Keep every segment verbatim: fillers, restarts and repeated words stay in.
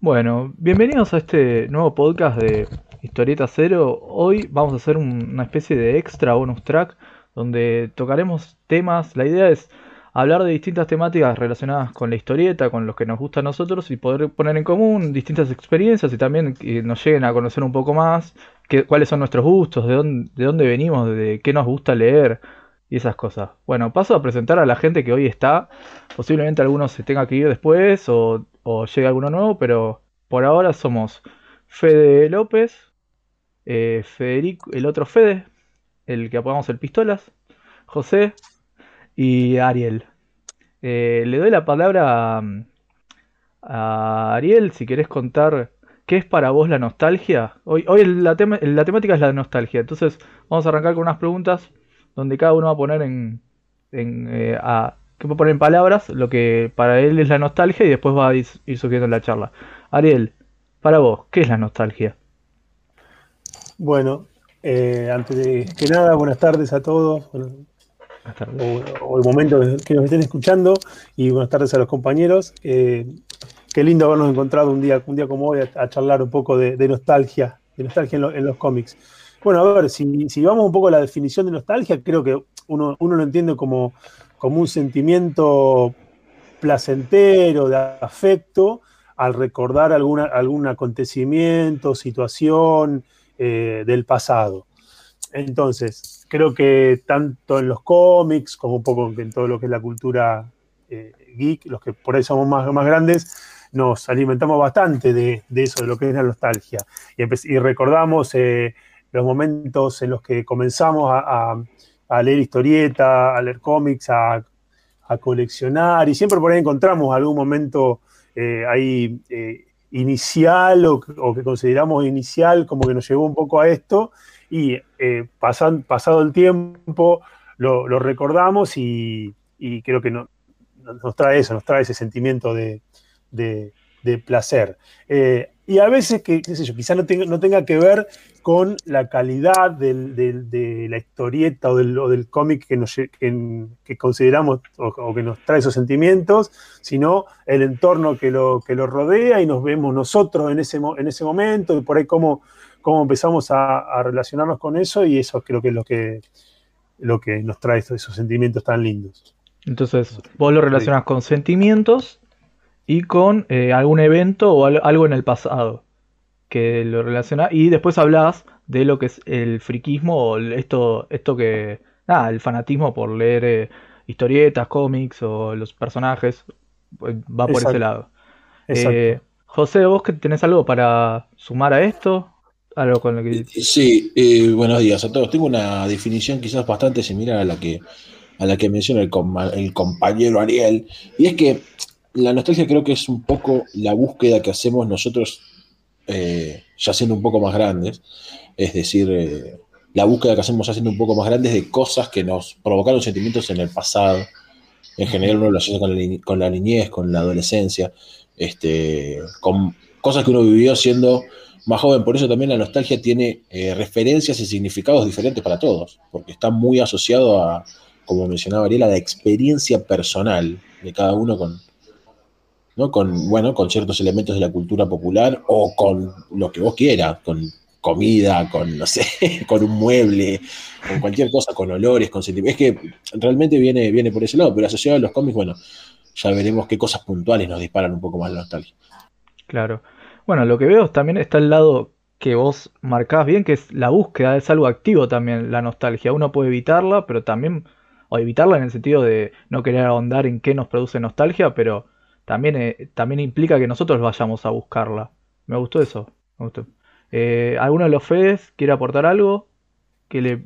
Bueno, bienvenidos a este nuevo podcast de Historieta Cero. Hoy vamos a hacer un- una especie de extra bonus track donde tocaremos temas. La idea es hablar de distintas temáticas relacionadas con la historieta, con los que nos gusta a nosotros y poder poner en común distintas experiencias y también que nos lleguen a conocer un poco más qué- cuáles son nuestros gustos, de dónde, de dónde venimos, de qué nos gusta leer y esas cosas. Bueno, paso a presentar a la gente que hoy está. Posiblemente algunos se tenga que ir después o, o llegue alguno nuevo, pero por ahora somos Fede López, eh, Federico, el otro Fede, el que apagamos el pistolas, José y Ariel. Eh, le doy la palabra a, a Ariel si querés contar qué es para vos la nostalgia. Hoy, hoy la, tema- la temática es la nostalgia, entonces vamos a arrancar con unas preguntas donde cada uno va a poner en, en, eh, a, que va a poner en palabras lo que para él es la nostalgia y después va a ir, ir surgiendo la charla. Ariel, para vos, ¿qué es la nostalgia? Bueno, eh, antes de que nada, buenas tardes a todos, bueno, Buenas tardes. o, o el momento que nos estén escuchando, y buenas tardes a los compañeros. Eh, qué lindo habernos encontrado un día, un día como hoy a, a charlar un poco de, de nostalgia, de nostalgia en, lo- en los cómics. Bueno, a ver, si, si vamos un poco a la definición de nostalgia, creo que uno, uno lo entiende como, como un sentimiento placentero, de afecto, al recordar alguna, algún acontecimiento, situación eh, del pasado. Entonces, creo que tanto en los cómics como un poco en todo lo que es la cultura eh, geek, los que por ahí somos más, más grandes, nos alimentamos bastante de, de eso, de lo que es la nostalgia. Y, y recordamos eh, los momentos en los que comenzamos a, a, a leer historieta, a leer cómics, a, a, coleccionar, y siempre por ahí encontramos algún momento eh, ahí eh, inicial o, o que consideramos inicial, como que nos llevó un poco a esto y eh, pasan, pasado el tiempo lo, lo recordamos y, y, creo que no, nos trae eso, nos trae ese sentimiento de, de, de placer. Eh, y a veces, que, qué sé yo, quizás no tenga, no tenga que ver con la calidad del, del, de la historieta o del, o del cómic que, nos, que, que consideramos o, o, que nos trae esos sentimientos, sino el entorno que lo, que lo rodea y nos vemos nosotros en ese, en ese momento y por ahí cómo, cómo empezamos a, a relacionarnos con eso, y eso creo que es lo que, lo que nos trae esos, esos sentimientos tan lindos. Entonces, vos lo Sí. relacionás con sentimientos y con eh, algún evento o al- algo en el pasado que lo relaciona y después hablás de lo que es el friquismo o el- esto esto que nada, el fanatismo por leer eh, historietas, cómics o los personajes, pues, va por ese Exacto, lado. Eh, exacto. José, vos que tenés algo para sumar a esto, algo con lo que Sí, eh, buenos días a todos. Tengo una definición quizás bastante similar a la que, a la que menciona el, com- el compañero Ariel, y es que la nostalgia creo que es un poco la búsqueda que hacemos nosotros eh, ya siendo un poco más grandes, es decir, eh, la búsqueda que hacemos ya siendo un poco más grandes de cosas que nos provocaron sentimientos en el pasado. En general Ujú. uno lo asocia con la, ni- con la niñez, con la adolescencia, este, con cosas que uno vivió siendo más joven. Por eso también la nostalgia tiene eh, referencias y significados diferentes para todos, porque está muy asociado a, como mencionaba Ariel, a la experiencia personal de cada uno con, ¿no? con, bueno, con ciertos elementos de la cultura popular o con lo que vos quieras, con comida, con, no sé, con un mueble, con cualquier cosa, con olores, con sentimientos. Es que realmente viene, viene por ese lado, pero asociado a los cómics, bueno, ya veremos qué cosas puntuales nos disparan un poco más la nostalgia. claro. Bueno, lo que veo también está el lado que vos marcás bien, que es la búsqueda, es algo activo también, la nostalgia. Uno puede evitarla, pero también, o evitarla en el sentido de no querer ahondar en qué nos produce nostalgia, pero también, eh, también implica que nosotros vayamos a buscarla. Me gustó eso, me gustó. Eh, ¿alguno de los Fedes quiere aportar algo? ¿Que le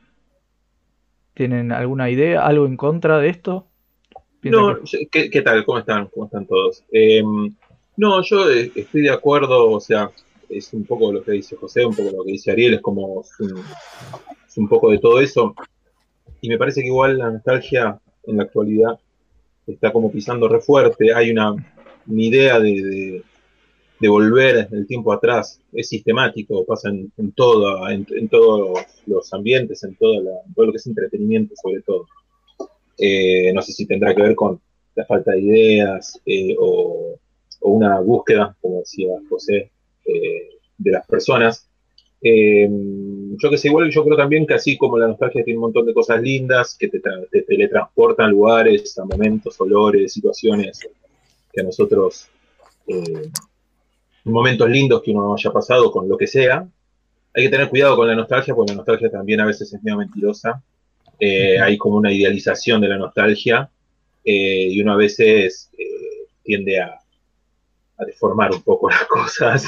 tienen alguna idea, algo en contra de esto? ¿Piensan que No, yo- ¿qué, qué tal? ¿Cómo están? ¿Cómo están todos? Eh, no, yo eh, estoy de acuerdo, o sea, es un poco lo que dice José, un poco lo que dice Ariel, es como es un, es un poco de todo eso, y me parece que igual la nostalgia en la actualidad está como pisando re fuerte, hay una, una idea de, de, de volver el tiempo atrás, es sistemático, pasa en, en, todo, en, en todos los ambientes, en, toda la, en todo lo que es entretenimiento sobre todo. Eh, no sé si tendrá que ver con la falta de ideas eh, o, o una búsqueda, como decía José, eh, de las personas. Eh, yo que sé, igual yo creo también que así como la nostalgia tiene un montón de cosas lindas que te, te teletransportan a lugares, a momentos, olores, situaciones que a nosotros, eh, momentos lindos que uno haya pasado con lo que sea. Hay que tener cuidado con la nostalgia, porque la nostalgia también a veces es medio mentirosa. Eh, hay como una idealización de la nostalgia, eh, y uno a veces eh, tiende a, a deformar un poco las cosas.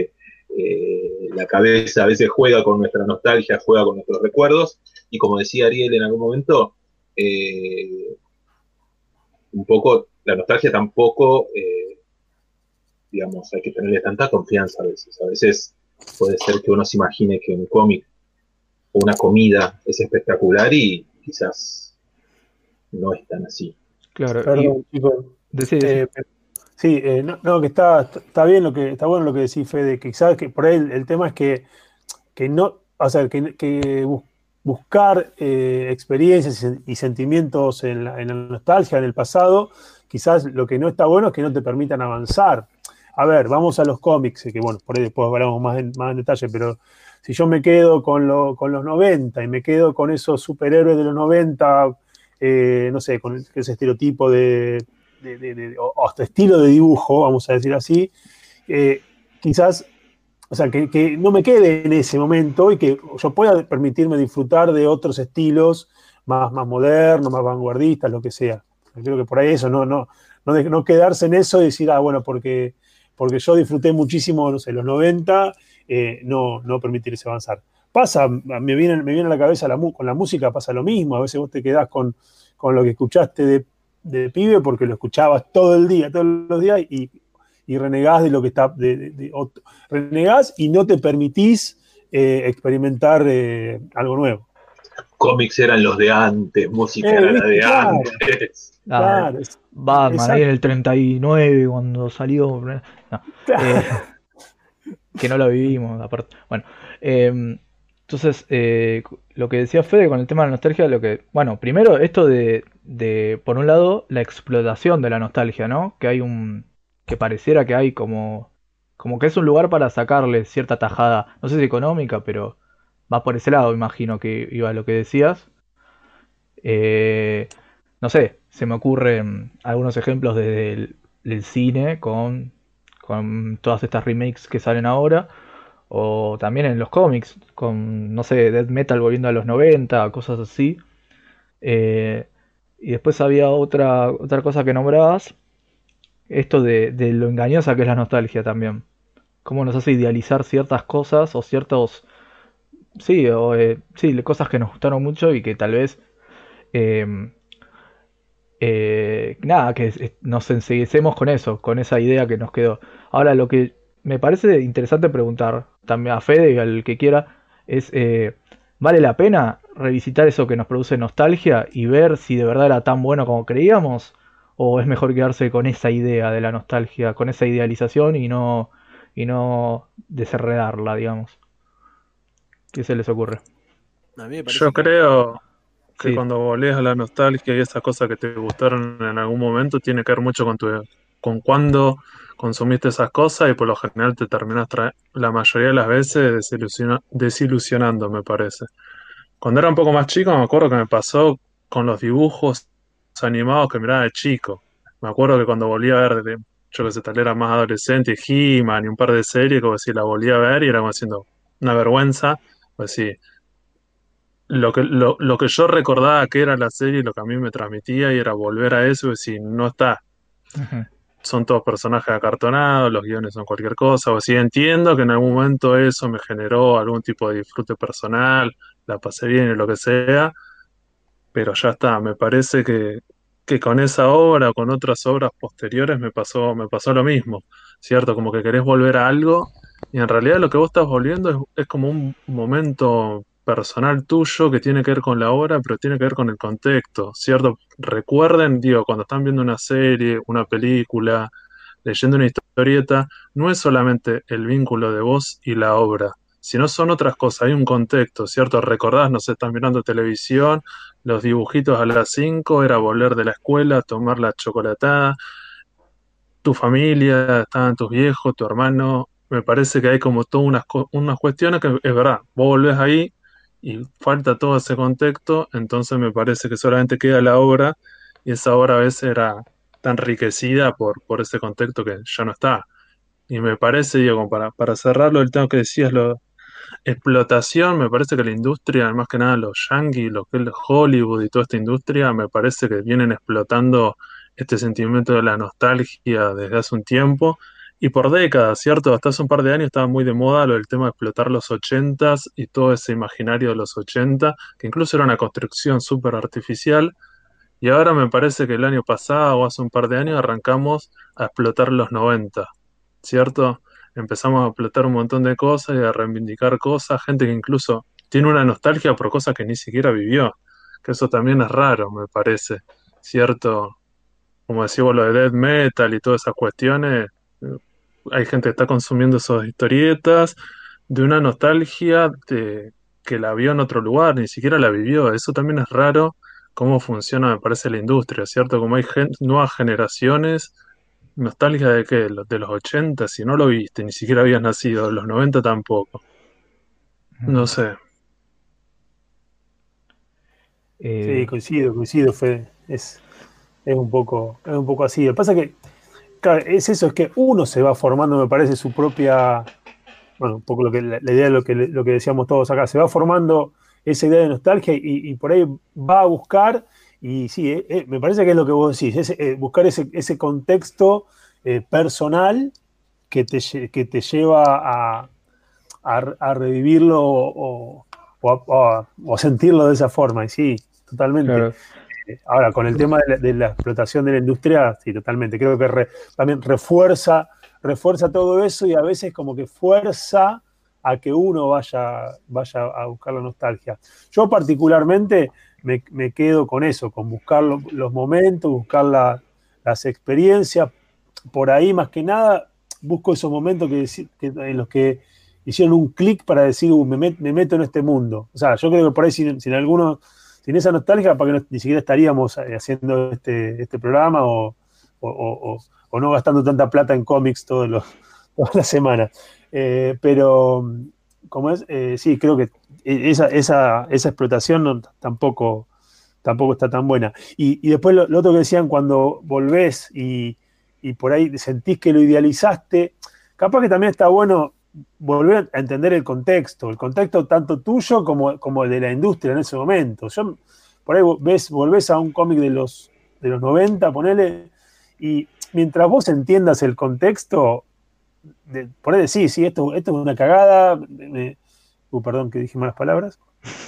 Eh, la cabeza a veces juega con nuestra nostalgia, juega con nuestros recuerdos, y como decía Ariel en algún momento, eh, un poco, la nostalgia tampoco, eh, digamos, hay que tenerle tanta confianza a veces. A veces puede ser que uno se imagine que un cómic o una comida es espectacular y quizás no es tan así. Claro, Perdón, y chicos. decí, decí. Eh, sí, eh, no, no, que está, está bien lo que, está bueno lo que decís, Fede, que quizás que por ahí el, el tema es que, que no, o sea, que, que bus- buscar eh, experiencias y, sen- y sentimientos en la, en la nostalgia, en el pasado, quizás lo que no está bueno es que no te permitan avanzar. A ver, vamos a los cómics, eh, que bueno, por ahí después hablamos más en, más en detalle, pero si yo me quedo con, lo, con los noventa y me quedo con esos superhéroes de los noventa, eh, no sé, con ese estereotipo de, de, de, de o hasta estilo de dibujo, vamos a decir así, eh, quizás, o sea, que, que, no me quede en ese momento y que yo pueda permitirme disfrutar de otros estilos más, más modernos, más vanguardistas, lo que sea. Creo que por ahí eso, no, no, no, de, no quedarse en eso y decir, ah, bueno, porque, porque yo disfruté muchísimo, no sé, los noventa, eh, no, no permitirse avanzar. Pasa, me viene, me viene a la cabeza la, con la música, pasa lo mismo. A veces vos te quedás con, con lo que escuchaste de, de pibe porque lo escuchabas todo el día, todos los días, y, y renegás de lo que está, de, de, de, renegás y no te permitís eh, experimentar eh, algo nuevo. Cómics eran los de antes, música Eh, era la ¿viste? de Claro, antes. Ah, claro, es- Batman, ahí en exacto, el treinta y nueve cuando salió. No, eh, claro. que no lo vivimos, aparte. Bueno, eh, entonces, eh, lo que decía Fede con el tema de la nostalgia, lo que. Bueno, primero, esto de, de, por un lado, la explotación de la nostalgia, ¿no? Que hay un. Que pareciera que hay como. Como que es un lugar para sacarle cierta tajada, no sé si económica, pero va por ese lado, imagino que iba lo que decías. Eh, no sé, se me ocurren algunos ejemplos desde el del cine con, con todas estas remakes que salen ahora, o también en los cómics, con, no sé, Death Metal volviendo a los noventa, cosas así. Eh, y después había otra, otra cosa que nombrabas, esto de, de lo engañosa que es la nostalgia también. Cómo nos hace idealizar ciertas cosas o ciertos. Sí, o, eh, sí, cosas que nos gustaron mucho y que tal vez. eh, eh, nada, que es- nos enseguecemos con eso, con esa idea que nos quedó. Ahora, lo que me parece interesante preguntar también a Fede y al que quiera es, eh, ¿vale la pena revisitar eso que nos produce nostalgia y ver si de verdad era tan bueno como creíamos? ¿O es mejor quedarse con esa idea de la nostalgia, con esa idealización y no, y no desenredarla, digamos? ¿Qué se les ocurre? A mí me Yo parece que creo que Sí. cuando volvés a la nostalgia y esas cosas que te gustaron en algún momento, tiene que ver mucho con tu, con cuándo consumiste esas cosas y por lo general te terminas tra- la mayoría de las veces desilusiona- desilusionando, me parece. Cuando era un poco más chico, me acuerdo que me pasó con los dibujos animados que miraba de chico. Me acuerdo que cuando volví a ver, de- yo que sé, tal era más adolescente, He-Man y un par de series, como si la volví a ver y era como haciendo una vergüenza, pues sí, lo que, lo, lo que yo recordaba que era la serie, lo que a mí me transmitía y era volver a eso y si no está, Ujú. son todos personajes acartonados, los guiones son cualquier cosa, o si entiendo que en algún momento eso me generó algún tipo de disfrute personal, la pasé bien y lo que sea, pero ya está, me parece que, que con esa obra o con otras obras posteriores me pasó, me pasó lo mismo, ¿cierto? Como que querés volver a algo y en realidad lo que vos estás volviendo es, es como un momento personal tuyo que tiene que ver con la obra, pero tiene que ver con el contexto, ¿cierto? Recuerden, digo, cuando están viendo una serie, una película, leyendo una historieta, no es solamente el vínculo de vos y la obra, sino son otras cosas, hay un contexto, ¿cierto? Recordás, no sé, están mirando televisión, los dibujitos a las cinco era volver de la escuela, tomar la chocolatada, tu familia, estaban tus viejos, tu hermano. Me parece que hay como todas unas, co- unas cuestiones que es verdad, vos volvés ahí y falta todo ese contexto, entonces me parece que solamente queda la obra y esa obra a veces era tan enriquecida por, por ese contexto que ya no está. Y me parece, digo, como para, para cerrarlo, el tema que decías, lo, explotación, me parece que la industria, más que nada los yankees, lo que es Hollywood y toda esta industria, me parece que vienen explotando este sentimiento de la nostalgia desde hace un tiempo y por décadas, ¿cierto? Hasta hace un par de años estaba muy de moda lo del tema de explotar los ochentas y todo ese imaginario de los ochenta, que incluso era una construcción súper artificial. Y ahora me parece que el año pasado o hace un par de años arrancamos a explotar los noventa, ¿cierto? Empezamos a explotar un montón de cosas y a reivindicar cosas, gente que incluso tiene una nostalgia por cosas que ni siquiera vivió, que eso también es raro, me parece, ¿cierto? Como decíamos, lo de death metal y todas esas cuestiones, eh, hay gente que está consumiendo esas historietas de una nostalgia de, que la vio en otro lugar, ni siquiera la vivió. Eso también es raro cómo funciona, me parece, la industria, ¿cierto? Como hay gen- nuevas generaciones, nostalgia de qué, Lo- de los ochenta, si no lo viste, ni siquiera habías nacido, de los noventa tampoco. No Ujú. sé. Sí, Eh, coincido, coincido, Fede. Es, es un poco, es un poco así. Lo que pasa es que, claro, es eso, es que uno se va formando, me parece, su propia, bueno, un poco lo que, la, la idea de lo que, lo que decíamos todos acá, se va formando esa idea de nostalgia y, y por ahí va a buscar, y sí, eh, eh, me parece que es lo que vos decís, es, eh, buscar ese, ese contexto eh, personal que te, lle- que te lleva a, a, a revivirlo o, o a, o a- o a sentirlo de esa forma, y sí, totalmente. claro. Ahora, con el tema de la, de la explotación de la industria, sí, totalmente. Creo que re- también refuerza, refuerza todo eso y a veces como que fuerza a que uno vaya, vaya a buscar la nostalgia. Yo particularmente me, me quedo con eso, con buscar lo- los momentos, buscar la- las experiencias. Por ahí, más que nada, busco esos momentos que, deci- que- en los que hicieron un clic para decir, "Uh, me, met- me meto en este mundo". O sea, yo creo que por ahí sin, sin algunos sin esa nostalgia, para que no- ni siquiera estaríamos eh, haciendo este, este programa o, o- o- o- o no gastando tanta plata en cómics todos los, todas las semanas. Eh, pero, como es, eh, sí, creo que esa, esa, esa explotación no- tampoco, tampoco está tan buena. Y, y después lo, lo otro que decían, cuando volvés y, y por ahí sentís que lo idealizaste, capaz que también está bueno volver a entender el contexto, el contexto tanto tuyo como, como el de la industria en ese momento. Yo, por ahí ves, volvés a un cómic de los, de los noventa, ponele, y mientras vos entiendas el contexto, de, por ahí decís, sí, esto, esto es una cagada, me, uh, perdón que dije malas palabras,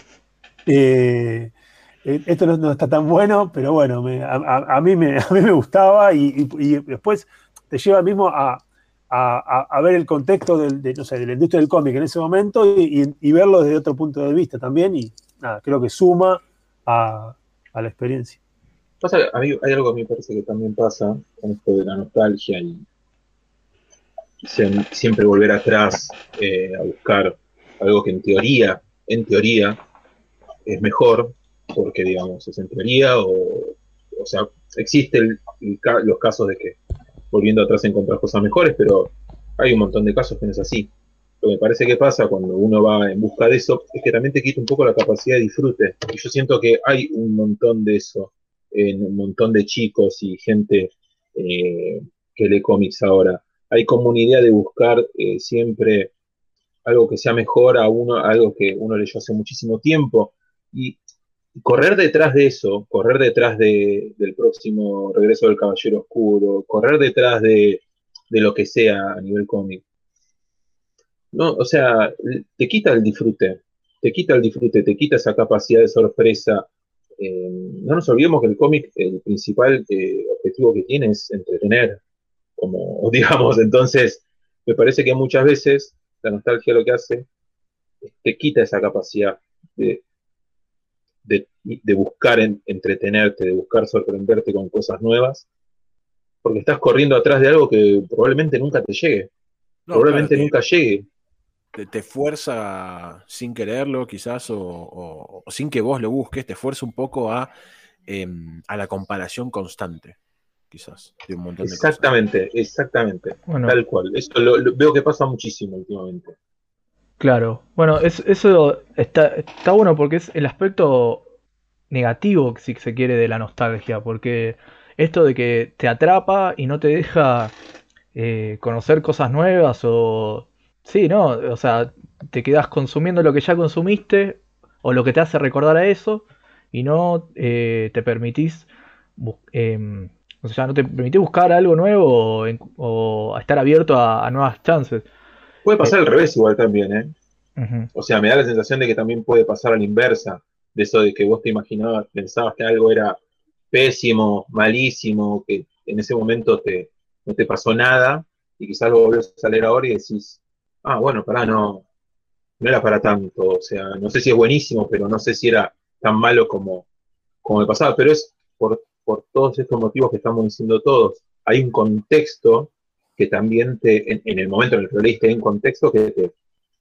eh, eh, esto no, no está tan bueno, pero bueno, me- a, a- a mí me, a mí me gustaba y, y- y después te lleva mismo a, a- a- a ver el contexto del- de, no sé, de la industria del cómic en ese momento y, y- y verlo desde otro punto de vista también y nada, creo que suma a, a la experiencia. Pasa que a mí hay algo que a mí me parece que también pasa con esto de la nostalgia y sie- siempre volver atrás eh, a buscar algo que en teoría, en teoría, es mejor, porque digamos, es en teoría, o, o sea, existen los casos de que volviendo atrás encontrar cosas mejores, pero hay un montón de casos que no es así. Lo que me parece que pasa cuando uno va en busca de eso es que también te quita un poco la capacidad de disfrute. Y yo siento que hay un montón de eso en un montón de chicos y gente eh, que lee cómics ahora. Hay como una idea de buscar eh, siempre algo que sea mejor a uno, algo que uno leyó hace muchísimo tiempo. Y correr detrás de eso, correr detrás de, del próximo regreso del Caballero Oscuro, correr detrás de, de lo que sea a nivel cómic, no, o sea, te quita el disfrute, te quita el disfrute, te quita esa capacidad de sorpresa. Eh, no nos olvidemos que el cómic, el principal eh, objetivo que tiene es entretener, como digamos, entonces me parece que muchas veces la nostalgia lo que hace es te quita esa capacidad de, de, de buscar en, entretenerte, de buscar sorprenderte con cosas nuevas, porque estás corriendo atrás de algo que probablemente nunca te llegue, No, claro, probablemente te, nunca llegue. te, te fuerza sin quererlo, quizás, o, o- o sin que vos lo busques, te fuerza un poco a, em, a la comparación constante. quizás, de un montón de cosas. Exactamente, exactamente. Bueno, Tal cual. Eso lo, lo- veo que pasa muchísimo últimamente. claro. Bueno, es- eso está, está bueno porque es el aspecto negativo, si se quiere, de la nostalgia. Porque esto de que te atrapa y no te deja eh, conocer cosas nuevas o... Sí, ¿no? O sea, te quedas consumiendo lo que ya consumiste o lo que te hace recordar a eso y no eh, te permitís... bu- em, o sea, no te permitís buscar algo nuevo o, en- o estar abierto a, a nuevas chances. Puede Eh, pasar al revés igual también, ¿eh? ujú. O sea, me da la sensación de que también puede pasar a la inversa, de eso de que vos te imaginabas, pensabas que algo era pésimo, malísimo, que en ese momento te, no te pasó nada, y quizás lo volvés a leer ahora y decís, ah, bueno, pará, no, no era para tanto, o sea, no sé si es buenísimo, pero no sé si era tan malo como, como me pasaba, pero es por, por todos estos motivos que estamos diciendo todos. Hay un contexto que también te, en, en el momento en el que lo leíste, hay un contexto que te,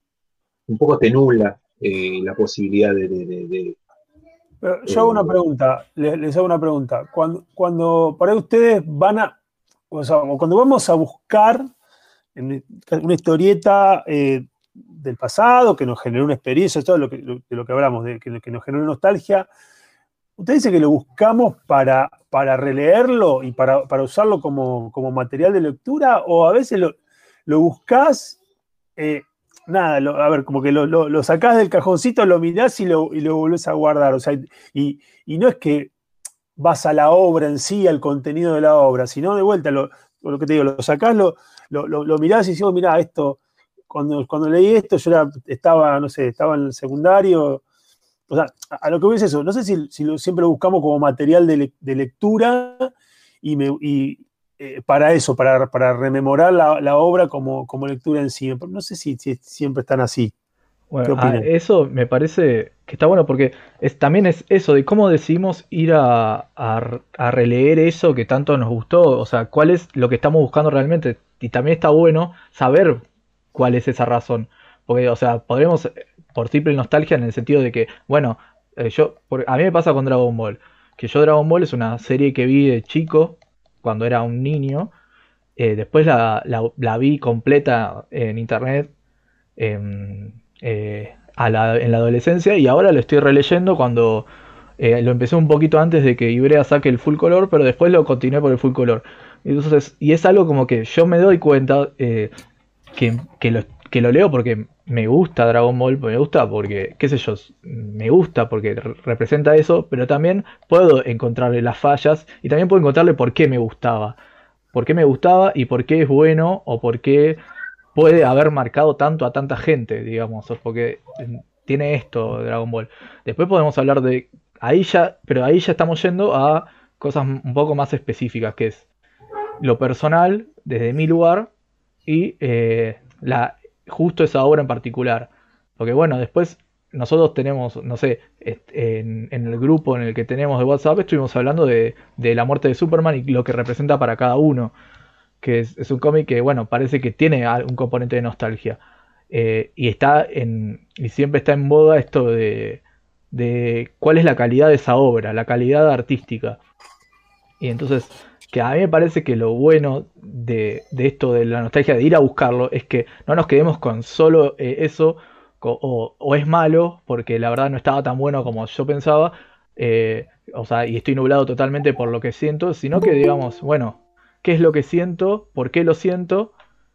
un poco te nubla eh, la posibilidad de, de, de, de Pero yo hago una eh, pregunta, les, les hago una pregunta. Cuando, cuando por ahí ustedes van a, o sea, cuando vamos a buscar en una historieta eh, del pasado que nos generó una experiencia, todo lo que, lo, de lo que hablamos, de, que, que nos generó nostalgia, ¿usted dice que lo buscamos para, para releerlo y para, para usarlo como, como material de lectura? ¿O a veces lo, lo buscás, eh, nada, lo, a ver, como que lo, lo, lo sacás del cajoncito, lo mirás y lo, y lo volvés a guardar? O sea, y, y no es que vas a la obra en sí, al contenido de la obra, sino de vuelta, lo, lo que te digo, lo sacás, lo, lo, lo, lo mirás y decís, oh, mirá, esto, cuando, cuando leí esto, yo era, estaba, no sé, estaba en el secundario. O sea, a, a lo que voy es eso, no sé si, si lo, siempre lo buscamos como material de, le, de lectura y, me, y eh, para eso, para, para rememorar la, la obra como, como lectura en sí. No sé si, si siempre están así. ¿Qué Bueno, a opinan? eso me parece que está bueno porque es, también es eso de cómo decidimos ir a, a, a releer eso que tanto nos gustó, o sea, cuál es lo que estamos buscando realmente. Y también está bueno saber cuál es esa razón. Porque, o sea, podremos, eh, por simple nostalgia, en el sentido de que, bueno, eh, yo, por- a mí me pasa con Dragon Ball, que yo Dragon Ball es una serie que vi de chico, cuando era un niño, eh, después la, la, la vi completa en internet eh, eh, a la- en la adolescencia y ahora lo estoy releyendo cuando eh, lo empecé un poquito antes de que Ibrea saque el full color, pero después lo continué por el full color. Entonces, y es algo como que yo me doy cuenta eh, que, que, lo, que lo leo porque me gusta Dragon Ball, me gusta porque, qué sé yo, me gusta porque re- representa eso, pero también puedo encontrarle las fallas y también puedo encontrarle por qué me gustaba. Por qué me gustaba y por qué es bueno o por qué puede haber marcado tanto a tanta gente, digamos, porque tiene esto Dragon Ball. Después podemos hablar de ahí ya, pero ahí ya estamos yendo a cosas un poco más específicas, que es lo personal desde mi lugar y eh, la justo esa obra en particular. Porque bueno, después nosotros tenemos, no sé, en, en el grupo en el que tenemos de WhatsApp estuvimos hablando de, de la muerte de Superman y lo que representa para cada uno que es, es un cómic que, bueno, parece que tiene un componente de nostalgia. Eh, y está en. Y siempre está en boga esto de. de cuál es la calidad de esa obra, la calidad artística. Y entonces, que a mí me parece que lo bueno de, de esto de la nostalgia, de ir a buscarlo, es que no nos quedemos con solo eh, eso, o, o es malo, porque la verdad no estaba tan bueno como yo pensaba, eh, o sea, y estoy nublado totalmente por lo que siento, sino que digamos, bueno, ¿qué es lo que siento? ¿Por qué lo siento?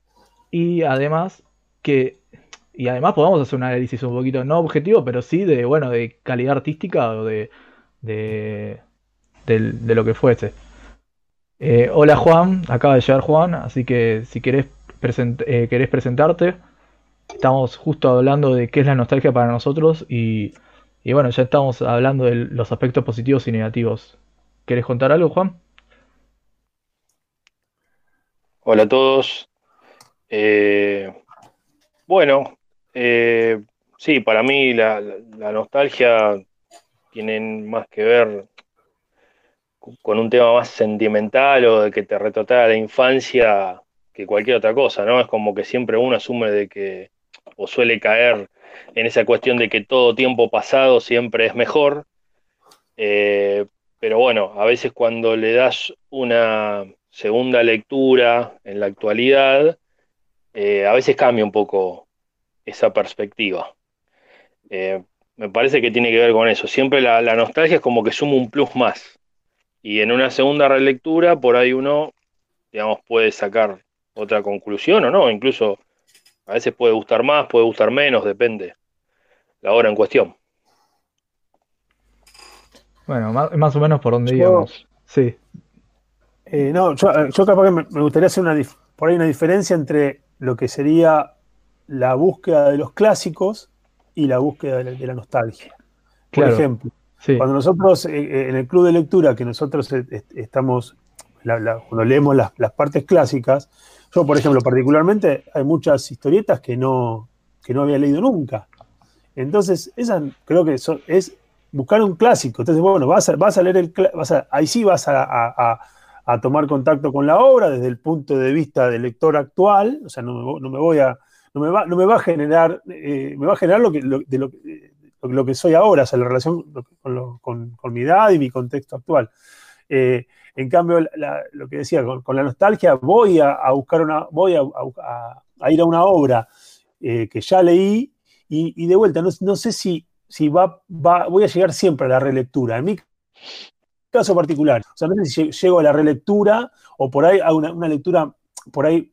Y además que y además podamos hacer un análisis un poquito no objetivo, pero sí de bueno, de calidad artística o de de, del- de lo que fuese. Eh, hola Juan, acaba de llegar Juan, así que si querés, present- eh, querés presentarte, estamos justo hablando de qué es la nostalgia para nosotros y, y bueno, ya estamos hablando de los aspectos positivos y negativos. ¿Querés contar algo, Juan? Hola a todos. Eh, bueno, eh, sí, para mí la, la- la nostalgia tiene más que ver con un tema más sentimental o de que te retrotrae a la infancia que cualquier otra cosa, ¿no? Es como que siempre uno asume de que, o suele caer en esa cuestión de que todo tiempo pasado siempre es mejor, eh, pero bueno, a veces cuando le das una segunda lectura en la actualidad, eh, a veces cambia un poco esa perspectiva. Eh, Me parece que tiene que ver con eso. Siempre la, la nostalgia es como que suma un plus más. Y en una segunda relectura, por ahí uno, digamos, puede sacar otra conclusión o no. Incluso a veces puede gustar más, puede gustar menos, depende la obra en cuestión. Bueno, más, más o menos por donde Yo, íbamos. Sí, eh, no, yo, yo capaz que me, me gustaría hacer una, dif- por ahí una diferencia entre lo que sería la búsqueda de los clásicos y la búsqueda de la, de la nostalgia. Por claro, ejemplo, sí, cuando nosotros, eh, eh, en el club de lectura, que nosotros eh, est- estamos, la- la- cuando leemos las, las partes clásicas, yo, por ejemplo, particularmente, hay muchas historietas que no, que no había leído nunca. Entonces, esa creo que so- es buscar un clásico. Entonces, bueno, vas a, vas a leer el cla- vas a- ahí sí vas a, a- a- a tomar contacto con la obra desde el punto de vista del lector actual. O sea, no me, vo- no me voy a, no me va, no me va a generar, eh, me va a generar lo que, lo, de lo, eh, lo- lo que soy ahora, o sea, la relación con, lo- con- con mi edad y mi contexto actual. Eh, en cambio, la- lo que decía, con, con la nostalgia, voy a, a buscar una, voy a, a- a ir a una obra eh, que ya leí y, y de vuelta, no, no sé si, si va, va, voy a llegar siempre a la relectura. En mi caso particular, o sea, no sé si llego a la relectura o por ahí a una, una lectura por ahí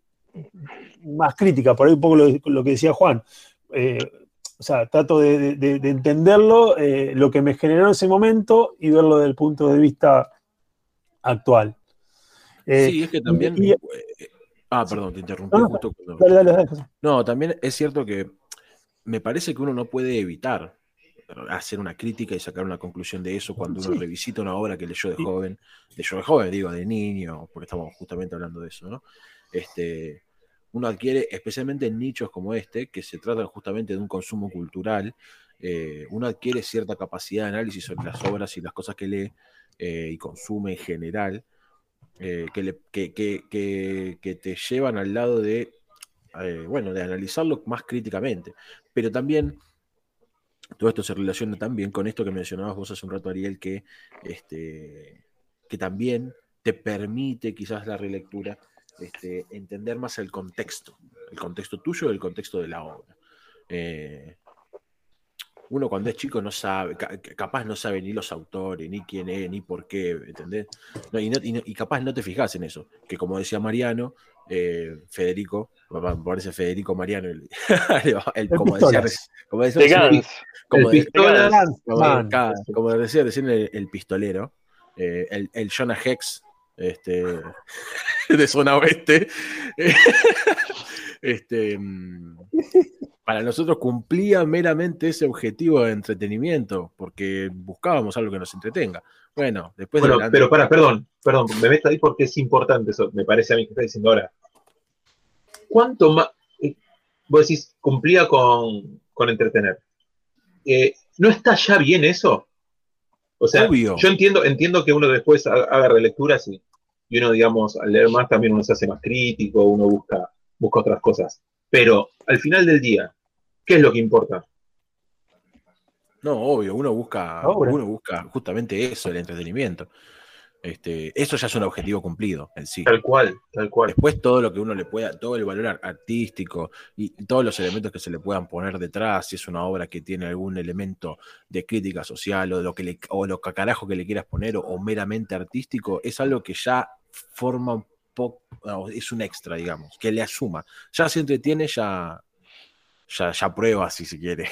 más crítica, por ahí un poco lo, lo que decía Juan. Eh, o sea, trato de, de, de entenderlo, eh, lo que me generó en ese momento y verlo desde el punto de vista actual. Eh, Sí, es que también. y, y, eh, ah, sí. perdón, te interrumpí No, no, justo cuando. dale, dale, dale, José. No, también es cierto que me parece que uno no puede evitar hacer una crítica y sacar una conclusión de eso cuando uno Sí. revisita una obra que leyó de Y- joven, leyó de joven, digo, de niño, porque estamos justamente hablando de eso, ¿no? Este, uno adquiere, especialmente en nichos como este, que se trata justamente de un consumo cultural, eh, uno adquiere cierta capacidad de análisis sobre las obras y las cosas que lee eh, y consume en general, eh, que, le, que, que, que, que te llevan al lado de, eh, bueno, de analizarlo más críticamente, pero también todo esto se relaciona también con esto que mencionabas vos hace un rato, Ariel, que, este, que también te permite quizás la relectura este, entender más el contexto, el contexto tuyo y el contexto de la obra. Eh, uno cuando es chico no sabe, ca- capaz no sabe ni los autores, ni quién es, ni por qué, ¿entendés? No, y, no, y, no, y capaz no te fijas en eso, que como decía Mariano, eh, Federico, me parece Federico Mariano, el, el, El como decía, pistolas. como decía De recién el, Gans. como El de- pistolas. como, Man. cada- como decía recién el, el pistolero, eh, el, el Jonah Hex, este, de zona oeste, este, mm, para nosotros cumplía meramente ese objetivo de entretenimiento, porque buscábamos algo que nos entretenga. Bueno, después de Bueno, adelante. pero para, perdón, perdón, me meto ahí porque es importante eso, me parece a mí que está diciendo ahora. ¿Cuánto más? eh, Vos decís, cumplía con, con entretener. Eh, ¿No está ya bien eso? O sea, Obvio. yo entiendo, entiendo que uno después haga, haga relecturas y, y uno, digamos, al leer más también uno se hace más crítico, uno busca, busca otras cosas. Pero al final del día, ¿qué es lo que importa? No, obvio, uno busca, Ahora. uno busca justamente eso, el entretenimiento. Este, eso ya es un objetivo cumplido en sí. Tal cual, tal cual. Después todo lo que uno le pueda, todo el valor artístico y todos los elementos que se le puedan poner detrás, si es una obra que tiene algún elemento de crítica social o lo que le, o lo cacarajo que le quieras poner, o, o meramente artístico, es algo que ya forma un poco, no, es un extra, digamos, que le asuma. Ya se entretiene, ya, ya, ya prueba si se quiere.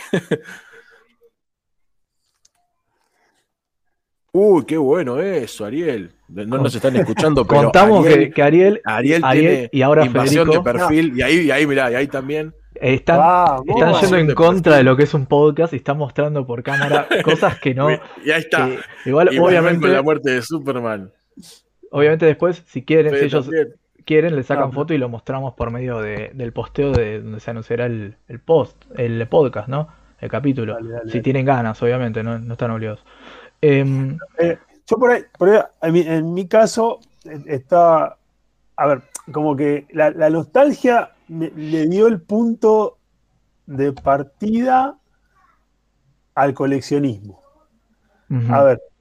Uy, qué bueno eso, Ariel. No nos están escuchando, pero contamos Ariel, que, que Ariel, Ariel, Ariel tiene y ahora invasión Federico de perfil. Y ahí, y ahí, mirá, y ahí también. están, Vamos. están yendo Invasión en de contra perfil. de lo que es un podcast y están mostrando por cámara cosas que no. Y ahí está. que igual, Y volvemos obviamente, con la muerte de Superman. obviamente después, si quieren, Fede si ellos también. quieren, le sacan No. foto y lo mostramos por medio de, del posteo de donde se anunciará el, el post, el podcast, ¿no? El capítulo. Dale, dale, si dale. tienen ganas, obviamente, no, no están obligados. Em, Eh, yo por ahí, por ahí, en, mi, en mi caso, eh, está, a ver, como que la, la nostalgia me- le dio el punto de partida al coleccionismo. ujú, A ver,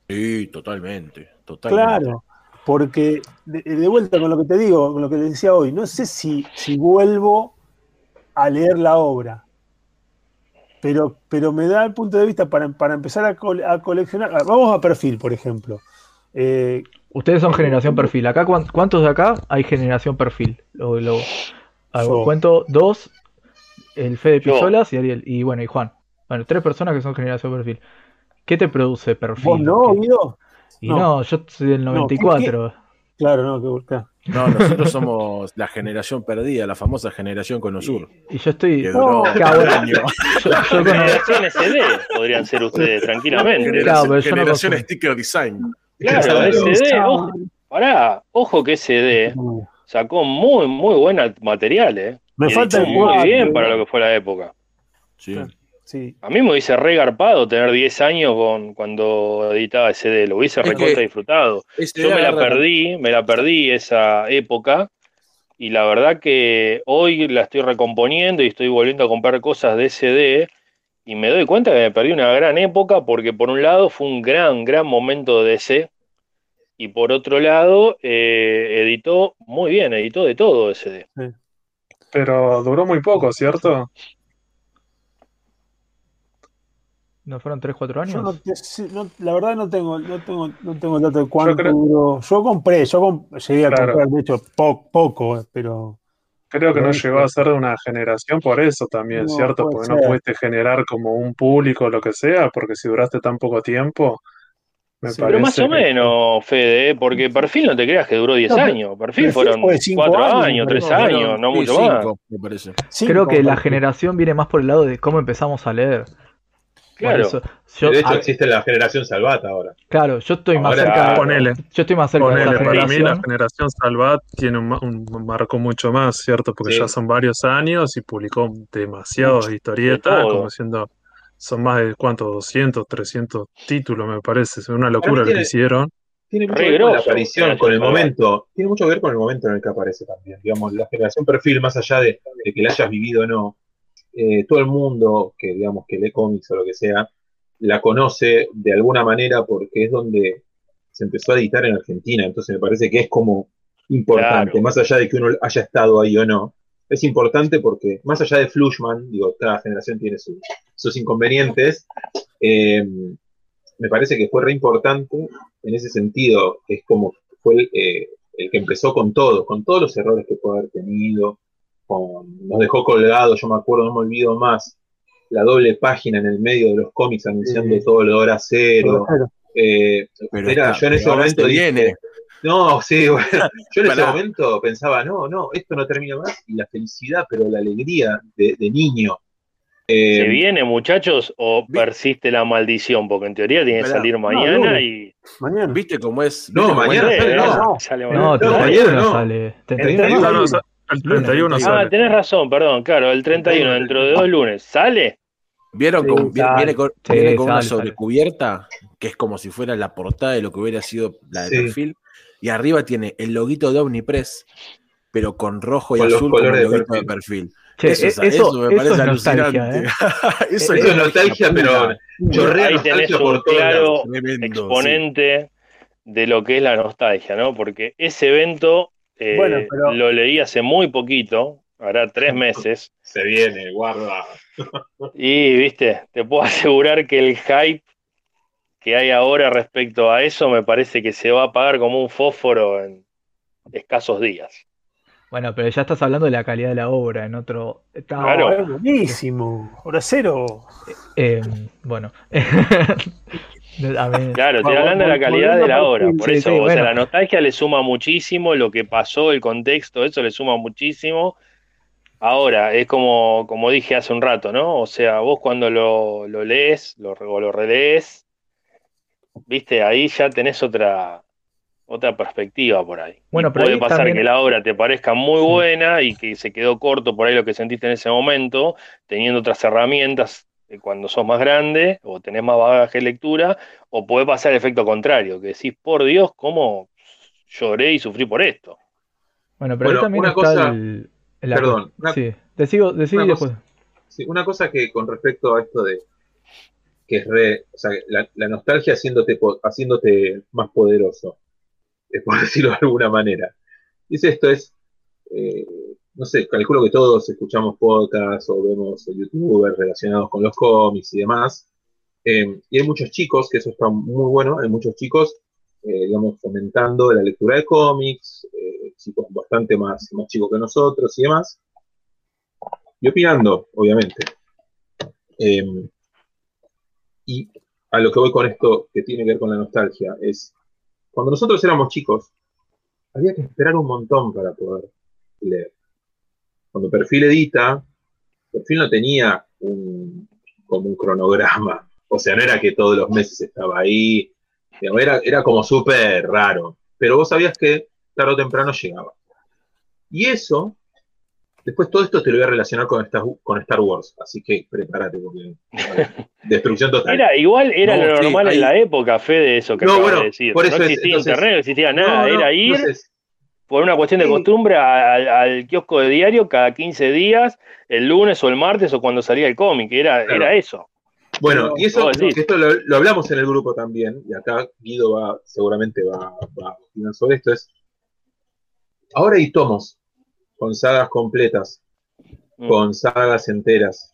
Sí, totalmente, totalmente. Claro, porque de, de vuelta con lo que te digo, con lo que te decía hoy, no sé si, si vuelvo a leer la obra, pero, pero me da el punto de vista para, para empezar a, cole, a coleccionar. Vamos a Perfil, por ejemplo. Eh, Ustedes son generación perfil. Acá, ¿cuántos de acá hay generación perfil? Lo, lo, yo. cuento dos, el Fede Yo. Pistolas y Ariel. Y bueno, y Juan. Bueno, tres personas que son generación perfil. ¿Qué te produce perfil? ¿Vos no, ¿Qué? Guido? Y No. no, yo soy del noventa y cuatro. No, ¿qué, qué? Claro, no, que claro. No, nosotros somos la generación perdida, la famosa generación Cono Sur. Y, y yo estoy. Que duró No. cada año. Yo, yo con... Generación S D podrían ser ustedes, tranquilamente. Generación, Claro, pero yo no generación consumo. Sticker Design. Claro, Claro. S D, ojo, pará, ojo que S D sacó muy, muy buenos materiales. Me y falta editó el muy cuatro, bien ¿no? para lo que fue la época. Sí. Sí. A mí me hubiese re garpado tener diez años con, cuando editaba S D, lo hubiese Es recontra que disfrutado. S D Yo me la agarra- perdí, me la perdí esa época, y la verdad que hoy la estoy recomponiendo y estoy volviendo a comprar cosas de S D, y me doy cuenta que me perdí una gran época, porque por un lado fue un gran, gran momento de D C, y por otro lado eh, editó muy bien, editó de todo S D. Sí. Pero duró muy poco, ¿cierto? ¿No fueron tres cuatro Yo no, años? te sé- no- la verdad no tengo, no tengo, no tengo el dato de Yo cuánto creo, duró. Yo compré, yo comp- llegué a claro, comprar, de hecho, po- poco, eh, pero, creo que pero no eso, llegó a ser de una generación por eso también, no ¿cierto? puede Porque no ser. pudiste generar como un público o lo que sea, porque si duraste tan poco tiempo, me Sí. Pero más parece o que... menos, Fede, ¿eh? Porque Perfil no te creas que duró diez No, pero, años. Perfil Perfil fueron fue cinco cuatro años, me años, tres parece. No, años, fueron no sí, mucho más. cinco, me parece. Creo Cinco, que la Perfil. generación viene más por el lado de cómo empezamos a leer. Por Claro, eso, Y yo, de hecho a- existe la generación Salvat ahora. claro, yo estoy más Ahora, cerca de, Ponele, yo estoy más cerca de esa ponele, para mí la generación. generación Salvat tiene un, ma- un marco mucho más, ¿cierto? Porque ya sí. son varios años y publicó demasiadas de historietas, como todo. siendo, son más de, ¿cuánto? doscientos, trescientos títulos, me parece. Es una Para mí locura lo que tiene, hicieron. tiene mucho que Re ver con la grosso, aparición, con Generación el Salvat. momento. Tiene mucho que ver con el momento en el que aparece también. Digamos, la generación perfil, más allá de, de que la hayas vivido o no, eh, todo el mundo que, digamos, que lee cómics o lo que sea, la conoce de alguna manera porque es donde se empezó a editar en Argentina. Entonces me parece que es como importante, Claro, más allá de que uno haya estado ahí o no. Es importante porque, más allá de Flushman, digo, cada generación tiene su- sus inconvenientes. eh, Me parece que fue re importante en ese sentido. Es como fue el, eh, el que empezó con todo, con todos los errores que puede haber tenido. Con, nos dejó colgados, yo me acuerdo, no me olvido más, la doble página en el medio de los cómics anunciando Sí. todo lo de hora cero. Pero, Eh, Pero, era, está, yo en pero ese ahora momento se dije, viene. no, sí, bueno, yo en ese Pará. momento pensaba, no, no, esto no termina más, y la felicidad, pero la alegría de, de niño. Eh, ¿se viene, muchachos, o Vi- persiste la maldición? Porque en teoría tiene que Pará. salir no, mañana lunes, y... mañana. ¿Viste cómo es? No, ¿Viste cómo mañana es? Sí, sale, ¿eh? no. No, Sale No, mañana. No, treinta y uno mañana no. sale. treinta y El uno treinta No, no, lunes. sa- el lunes. treinta y uno Ah, sale. tenés razón, perdón, claro, el treinta y uno, dentro de dos lunes. ¿Sale? ¿Vieron Sí, cómo viene, sale. viene con, Sí, viene con una sale, sale. sobrecubierta que es como si fuera la portada de lo que hubiera sido la de Sí. perfil? Y arriba tiene el loguito de Omnipress, pero con rojo y Con los azul como colores el de loguito de perfil. perfil. Che, Eso, es- e- eso, eso, me eso parece es nostalgia, alucinante. ¿eh? Eso Eso es nostalgia, pero pura. chorrea Ahí tenés nostalgia por un todos lados. claro Tremendo, exponente de lo que es la nostalgia, ¿no? Porque ese evento eh, Bueno, pero lo leí hace muy poquito, hará tres meses, Se viene, guarda. y, viste, te puedo asegurar que el hype que hay ahora respecto a eso me parece que se va a apagar como un fósforo en escasos días. Bueno, pero ya estás hablando de la calidad de la obra en otro. Está, no, Claro. es buenísimo. Hora cero. eh, bueno. A mí- Claro, estoy Vol- hablando de la vol- calidad de volviendo la a obra, Perfil, por sí, eso, sí, o sea, bueno. la nostalgia le suma muchísimo, lo que pasó, el contexto, eso le suma muchísimo. Ahora, es como, como dije hace un rato, ¿no? O sea, vos cuando lo, lo lees, lo, re- o lo relees, viste, ahí ya tenés otra, otra perspectiva por ahí. Y Bueno, pero puede ahí pasar también- que la obra te parezca muy Sí. buena y que se quedó corto por ahí lo que sentiste en ese momento, teniendo otras herramientas eh, cuando sos más grande o tenés más bagaje de lectura, o puede pasar el efecto contrario, que decís, por Dios, cómo lloré y sufrí por esto. Bueno, pero ahí Bueno, también una está cosa- el. la perdón, cu- una- sí, te sigo, te sigo una y después. cosa- Sí, una cosa que con respecto a esto de que es re, o sea, la, la nostalgia haciéndote, haciéndote más poderoso, por decirlo de alguna manera. Dice esto es, eh, no sé, calculo que todos escuchamos podcasts o vemos youtubers relacionados con los cómics y demás, eh, y hay muchos chicos, que eso está muy bueno, hay muchos chicos, eh, digamos, fomentando la lectura de cómics, eh, chicos bastante más, más chicos que nosotros y demás, y opinando, obviamente. Eh, y a lo que voy con esto, que tiene que ver con la nostalgia, es, cuando nosotros éramos chicos, había que esperar un montón para poder leer. Cuando Perfil edita, Perfil no tenía un, como un cronograma, o sea, no era que todos los meses estaba ahí, digamos, era, era como súper raro, pero vos sabías que tarde o temprano llegaba. Y eso, después todo esto te lo voy a relacionar con Star, con Star Wars, así que prepárate, porque vale, destrucción total. Era, igual era No, lo sí, normal hay- en la época, Fede, eso que No, acabas bueno, de decir. por No eso es, existía entonces- internet, no existía nada, No, no, era ir entonces, por una cuestión de sí. costumbre al, al kiosco de diario cada quince días, el lunes o el martes o cuando salía el cómic, era, Claro. era eso. Bueno, No, y eso, vos decís. que esto lo, lo hablamos en el grupo también, y acá Guido va, seguramente va, va a opinar sobre esto, es, ahora hay tomos con sagas completas, Mm. con sagas enteras.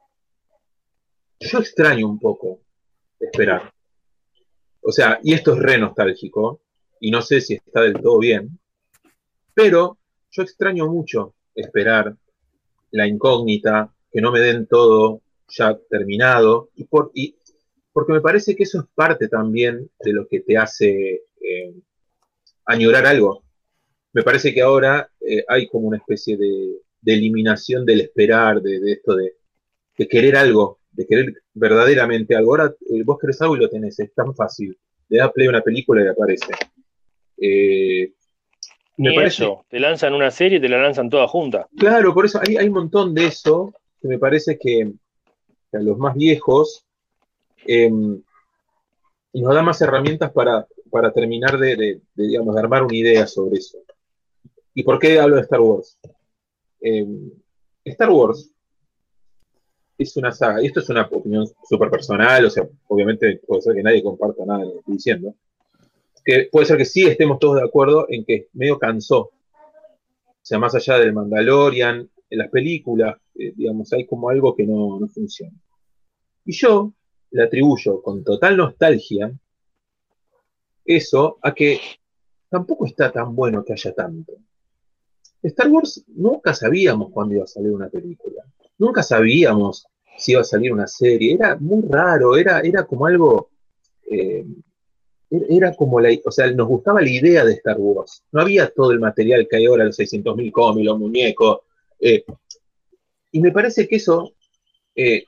Yo extraño un poco esperar. O sea, y esto es re nostálgico, y no sé si está del todo bien, pero yo extraño mucho esperar la incógnita, que no me den todo ya terminado, y, por, y porque me parece que eso es parte también de lo que te hace eh, añorar algo. Me parece que ahora eh, hay como una especie de, de eliminación del esperar, de, de esto de, de querer algo, de querer verdaderamente algo. Ahora eh, vos querés algo y lo tenés, es tan fácil. Le das play a una película y aparece. Eh, me Ni parece, eso, te lanzan una serie y te la lanzan toda junta. claro, por eso hay, hay un montón de eso que me parece que, que a los más viejos eh, nos da más herramientas para, para terminar de, de, de, digamos, de armar una idea sobre eso. ¿Y por qué hablo de Star Wars? Eh, Star Wars es una saga, y esto es una opinión súper personal, o sea, obviamente puede ser que nadie comparta nada de lo que estoy diciendo, que puede ser que sí estemos todos de acuerdo en que medio cansó, o sea, más allá del Mandalorian, en las películas, eh, digamos, hay como algo que no, no funciona. Y yo le atribuyo con total nostalgia eso a que tampoco está tan bueno que haya tanto. Star Wars nunca sabíamos cuándo iba a salir una película, nunca sabíamos si iba a salir una serie, era muy raro, era, era como algo, eh, era como la, o sea, nos gustaba la idea de Star Wars, no había todo el material que hay ahora, los seiscientos mil cómics, los muñecos, eh, y me parece que eso eh,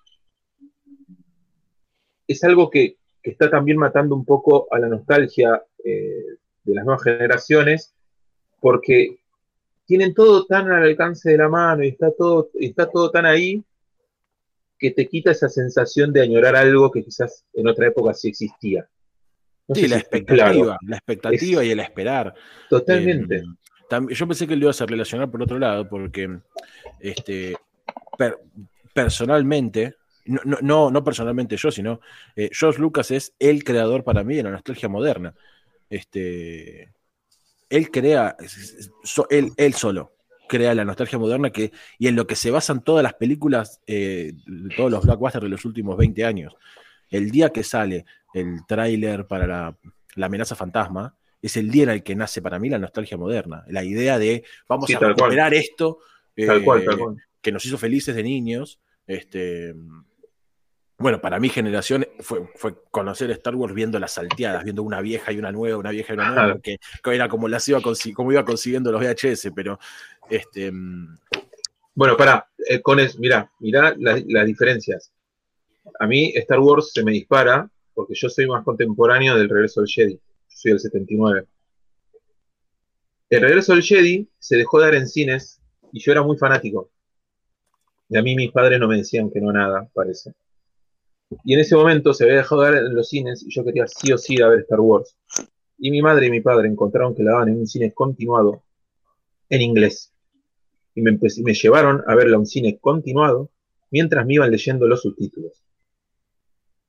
es algo que, que está también matando un poco a la nostalgia eh, de las nuevas generaciones, porque tienen todo tan al alcance de la mano y está todo, está todo tan ahí que te quita esa sensación de añorar algo que quizás en otra época sí existía. No Sí, sé la si estoy expectativa, claro. la expectativa Es- y el esperar. Totalmente. Eh, tam- yo pensé que lo ibas a relacionar por otro lado, porque este, per- personalmente, no, no, no, no personalmente yo, sino eh, George Lucas es el creador para mí de la nostalgia moderna. Este, él crea, so- él, él solo crea la nostalgia moderna que, y en lo que se basan todas las películas, eh, todos los blockbusters de los últimos veinte años. El día que sale el tráiler para la, la amenaza fantasma, es el día en el que nace para mí la nostalgia moderna. La idea de vamos Sí, a tal cual. recuperar esto Tal eh, cual, tal cual. que nos hizo felices de niños. Este, bueno, para mi generación fue, fue conocer Star Wars viendo las salteadas, viendo una vieja y una nueva, una vieja y una nueva, porque era como las iba consi- como iba consiguiendo los V H S, pero este, Bueno, pará, eh, con eso, mirá, mirá las, las diferencias. A mí Star Wars se me dispara porque yo soy más contemporáneo del Regreso del Jedi. Yo soy del setenta y nueve. El Regreso del Jedi se dejó de dar en cines y yo era muy fanático. Y a mí mis padres no me decían que no nada, parece. Y en ese momento se había dejado de dar en los cines y yo quería sí o sí ir a ver Star Wars. Y mi madre y mi padre encontraron que la daban en un cine continuado en inglés. Y me, empecé, me llevaron a verla a un cine continuado mientras me iban leyendo los subtítulos.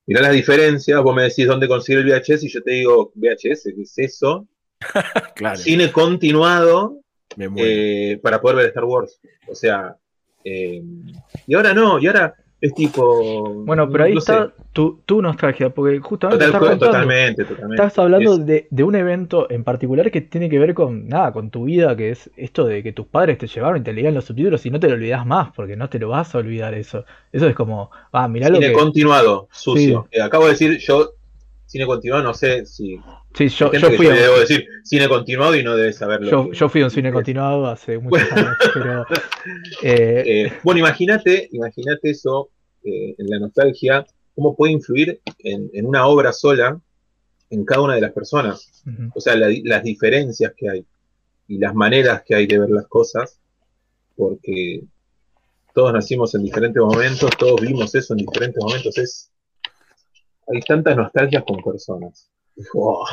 mirá las diferencias, vos me decís dónde consigue el V H S y yo te digo, V H S, ¿qué es eso? Claro. Cine continuado Me muero. eh, para poder ver Star Wars. O sea, eh, y ahora no, y ahora es tipo... Bueno, pero ahí no está sé. tu, tu nostalgia, porque justamente Total- estás contando, totalmente, totalmente. estás hablando Es- de, de un evento en particular que tiene que ver con nada, con tu vida, que es esto de que tus padres te llevaron y te leían los subtítulos y no te lo olvidás más, porque no te lo vas a olvidar eso. Eso es como, ah, mirá lo cine que... continuado, sucio. Sí. Eh, acabo de decir yo, cine continuado, no sé si... Sí, Hay yo, gente yo que fui yo a le un, debo decir cine continuado y no debe saber lo yo, que... yo fui a un cine es. continuado hace muchos años, pero... eh, Eh, bueno, imagínate, imagínate eso, eh, en la nostalgia, cómo puede influir en, en una obra sola en cada una de las personas. ujú. O sea, la- las diferencias que hay y las maneras que hay de ver las cosas, porque todos nacimos en diferentes momentos, todos vimos eso en diferentes momentos. Es, hay tantas nostalgias con personas. Oh,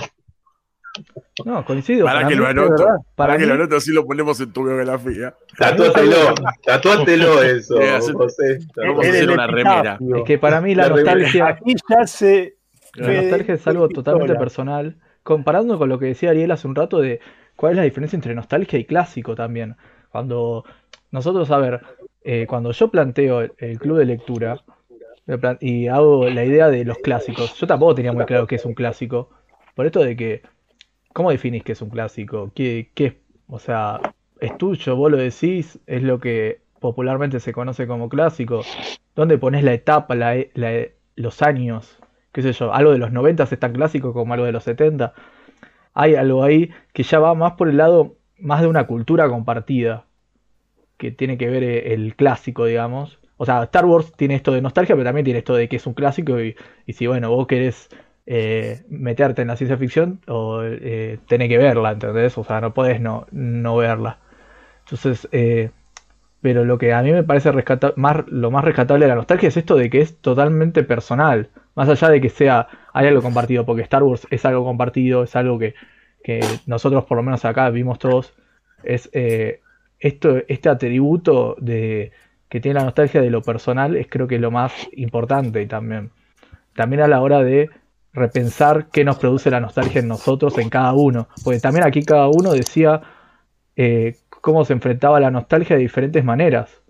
No, coincido, Para para que mí, lo es anoto. verdad. Para para que lo mí, anoto, así lo ponemos en tu biografía. para mí es algo Tatuátelo, que- tatuátelo eso, Eh, hacer- José. Vamos a En hacer el una remera. epitafio. es que para mí la La remera. nostalgia... Aquí yace La Fede nostalgia es con algo su totalmente pistola. personal, comparando con lo que decía Ariel hace un rato de cuál es la diferencia entre nostalgia y clásico también. Cuando nosotros, a ver, eh, cuando yo planteo el, el club de lectura me plan- y hago la idea de los clásicos, yo tampoco tenía muy claro qué es un clásico. Por esto de que, ¿cómo definís qué es un clásico? ¿Qué, qué es? O sea, es tuyo, vos lo decís, es lo que popularmente se conoce como clásico. ¿Dónde pones la etapa, la, e- la e- los años? ¿Qué sé yo? Algo de los noventa es tan clásico como algo de los setenta. Hay algo ahí que ya va más por el lado más de una cultura compartida, que tiene que ver eh, el clásico, digamos. O sea, Star Wars tiene esto de nostalgia, pero también tiene esto de que es un clásico y, y si, bueno, vos querés eh, meterte en la ciencia ficción, o eh, tenés que verla, ¿entendés? O sea, no podés no, no verla. Entonces, eh, pero lo que a mí me parece rescata- más, lo más rescatable de la nostalgia es esto de que es totalmente personal. Más allá de que sea, hay algo compartido, porque Star Wars es algo compartido, es algo que, que nosotros por lo menos acá vimos todos. Es eh, esto, este atributo de que tiene la nostalgia de lo personal es creo que lo más importante y también. También a la hora de repensar qué nos produce la nostalgia en nosotros, en cada uno. Porque también aquí cada uno decía eh, cómo se enfrentaba a la nostalgia de diferentes maneras.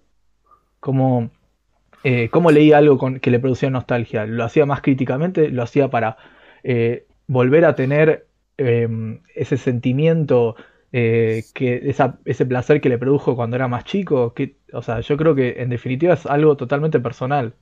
Cómo, eh, cómo leía algo con, que le producía nostalgia. Lo hacía más críticamente, lo hacía para eh, volver a tener eh, ese sentimiento, eh, que esa, ese placer que le produjo cuando era más chico. Que, o sea, yo creo que en definitiva es algo totalmente personal.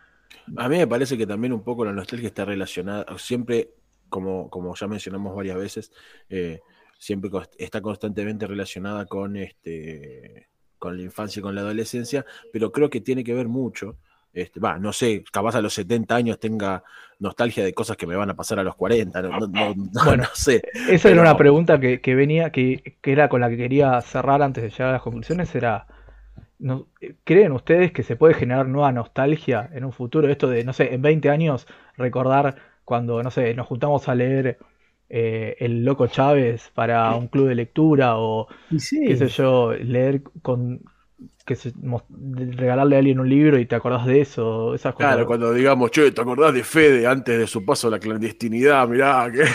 A mí me parece que también un poco la nostalgia está relacionada, siempre, como, como ya mencionamos varias veces, eh, siempre cos- está constantemente relacionada con, este, con la infancia y con la adolescencia, pero creo que tiene que ver mucho. Este, va, no sé, capaz a los setenta años tenga nostalgia de cosas que me van a pasar a los cuarenta, no, no, no, no, Bueno, no sé. esa era Pero- una pregunta que, que venía, que, que era con la que quería cerrar antes de llegar a las conclusiones, era, no- ¿creen ustedes que se puede generar nueva nostalgia en un futuro? Esto de, no sé, en veinte años recordar cuando, no sé, nos juntamos a leer eh, El Loco Chávez para un club de lectura o, Y sí, qué sé yo, leer con, que se, mos- regalarle a alguien un libro y te acordás de eso, esas cosas. Claro, cuando digamos, che, ¿te acordás de Fede antes de su paso a la clandestinidad? Mirá, que...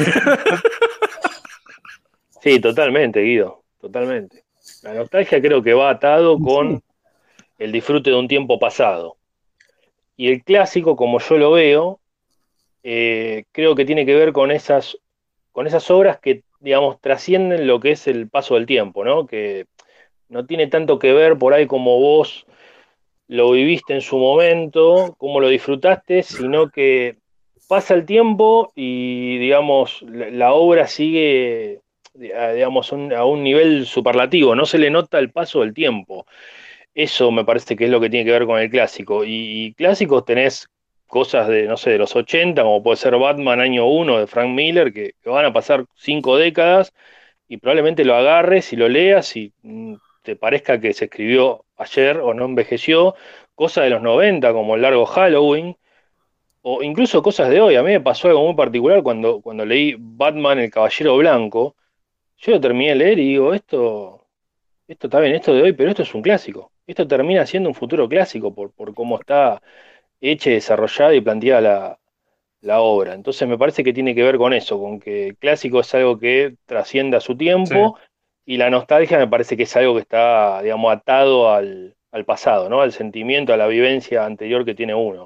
Sí, totalmente, Guido, totalmente. La nostalgia creo que va atado Sí, con sí. el disfrute de un tiempo pasado. Y el clásico, como yo lo veo, eh, creo que tiene que ver con esas, con esas obras que, digamos, trascienden lo que es el paso del tiempo, ¿no? Que no tiene tanto que ver por ahí como vos lo viviste en su momento, cómo lo disfrutaste, sino que pasa el tiempo y, digamos, la, la obra sigue, eh, digamos, un- a un nivel superlativo, no se le nota el paso del tiempo. Eso me parece que es lo que tiene que ver con el clásico. Y, y clásicos tenés cosas de, no sé, de los ochenta, como puede ser Batman Año uno de Frank Miller, que, que van a pasar cinco décadas y probablemente lo agarres y lo leas y mm, te parezca que se escribió ayer o no envejeció. Cosas de los noventa, como el largo Halloween, o incluso cosas de hoy. A mí me pasó algo muy particular cuando, cuando leí Batman El Caballero Blanco. Yo lo terminé de leer y digo, esto, esto está bien, esto de hoy, pero esto es un clásico. Esto termina siendo un futuro clásico por, por cómo está hecha, desarrollada y planteada la, la obra. Entonces me parece que tiene que ver con eso, con que el clásico es algo que trasciende a su Sí. tiempo y la nostalgia me parece que es algo que está, digamos, atado al, al pasado, ¿no? Al sentimiento, a la vivencia anterior que tiene uno.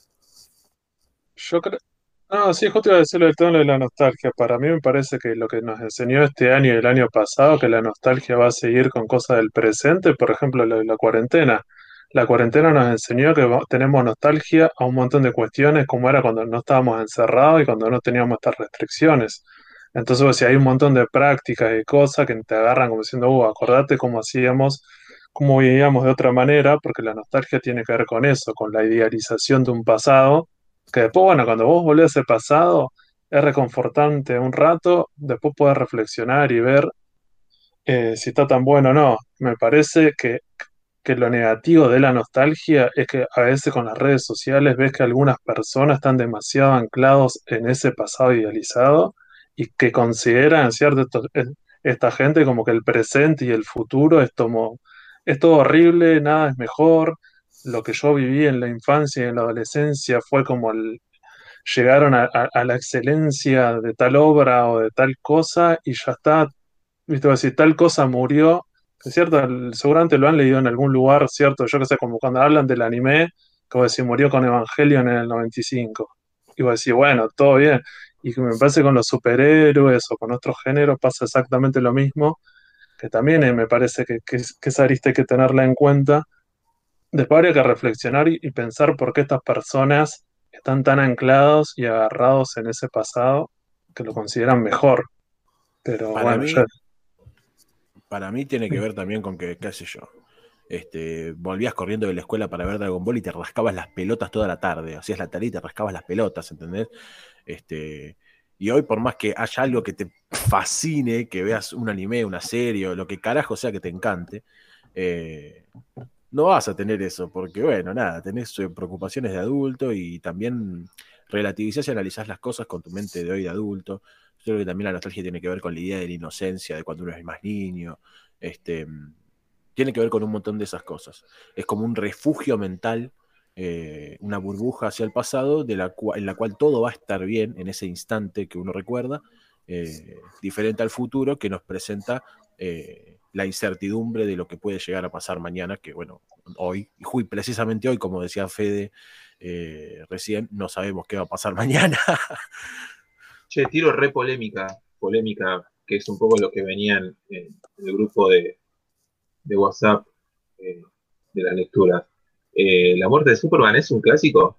Yo creo. No, sí, justo iba a decirlo del tono de la nostalgia. Para mí me parece que lo que nos enseñó este año y el año pasado, que la nostalgia va a seguir con cosas del presente, por ejemplo, lo de la cuarentena. La cuarentena nos enseñó que va- tenemos nostalgia a un montón de cuestiones, como era cuando no estábamos encerrados y cuando no teníamos estas restricciones. Entonces, pues, si hay un montón de prácticas y cosas que te agarran como diciendo, uh, acordate cómo hacíamos, cómo vivíamos de otra manera, porque la nostalgia tiene que ver con eso, con la idealización de un pasado que después, bueno, cuando vos volvés a ese pasado, es reconfortante un rato, después podés reflexionar y ver eh, si está tan bueno o no. Me parece que, que lo negativo de la nostalgia es que a veces con las redes sociales ves que algunas personas están demasiado anclados en ese pasado idealizado y que consideran, ¿cierto? Esto- es- esta gente como que el presente y el futuro es como, es todo horrible, nada es mejor. Lo que yo viví en la infancia y en la adolescencia fue como el, llegaron a, a- a la excelencia de tal obra o de tal cosa y ya está, viste, si tal cosa murió, que es cierto, el- seguramente lo han leído en algún lugar, cierto, yo que sé, como cuando hablan del anime, como decir, murió con Evangelion en el noventa y cinco. Y vos decís, bueno, todo bien. Y que me parece con los superhéroes o con otros géneros pasa exactamente lo mismo, que también eh, me parece que, que, es- que esa arista hay que tenerla en cuenta. Después habría que reflexionar y, y pensar por qué estas personas están tan anclados y agarrados en ese pasado que lo consideran mejor. Pero Para bueno, ya. mí, para mí tiene que ver también con que, qué sé yo, este, volvías corriendo de la escuela para ver Dragon Ball y te rascabas las pelotas toda la tarde, hacías la tarea y te rascabas las pelotas, ¿entendés? Este, y hoy por más que haya algo que te fascine, que veas un anime, una serie o lo que carajo sea que te encante, eh, no vas a tener eso, porque bueno, nada, tenés eh, preocupaciones de adulto y también relativizás y analizás las cosas con tu mente de hoy de adulto. Yo creo que también la nostalgia tiene que ver con la idea de la inocencia, de cuando uno es más niño, este, tiene que ver con un montón de esas cosas. Es como un refugio mental, eh, una burbuja hacia el pasado, de la cual, en la cual todo va a estar bien en ese instante que uno recuerda, eh, diferente al futuro que nos presenta eh, la incertidumbre de lo que puede llegar a pasar mañana, que bueno, hoy, y precisamente hoy, como decía Fede eh, recién, no sabemos qué va a pasar mañana. Che, tiro re polémica, polémica, que es un poco lo que venían en el grupo de, de WhatsApp eh, de la lectura. Eh, ¿La muerte de Superman es un clásico?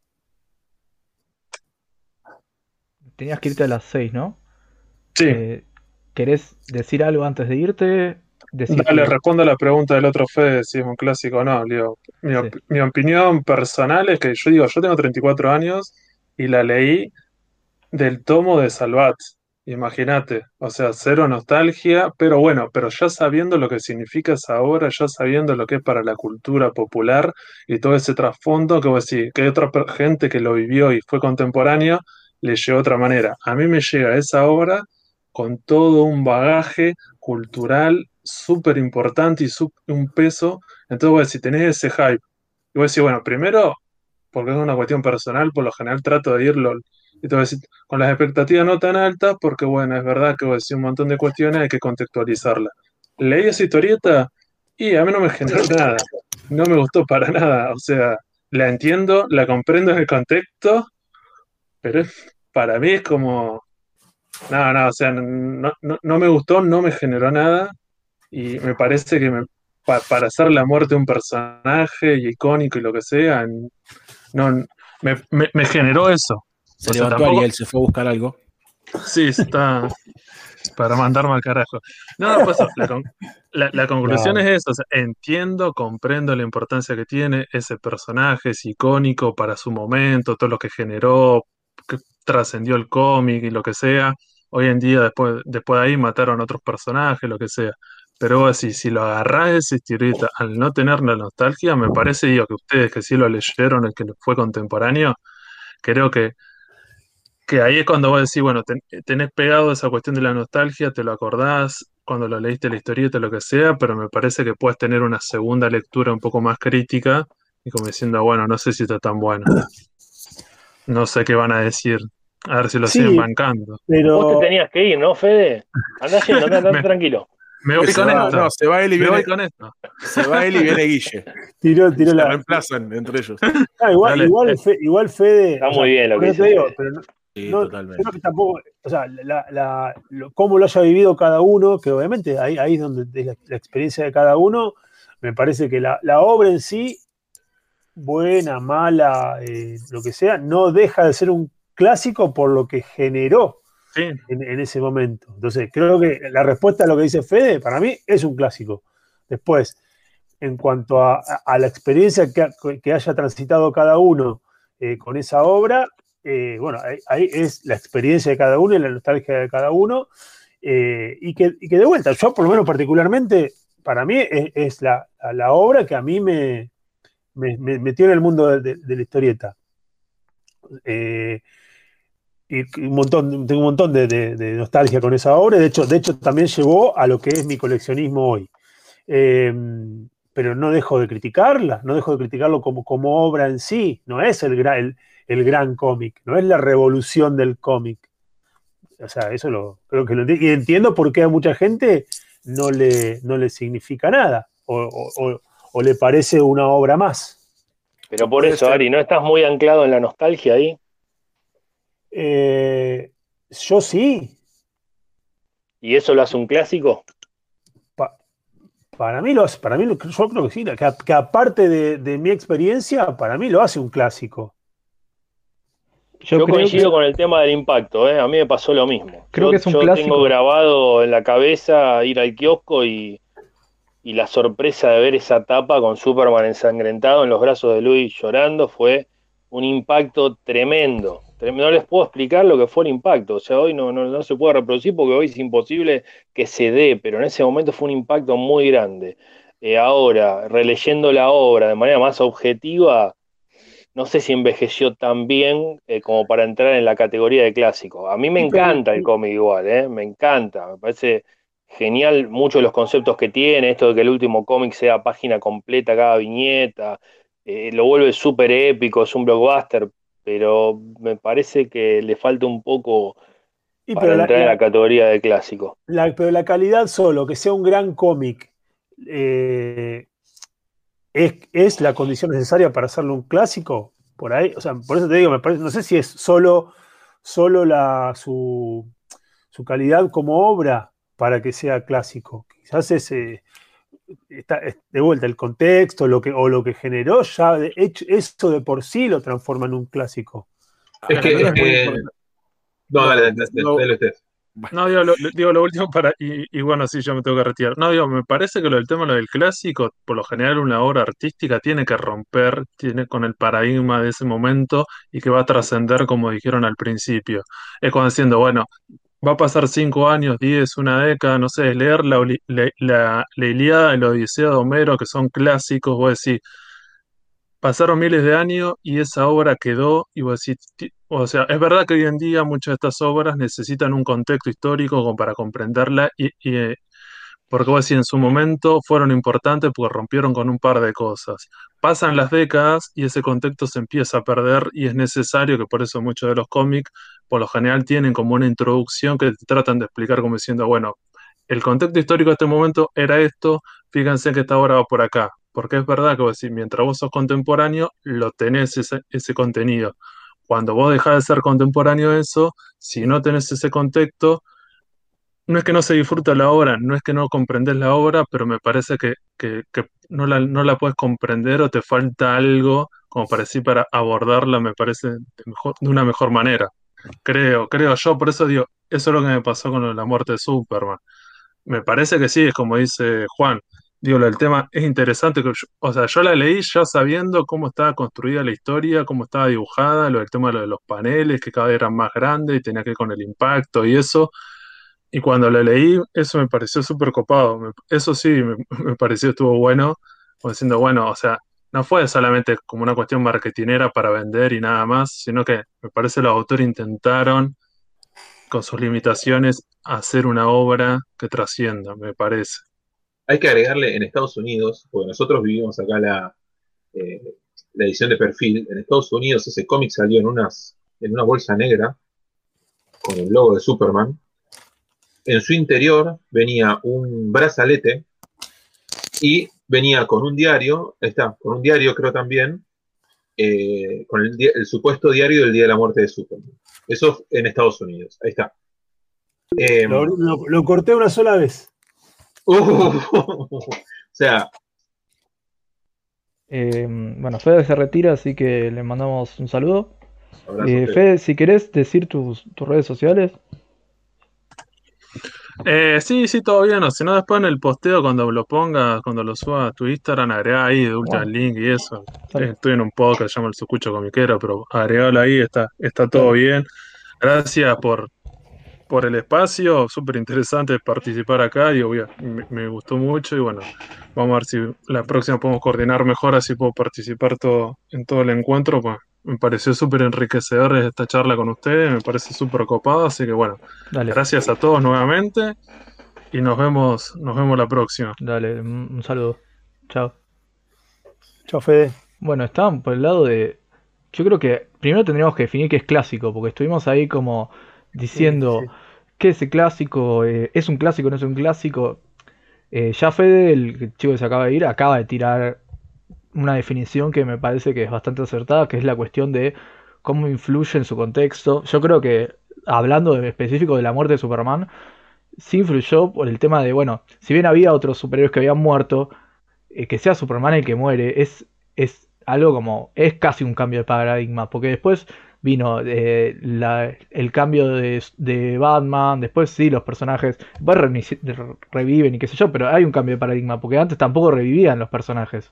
Tenías que irte a las seis, ¿no? Sí, Eh, ¿Querés decir algo antes de irte? Decir dale, tu... respondo a la pregunta del otro Fede si es un clásico o no. Digo, mi, Sí. op- mi opinión personal es que yo digo, yo tengo treinta y cuatro años y la leí del tomo de Salvat. Imagínate, o sea, cero nostalgia, pero bueno, pero ya sabiendo lo que significa esa obra, ya sabiendo lo que es para la cultura popular y todo ese trasfondo, que vos decís, que hay otra per- gente que lo vivió y fue contemporáneo, le llegó de otra manera. A mí me llega esa obra con todo un bagaje cultural súper importante y sup- un peso. Entonces, vos decís, tenés ese hype. Y vos decís, bueno, primero, porque es una cuestión personal, por lo general trato de irlo, y te voy a decir, con las expectativas no tan altas, porque bueno, es verdad que voy a decir un montón de cuestiones, hay que contextualizarla. Leí esa historieta y a mí no me generó nada, no me gustó para nada, o sea, la entiendo, la comprendo en el contexto, pero es- para mí es como, no, no, o sea, no, no, no me gustó, no me generó nada, y me parece que me- pa- para hacer la muerte de un personaje y icónico y lo que sea, no, me, me- me generó eso. Se O sea, levantó tampoco, Ariel, se fue a buscar algo. sí, está para mandarme al carajo. No, pues eso, la, con- la- la conclusión No, es eso. O sea, entiendo, comprendo la importancia que tiene ese personaje, es icónico para su momento, todo lo que generó, que trascendió el cómic y lo que sea. Hoy en día, después, después de ahí, mataron otros personajes, lo que sea. Pero vos decís, si lo agarrás ese historieta al no tener la nostalgia, me parece, digo, que ustedes que sí lo leyeron, el que fue contemporáneo, creo que que ahí es cuando vos decís, bueno, ten- tenés pegado esa cuestión de la nostalgia, te lo acordás cuando lo leíste la historieta, lo que sea, pero me parece que puedes tener una segunda lectura un poco más crítica y como diciendo, bueno, no sé si está tan bueno. no sé qué van a decir. A ver si lo Sí, siguen bancando. pero Vos te tenías que ir, ¿no, Fede? Andá yendo, andá, andá Me, tranquilo. me voy Se con va, esto. no, se va él y Me voy viene, con esto. se va él y viene Guille. tiró, Y tiró se la. reemplazan entre ellos. Ah, igual, Dale. igual, eh, Fe- igual Fede, Está o sea, muy bien lo por que eso te dice digo, Fede. pero no, Sí, no- yo totalmente. creo que tampoco, o sea, la, la- lo- cómo lo haya vivido cada uno, que obviamente ahí, ahí es donde es la, la experiencia de cada uno, me parece que la, la obra en sí, buena, mala, eh, lo que sea, no deja de ser un clásico por lo que generó sí, en, en ese momento. Entonces, creo que la respuesta a lo que dice Fede, para mí, es un clásico. Después, en cuanto a, a la experiencia que, que, haya transitado cada uno eh, con esa obra, eh, bueno, ahí, ahí, es la experiencia de cada uno y la nostalgia de cada uno, eh, y, que, y, que, de vuelta, yo por lo menos particularmente, para mí es, es la, la, obra que a mí me, me, me metió en el mundo de, de, de la historieta. Eh, y un montón, tengo un montón de, de, de, nostalgia con esa obra, de hecho, de hecho también llevó a lo que es mi coleccionismo hoy. Eh, pero no dejo de criticarla, no dejo de criticarlo como, como obra en sí, no es el, el, el gran cómic, no es la revolución del cómic. O sea, eso lo creo que lo entiendo. Y entiendo por qué a mucha gente no le, no le significa nada, o, o, o le parece una obra más. Pero por eso, Ari, ¿no estás muy anclado en la nostalgia ahí? Eh, yo sí. ¿Y eso lo hace un clásico? Pa para mí, lo hace, para mí lo, yo creo que sí, que, que aparte de, de mi experiencia, para mí lo hace un clásico. Yo, yo coincido que, con el tema del impacto, ¿eh? A mí me pasó lo mismo. Creo yo, que es un yo clásico. tengo grabado en la cabeza ir al kiosco y, y la sorpresa de ver esa tapa con Superman ensangrentado en los brazos de Luis llorando fue un impacto tremendo. No les puedo explicar lo que fue el impacto. O sea, hoy no, no, no se puede reproducir porque hoy es imposible que se dé, pero en ese momento fue un impacto muy grande. Eh, ahora, releyendo la obra de manera más objetiva, no sé si envejeció tan bien eh, como para entrar en la categoría de clásico. A mí me Sí, pero, encanta el cómic igual, ¿eh? Me encanta, me parece genial muchos de los conceptos que tiene, esto de que el último cómic sea página completa cada viñeta, eh, lo vuelve súper épico, es un blockbuster, pero me parece que le falta un poco y para pero la, entrar en la, la categoría de clásico. La, pero la calidad solo, que sea un gran cómic, eh, es, es la condición necesaria para hacerlo un clásico. Por ahí, o sea, por eso te digo, me parece, no sé si es solo, solo la, su, su calidad como obra para que sea clásico. Quizás es, eh, está, es de vuelta el contexto lo que, o lo que generó, ya de hecho, eso de por sí lo transforma en un clásico. Es que, es que... No, no, dale, dale, dale, no, dale usted. No, digo lo, digo lo último para. Y, y bueno, sí, yo me tengo que retirar. No, digo, me parece que lo del tema, lo del clásico, por lo general, una obra artística tiene que romper, tiene con el paradigma de ese momento y que va a trascender, como dijeron al principio. Es como diciendo, bueno, va a pasar cinco años, diez, una década, no sé, leer la, la, la, la Ilíada y la Odisea de Homero, que son clásicos, vos decís. Pasaron miles de años y esa obra quedó, y vos decís, ti- o sea, es verdad que hoy en día muchas de estas obras necesitan un contexto histórico como para comprenderla, y, y, eh, porque vos decís, en su momento fueron importantes porque rompieron con un par de cosas. Pasan las décadas y ese contexto se empieza a perder y es necesario que por eso muchos de los cómics, por lo general, tienen como una introducción que te tratan de explicar como diciendo, bueno, el contexto histórico de este momento era esto, fíjense que esta obra va por acá. Porque es verdad que vos, si mientras vos sos contemporáneo, lo tenés ese, ese contenido. Cuando vos dejás de ser contemporáneo de eso, si no tenés ese contexto, no es que no se disfruta la obra, no es que no comprendés la obra, pero me parece que, que, que no la, no la puedes comprender o te falta algo como para decir, para abordarla, me parece de, mejor, de una mejor manera. Creo, creo yo, por eso digo, eso es lo que me pasó con la muerte de Superman. Me parece que sí, es como dice Juan. Digo, el tema es interesante. Que yo- o sea, yo la leí ya sabiendo cómo estaba construida la historia, cómo estaba dibujada, lo del tema de, lo de los paneles, que cada vez eran más grandes y tenía que ver con el impacto y eso. Y cuando la leí, eso me pareció súper copado. Me- eso sí, me, me pareció estuvo bueno, como diciendo, bueno, o sea, no fue solamente como una cuestión marketinera para vender y nada más, sino que me parece los autores intentaron con sus limitaciones, hacer una obra que trascienda, me parece. Hay que agregarle en Estados Unidos, porque nosotros vivimos acá la, eh, la edición de perfil, en Estados Unidos ese cómic salió en, unas, en una bolsa negra con el logo de Superman. En su interior venía un brazalete y venía con un diario, ahí está, con un diario creo también, eh, con el, el supuesto diario del día de la muerte de Superman. Eso en Estados Unidos, ahí está. Eh, lo, lo, lo corté una sola vez. Uh, o sea... Eh, bueno, Fede se retira, así que le mandamos un saludo. Abrazo, Eh, Fede. Fede, si querés decir tus, tus redes sociales. Eh, sí, sí, todo bien. O si no, después en el posteo, cuando lo pongas, cuando lo subas a tu Instagram, agregá ahí de última Bueno, link y eso. dale, Eh, Estoy en un podcast que se llama El Sucucho Comiquero, pero agregalo ahí, está, está todo dale. bien. Gracias por, por el espacio, súper interesante participar acá y obvio, me, me gustó mucho y bueno, vamos a ver si la próxima podemos coordinar mejor, así puedo participar todo, en todo el encuentro. Pues me pareció súper enriquecedor esta charla con ustedes, me parece súper copado, así que bueno, Dale, gracias a todos nuevamente y nos vemos, nos vemos la próxima. dale, un, un saludo. Chao. Chao, Fede. Bueno, estaban por el lado de... Yo creo que primero tendríamos que definir qué es clásico, porque estuvimos ahí como Sí, diciendo, sí. ¿qué es el clásico? Eh, ¿es un clásico? ¿No es un clásico? Eh, ya Fede, el chico que se acaba de ir, acaba de tirar una definición que me parece que es bastante acertada, que es la cuestión de cómo influye en su contexto. Yo creo que, hablando en específico de la muerte de Superman, sí influyó por el tema de, bueno, si bien había otros superhéroes que habían muerto, eh, que sea Superman el que muere, es, es algo como, es casi un cambio de paradigma, porque después vino eh, la- el cambio de, de Batman, después sí, los personajes, después reinici- re- reviven y qué sé yo, pero hay un cambio de paradigma, porque antes tampoco revivían los personajes.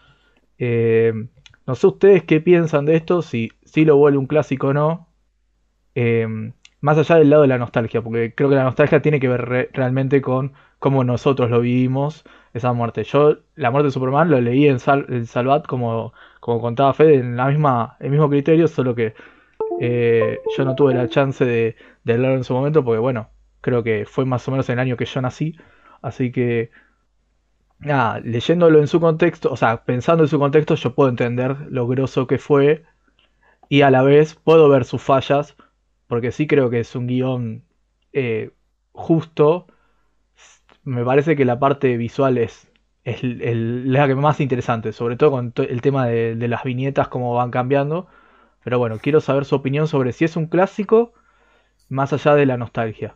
Eh, no sé ustedes qué piensan de esto, si, si lo vuelve un clásico o no, eh, más allá del lado de la nostalgia, porque creo que la nostalgia tiene que ver re- realmente con cómo nosotros lo vivimos, esa muerte. Yo, la muerte de Superman lo leí en, Sal- en Salvat, como, como contaba Fede, en la misma, el mismo criterio, solo que eh, yo no tuve la chance de, de hablarlo en su momento, porque bueno, creo que fue más o menos en el año que yo nací, así que nada, leyéndolo en su contexto, o sea, pensando en su contexto, yo puedo entender lo grosso que fue y a la vez puedo ver sus fallas, porque sí creo que es un guión eh, justo. Me parece que la parte visual es, es el- el- la que más interesante, sobre todo con to- el tema de, de las viñetas, cómo van cambiando. Pero bueno, quiero saber su opinión sobre si es un clásico, más allá de la nostalgia.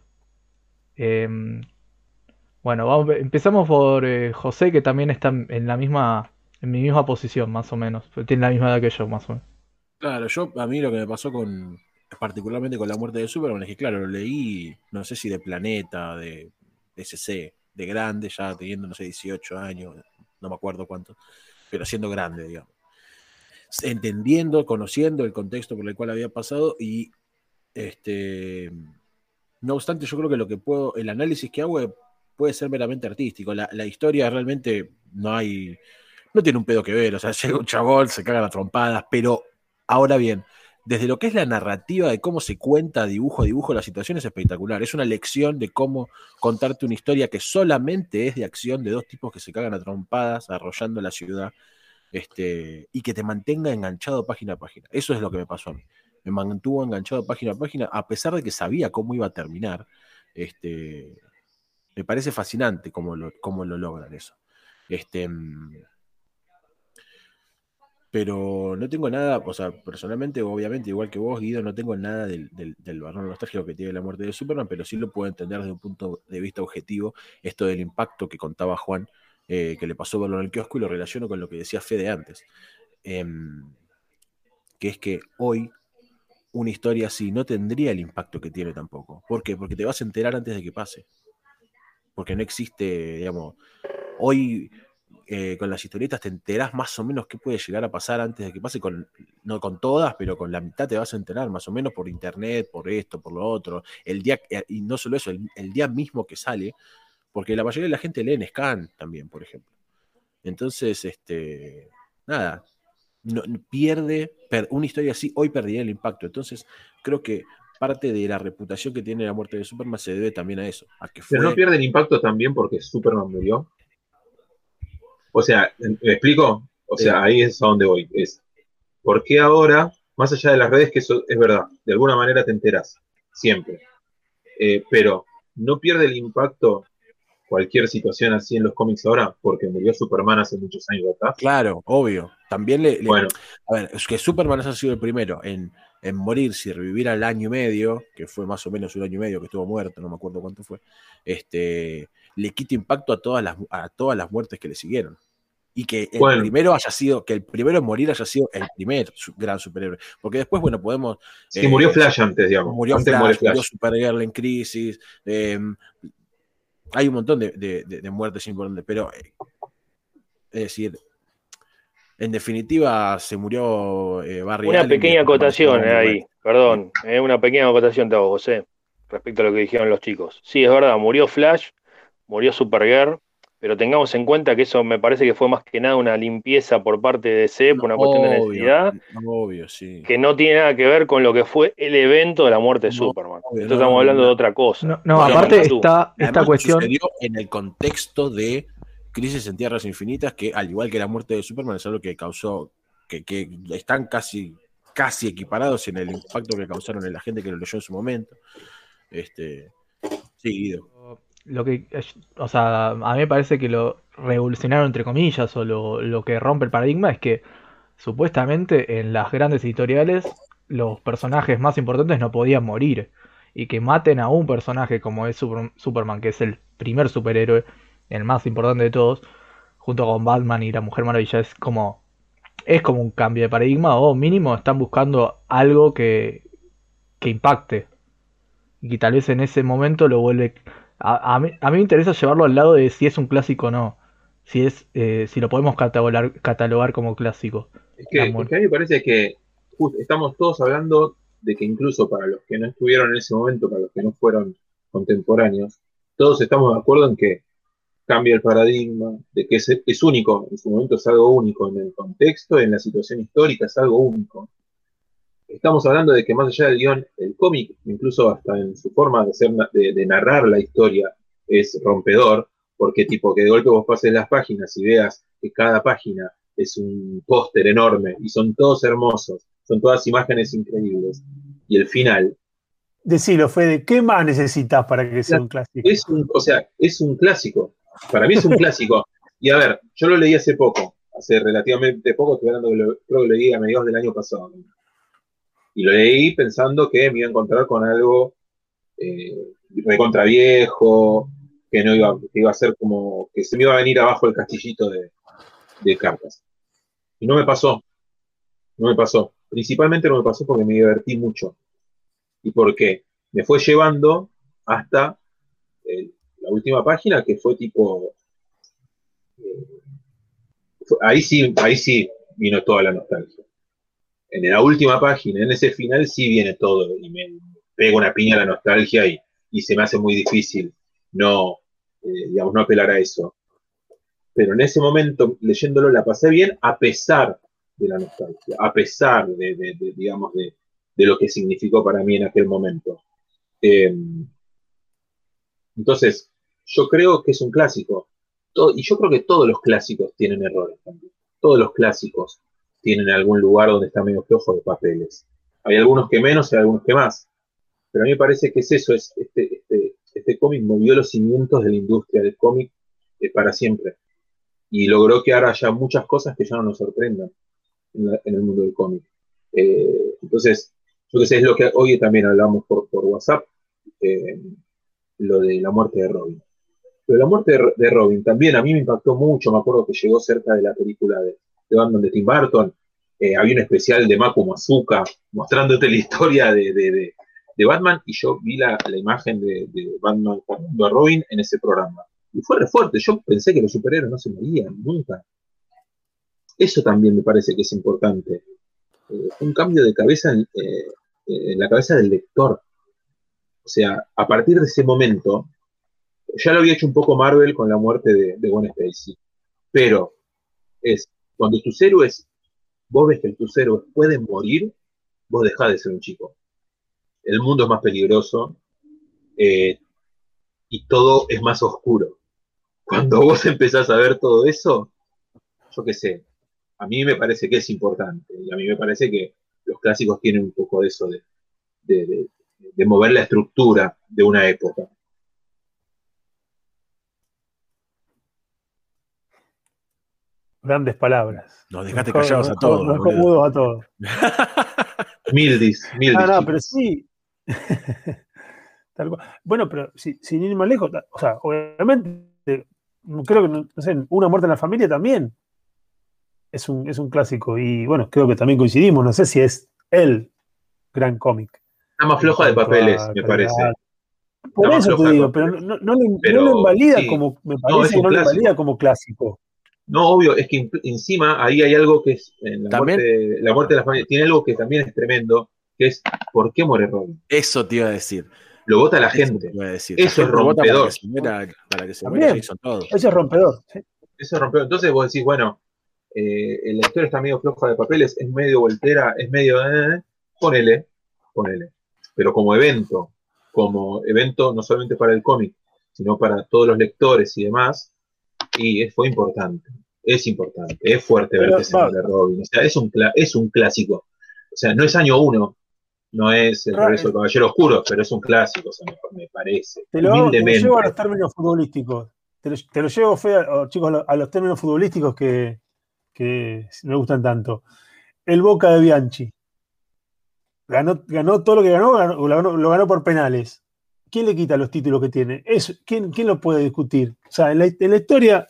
Em, bueno, vamos- empezamos por eh, José, que también está en la misma, en mi misma posición, más o menos. Tiene la misma edad que yo, más o menos. Claro, yo a mí lo que me pasó con, particularmente con la muerte de Superman, es que claro, lo leí, no sé si de Planeta, de S C, de grande, ya teniendo, no sé, dieciocho años, no me acuerdo cuánto, pero siendo grande, digamos. Entendiendo, conociendo el contexto por el cual había pasado y este, no obstante, yo creo que lo que puedo, el análisis que hago puede ser meramente artístico. La, la historia realmente no hay, no tiene un pedo que ver. O sea, llega un chabón, se cagan a trompadas, pero ahora bien, desde lo que es la narrativa de cómo se cuenta dibujo a dibujo, la situación es espectacular. Es una lección de cómo contarte una historia que solamente es de acción de dos tipos que se cagan a trompadas, arrollando la ciudad, este, y que te mantenga enganchado página a página. Eso es lo que me pasó a mí. Me mantuvo enganchado página a página, a pesar de que sabía cómo iba a terminar. Este, me parece fascinante cómo lo, cómo lo logran eso. Este, pero no tengo nada, o sea, personalmente, obviamente, igual que vos, Guido, no tengo nada del, del, del varón nostálgico que tiene la muerte de Superman, pero sí lo puedo entender desde un punto de vista objetivo, esto del impacto que contaba Juan, eh, que le pasó verlo en el kiosco, y lo relaciono con lo que decía Fede antes. Eh, que es que hoy una historia así no tendría el impacto que tiene tampoco. ¿Por qué? Porque te vas a enterar antes de que pase. Porque no existe, digamos, hoy eh, con las historietas te enterás más o menos qué puede llegar a pasar antes de que pase, con, no con todas, pero con la mitad te vas a enterar más o menos por internet, por esto, por lo otro. El día, y no solo eso, el, el día mismo que sale, porque la mayoría de la gente lee en Scan también, por ejemplo. Entonces, este, nada, no, pierde, per, una historia así hoy perdería el impacto. Entonces, creo que parte de la reputación que tiene la muerte de Superman se debe también a eso, a que fue... Pero no pierde el impacto también porque Superman murió. O sea, ¿me explico? O sea, Eh, ahí es a donde voy. Es, ¿por qué ahora, más allá de las redes, que eso es verdad, de alguna manera te enterás, siempre, eh, pero no pierde el impacto cualquier situación así en los cómics ahora, porque murió Superman hace muchos años atrás? Claro, obvio. También le, le- Bueno, a ver, es que Superman ha sido el primero en, en morirse y revivir al año y medio, que fue más o menos un año y medio que estuvo muerto, no me acuerdo cuánto fue. Este, le quita impacto a todas las, a todas las muertes que le siguieron. Y que el bueno, primero haya sido, que el primero en morir haya sido el primer su- gran superhéroe. Porque después, bueno, podemos. sí, murió eh, Flash antes, digamos. Murió Antes muere Flash, murió Flash. Supergirl en Crisis. eh, hay un montón de, de- de- de muertes importantes, pero eh, es decir, en definitiva se murió eh, Barry Una Allen y pequeña después apareció acotación eh, Wally ahí, West. perdón, eh, una pequeña acotación te hago, José, respecto a lo que dijeron los chicos. Sí, es verdad, murió Flash, murió Supergirl, pero tengamos en cuenta que eso me parece que fue más que nada una limpieza por parte de D C, No, por una cuestión de obvio, necesidad, obvio, sí. que no tiene nada que ver con lo que fue el evento de la muerte de No, Superman. obvio, Entonces no, estamos no, hablando no. de otra cosa. No, no, Bueno, aparte Digamos tú. está esta Además, cuestión. sucedió en el contexto de Crisis en Tierras Infinitas, que al igual que la muerte de Superman es algo que causó, que, que están casi, casi equiparados en el impacto que causaron en la gente que lo leyó en su momento. Este, sí, Guido. Lo que, o sea, a mí me parece que lo revolucionaron entre comillas o lo, lo que rompe el paradigma es que supuestamente en las grandes editoriales los personajes más importantes no podían morir y que maten a un personaje como es Super- Superman, que es el primer superhéroe, el más importante de todos, junto con Batman y la Mujer Maravilla, es como es como un cambio de paradigma o mínimo están buscando algo que, que impacte y que tal vez en ese momento lo vuelve. A, a mí, a mí me interesa llevarlo al lado de si es un clásico o no. Si es eh, si lo podemos catalogar, catalogar como clásico. Es La que, es muerte. que a mí me parece que just- estamos todos hablando de que incluso para los que no estuvieron en ese momento, para los que no fueron contemporáneos, todos estamos de acuerdo en que cambia el paradigma, de que es, es único, en su momento es algo único, en el contexto, en la situación histórica es algo único. Estamos hablando de que más allá del guión, el cómic, incluso hasta en su forma de, ser, de, de narrar la historia, es rompedor, porque tipo que de golpe vos pases las páginas y veas que cada página es un póster enorme y son todos hermosos, son todas imágenes increíbles. Y el final... Decilo, Fede, ¿qué más necesitas para que sea un clásico? Es un, o sea, es un clásico. Para mí es un clásico. Y a ver, yo lo leí hace poco, hace relativamente poco, estoy hablando de lo, creo que lo leí a mediados del año pasado. Y lo leí pensando que me iba a encontrar con algo eh, recontra viejo, que no iba, que iba a ser como, que se me iba a venir abajo el castillito de, de cartas. Y no me pasó, no me pasó. Principalmente no me pasó porque me divertí mucho. ¿Y por qué? Me fue llevando hasta el, la última página, que fue tipo... Eh, fue, ahí sí, ahí sí vino toda la nostalgia. En la última página, en ese final sí viene todo y me pega una piña la nostalgia y, y se me hace muy difícil no, eh, digamos, no apelar a eso. Pero en ese momento, leyéndolo, la pasé bien a pesar de la nostalgia, a pesar de, de, de digamos, de, de lo que significó para mí en aquel momento. Eh, entonces, yo creo que es un clásico. Todo, y yo creo que todos los clásicos tienen errores también. Todos los clásicos tienen algún lugar donde está medio flojo de papeles. Hay algunos que menos y algunos que más. Pero a mí me parece que es eso, es este, este, este cómic movió los cimientos de la industria del cómic eh, para siempre. Y logró que ahora haya muchas cosas que ya no nos sorprendan en, la, en el mundo del cómic. Eh, entonces, yo que sé, es lo que hoy también hablamos por, por WhatsApp, eh, lo de la muerte de Robin. Pero la muerte de, de Robin también a mí me impactó mucho, me acuerdo que llegó cerca de la película de, de Batman de Tim Burton, eh, había un especial de Maku Mazuka mostrándote la historia de, de, de, de Batman y yo vi la, la imagen de, de Batman cargando a Robin en ese programa. Y fue re fuerte, yo pensé que los superhéroes no se morían, nunca. Eso también me parece que es importante. Eh, un cambio de cabeza en, eh, en la cabeza del lector. O sea, a partir de ese momento, ya lo había hecho un poco Marvel con la muerte de, de Gwen Stacy, pero es cuando tus héroes, vos ves que tus héroes pueden morir, vos dejás de ser un chico. El mundo es más peligroso eh, y todo es más oscuro. Cuando vos empezás a ver todo eso, yo qué sé, a mí me parece que es importante, y a mí me parece que los clásicos tienen un poco de eso de, de, de, de mover la estructura de una época. Grandes palabras. Nos dejaste Mejor- callados a mejor- todos, mejor boludo. mudos a todos. Mildis, Mildis. No, no, chicos. pero sí. Tal cual. Bueno, pero si, sin ir más lejos, o sea, obviamente, creo que, no, no sé, Una muerte en la familia también es un, es un clásico. Y bueno, creo que también coincidimos. No sé si es el gran cómic. Está más floja de En cuanto papeles, a me calidad. parece. Por Está más eso te floja de digo, pero papeles. no, no, lo, Pero, no lo invalida sí. como, me No, parece es que un no lo clásico. invalida como clásico. No, obvio, es que in- encima ahí hay algo que es, en la, También- muerte, la muerte de la familia, tiene algo que también es tremendo, que es, ¿por qué muere Robin? Eso te iba a decir. Lo vota la Eso gente. te iba a decir. Eso La es gente vota para que rompedor. se muera, para que se También. muera Jason todo. Eso es rompedor. ¿sí? Eso es rompedor. Entonces vos decís, bueno, eh, la historia está medio floja de papeles, es medio voltera, es medio... Eh, ponele, ponele. Pero como evento, como evento no solamente para el cómic, sino para todos los lectores y demás, y es- fue importante. Es importante, es fuerte ver Pero, que se va. muere Robin. O sea, es un, cla- es un clásico. O sea, no es año uno, no es el Ra- regreso del Caballero Oscuro, pero es un clásico, o sea, me, me parece. Te lo, hago- te lo Humildemente. llevo a los términos futbolísticos. Te lo, te lo llevo, Fe, a- chicos, a los, a los términos futbolísticos que, que me gustan tanto. El Boca de Bianchi. Ganó, ganó todo lo que ganó, ganó- lo, ganó, lo ganó por penales. ¿Quién le quita los títulos que tiene? Eso, ¿quién, quién lo puede discutir? O sea, en la, en la historia.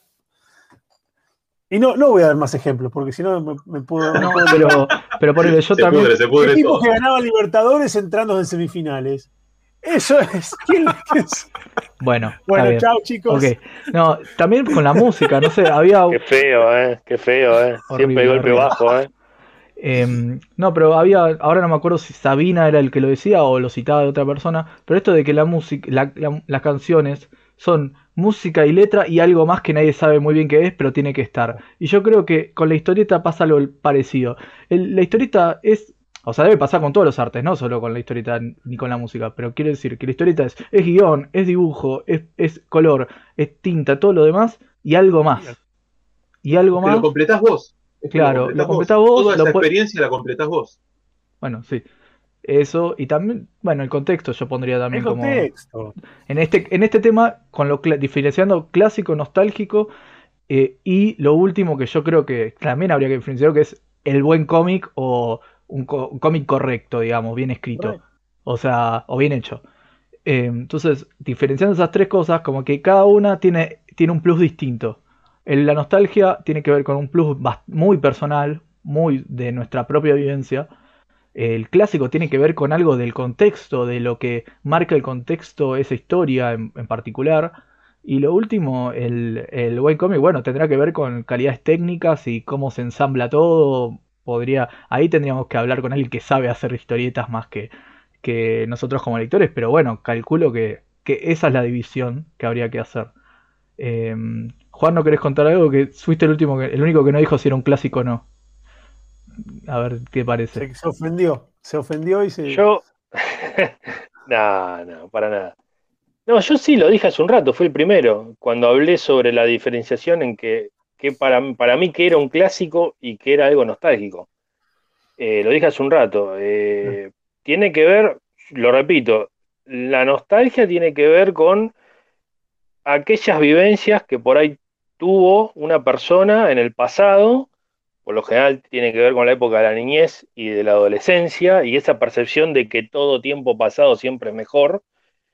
Y no, no voy a dar más ejemplos, porque si no me, me puedo. No, me puedo- pero, pero ponele, yo Se también. pudre, se pudre Equipos todo. que ganaban Libertadores entrando en semifinales. Eso es. ¿Quién, quién es? Bueno, está Bueno, bien. chao, chicos. Ok. No, también con la música, no sé, había. Qué feo, ¿eh? Qué feo, ¿eh? Horrible, Siempre golpe horrible. bajo, ¿eh? Eh, no, pero había, ahora no me acuerdo si Sabina era el que lo decía o lo citaba de otra persona, pero esto de que la música, la- la- las canciones son música y letra y algo más que nadie sabe muy bien qué es, pero tiene que estar. Y yo creo que con la historieta pasa algo parecido. El- la historieta es, o sea, debe pasar con todos los artes, no solo con la historieta ni con la música, pero quiero decir que la historieta es, es guión, es dibujo, es, es color, es tinta, todo lo demás y algo más. Y algo Es que lo más. completás vos. Es que Claro, completás lo completás vos, Toda lo esa pu- experiencia la completás vos. Bueno, sí. Eso, y también, bueno, el contexto yo pondría también El como. contexto. En este, en este tema, con lo cla- diferenciando clásico, nostálgico, eh, y lo último que yo creo que también habría que diferenciar, que es el buen cómic o un, co- un cómic correcto, digamos, bien escrito. Correcto. O sea, o bien hecho. Eh, entonces, diferenciando esas tres cosas, como que cada una tiene, tiene un plus distinto. El- la nostalgia tiene que ver con un plus bast- muy personal, muy de nuestra propia vivencia. El clásico tiene que ver con algo del contexto, de lo que marca el contexto, esa historia en, en particular. Y lo último, el, el buen cómic, bueno, tendrá que ver con calidades técnicas y cómo se ensambla todo. Podría, ahí tendríamos que hablar con alguien que sabe hacer historietas más que, que nosotros como lectores, pero bueno, calculo que, que esa es la división que habría que hacer. Eh, Juan, ¿no querés contar algo? Que fuiste el último, que, el único que no dijo si era un clásico o no. A ver qué parece. Se, se ofendió. Se ofendió y se. Yo. No, no, para nada. No, yo sí lo dije hace un rato, fue el primero, cuando hablé sobre la diferenciación en que, que para, para mí que era un clásico y que era algo nostálgico. Eh, lo dije hace un rato. Eh, tiene que ver, lo repito, la nostalgia tiene que ver con aquellas vivencias que por ahí tuvo una persona en el pasado. Por lo general tiene que ver con la época de la niñez y de la adolescencia y esa percepción de que todo tiempo pasado siempre es mejor.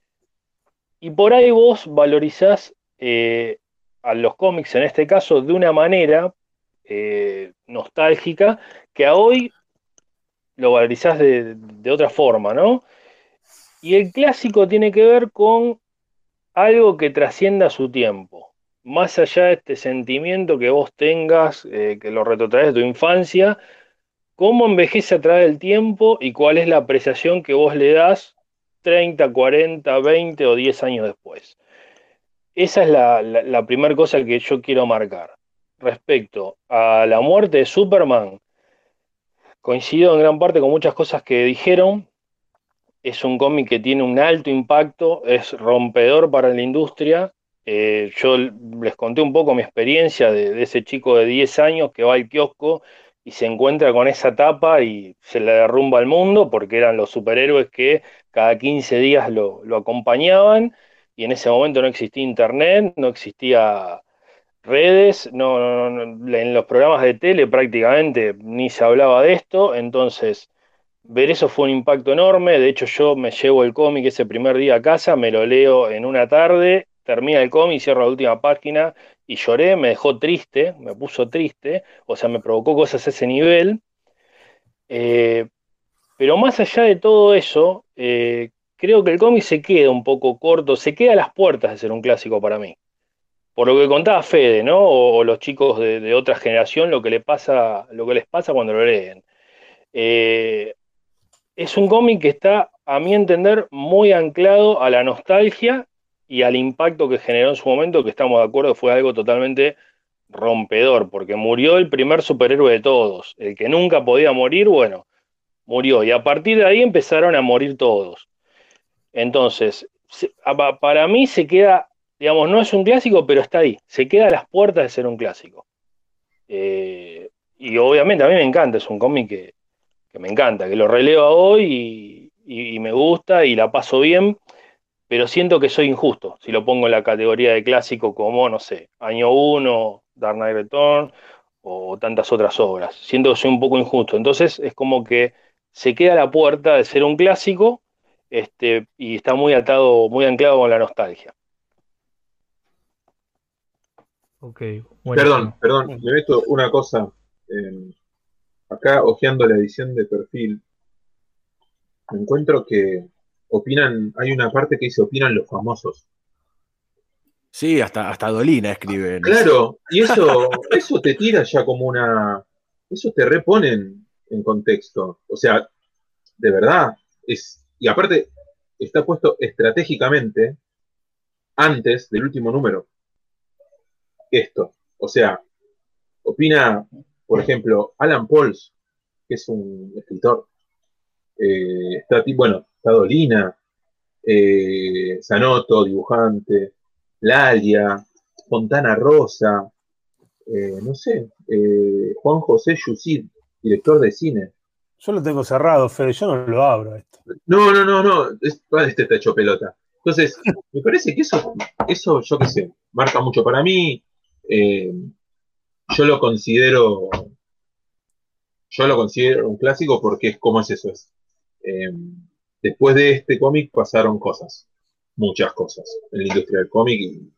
Y por ahí vos valorizás eh, a los cómics, en este caso, de una manera eh, nostálgica, que a hoy lo valorizás de, de otra forma, ¿no? Y el clásico tiene que ver con algo que trascienda su tiempo. Más allá de este sentimiento que vos tengas, eh, que lo retrotraes de tu infancia, cómo envejece a través del tiempo y cuál es la apreciación que vos le das treinta, cuarenta, veinte o diez años después. Esa es la, la, la primera cosa que yo quiero marcar. Respecto a la muerte de Superman, coincido en gran parte con muchas cosas que dijeron. Es un cómic que tiene un alto impacto, es rompedor para la industria. Eh, yo les conté un poco mi experiencia de, de ese chico de diez años que va al kiosco y se encuentra con esa tapa y se le derrumba el mundo porque eran los superhéroes que cada quince días lo, lo acompañaban y en ese momento no existía internet, no existía redes, no, no, no, no, en los programas de tele prácticamente ni se hablaba de esto, entonces ver eso fue un impacto enorme. De hecho, yo me llevo el cómic ese primer día a casa, me lo leo en una tarde, termina el cómic, cierro la última página y lloré, me dejó triste, me puso triste, o sea, me provocó cosas a ese nivel. Eh, pero más allá de todo eso, eh, creo que el cómic se queda un poco corto, se queda a las puertas de ser un clásico para mí. Por lo que contaba Fede, ¿no? O, o los chicos de, de otra generación, lo que le pasa, lo que les pasa cuando lo leen. Eh, es un cómic que está, a mi entender, muy anclado a la nostalgia y al impacto que generó en su momento, que estamos de acuerdo, fue algo totalmente rompedor, porque murió el primer superhéroe de todos, el que nunca podía morir, bueno, murió, y a partir de ahí empezaron a morir todos. Entonces, se, a, para mí se queda, digamos, no es un clásico, pero está ahí, se queda a las puertas de ser un clásico. Eh, y obviamente a mí me encanta, es un cómic que que me encanta, que lo releo hoy y, y, y me gusta y la paso bien, pero siento que soy injusto si lo pongo en la categoría de clásico como, no sé, Año uno, Dark Knight Return o tantas otras obras. Siento que soy un poco injusto. Entonces es como que se queda a la puerta de ser un clásico este, y está muy atado, muy anclado con la nostalgia. Ok, Perdón, buenísimo. perdón, me meto una cosa. eh, acá, hojeando la edición de perfil, me encuentro que opinan, hay una parte que dice opinan los famosos. Sí, hasta, hasta Dolina escribe. ¿no? Claro, y eso, eso te tira ya como una, eso te repone en, en contexto. O sea, de verdad, es, y aparte está puesto estratégicamente antes del último número. Esto, o sea, opina, por ejemplo, Alan Pauls, que es un escritor, eh, está, bueno, está Dolina, eh, Zanotto, dibujante, Lalia, Fontana Rosa, eh, no sé, eh, Juan José Yusid, director de cine. Yo lo tengo cerrado, Fede, yo no lo abro esto. No, no, no, no, es, este está hecho pelota. Entonces, me parece que eso, eso yo qué sé, marca mucho para mí. Eh, yo lo considero, yo lo considero un clásico porque es como es eso. Es, eh, después de este cómic pasaron cosas, muchas cosas en la industria del cómic. Y,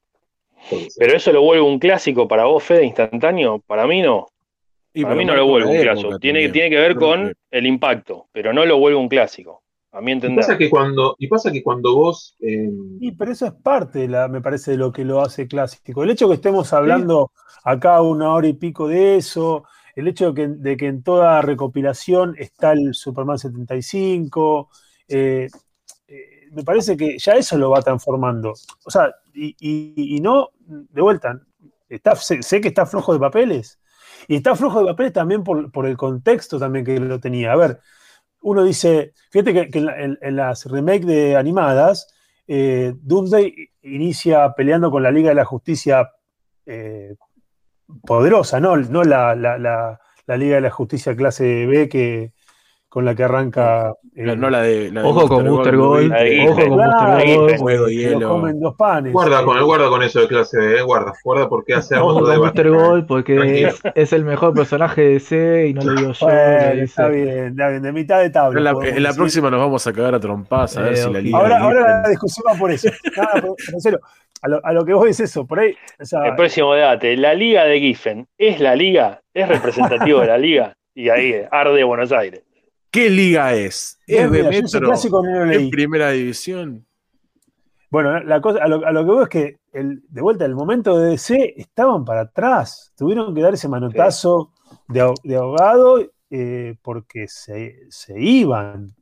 pero eso lo vuelve un clásico para vos, Fede, instantáneo. Para mí no. Y para mí no marca lo vuelve una un época clásico. Tiene, también. tiene que ver Creo con que- el impacto, pero no lo vuelve un clásico. A mi y entender. pasa que cuando, y pasa que cuando vos eh, Sí, pero eso es parte, de la, me parece, de lo que lo hace clásico. El hecho que estemos hablando acá una hora y pico de eso, el hecho de que, de que en toda recopilación está el Superman setenta y cinco, eh, eh, me parece que ya eso lo va transformando. O sea, y, y, y no, de vuelta, está, sé, sé que está flojo de papeles, y está flojo de papeles también por, por el contexto también que lo tenía. A ver, uno dice, fíjate que, que en, la, en, en las remakes de animadas, eh, Doomsday inicia peleando con la Liga de la Justicia eh, poderosa, no, no la, la, la, la Liga de la Justicia clase B que, con la que arranca. Eh, no, no la de. La de ojo con Booster Gold. Gold. Ojo con claro, Booster Gold. Fuego, que hielo. lo comen dos panes. guarda con, eh, guarda con eso de clase B, eh, guarda, guarda porque hacer Ojo otro con debate. Booster Gold porque Tranquilo. es, es el mejor personaje de D C y no lo digo yo, bueno, lo está dice. bien, está bien, de mitad de tabla. En la, podemos en la decir. próxima nos vamos a cagar a trompadas a ver Eh, si la ojito. liga. Ahora, de ahora la Giffen- discusión va por eso. Nada, pero, pero en serio, a lo, a lo que vos dices eso, por ahí. O sea, El próximo debate, la Liga de Giffen, ¿es la Liga? ¿Es representativo de la Liga? Y ahí arde Buenos Aires. ¿Qué liga es? Mira, ¿Es mira, yo ese Bemetro? clásico no lo ¿Es leí. primera división? Bueno, la cosa, a, lo, a lo que veo es que el, de vuelta, el momento de D C estaban para atrás. Tuvieron que dar ese manotazo sí. de, de ahogado eh, porque se, se iban.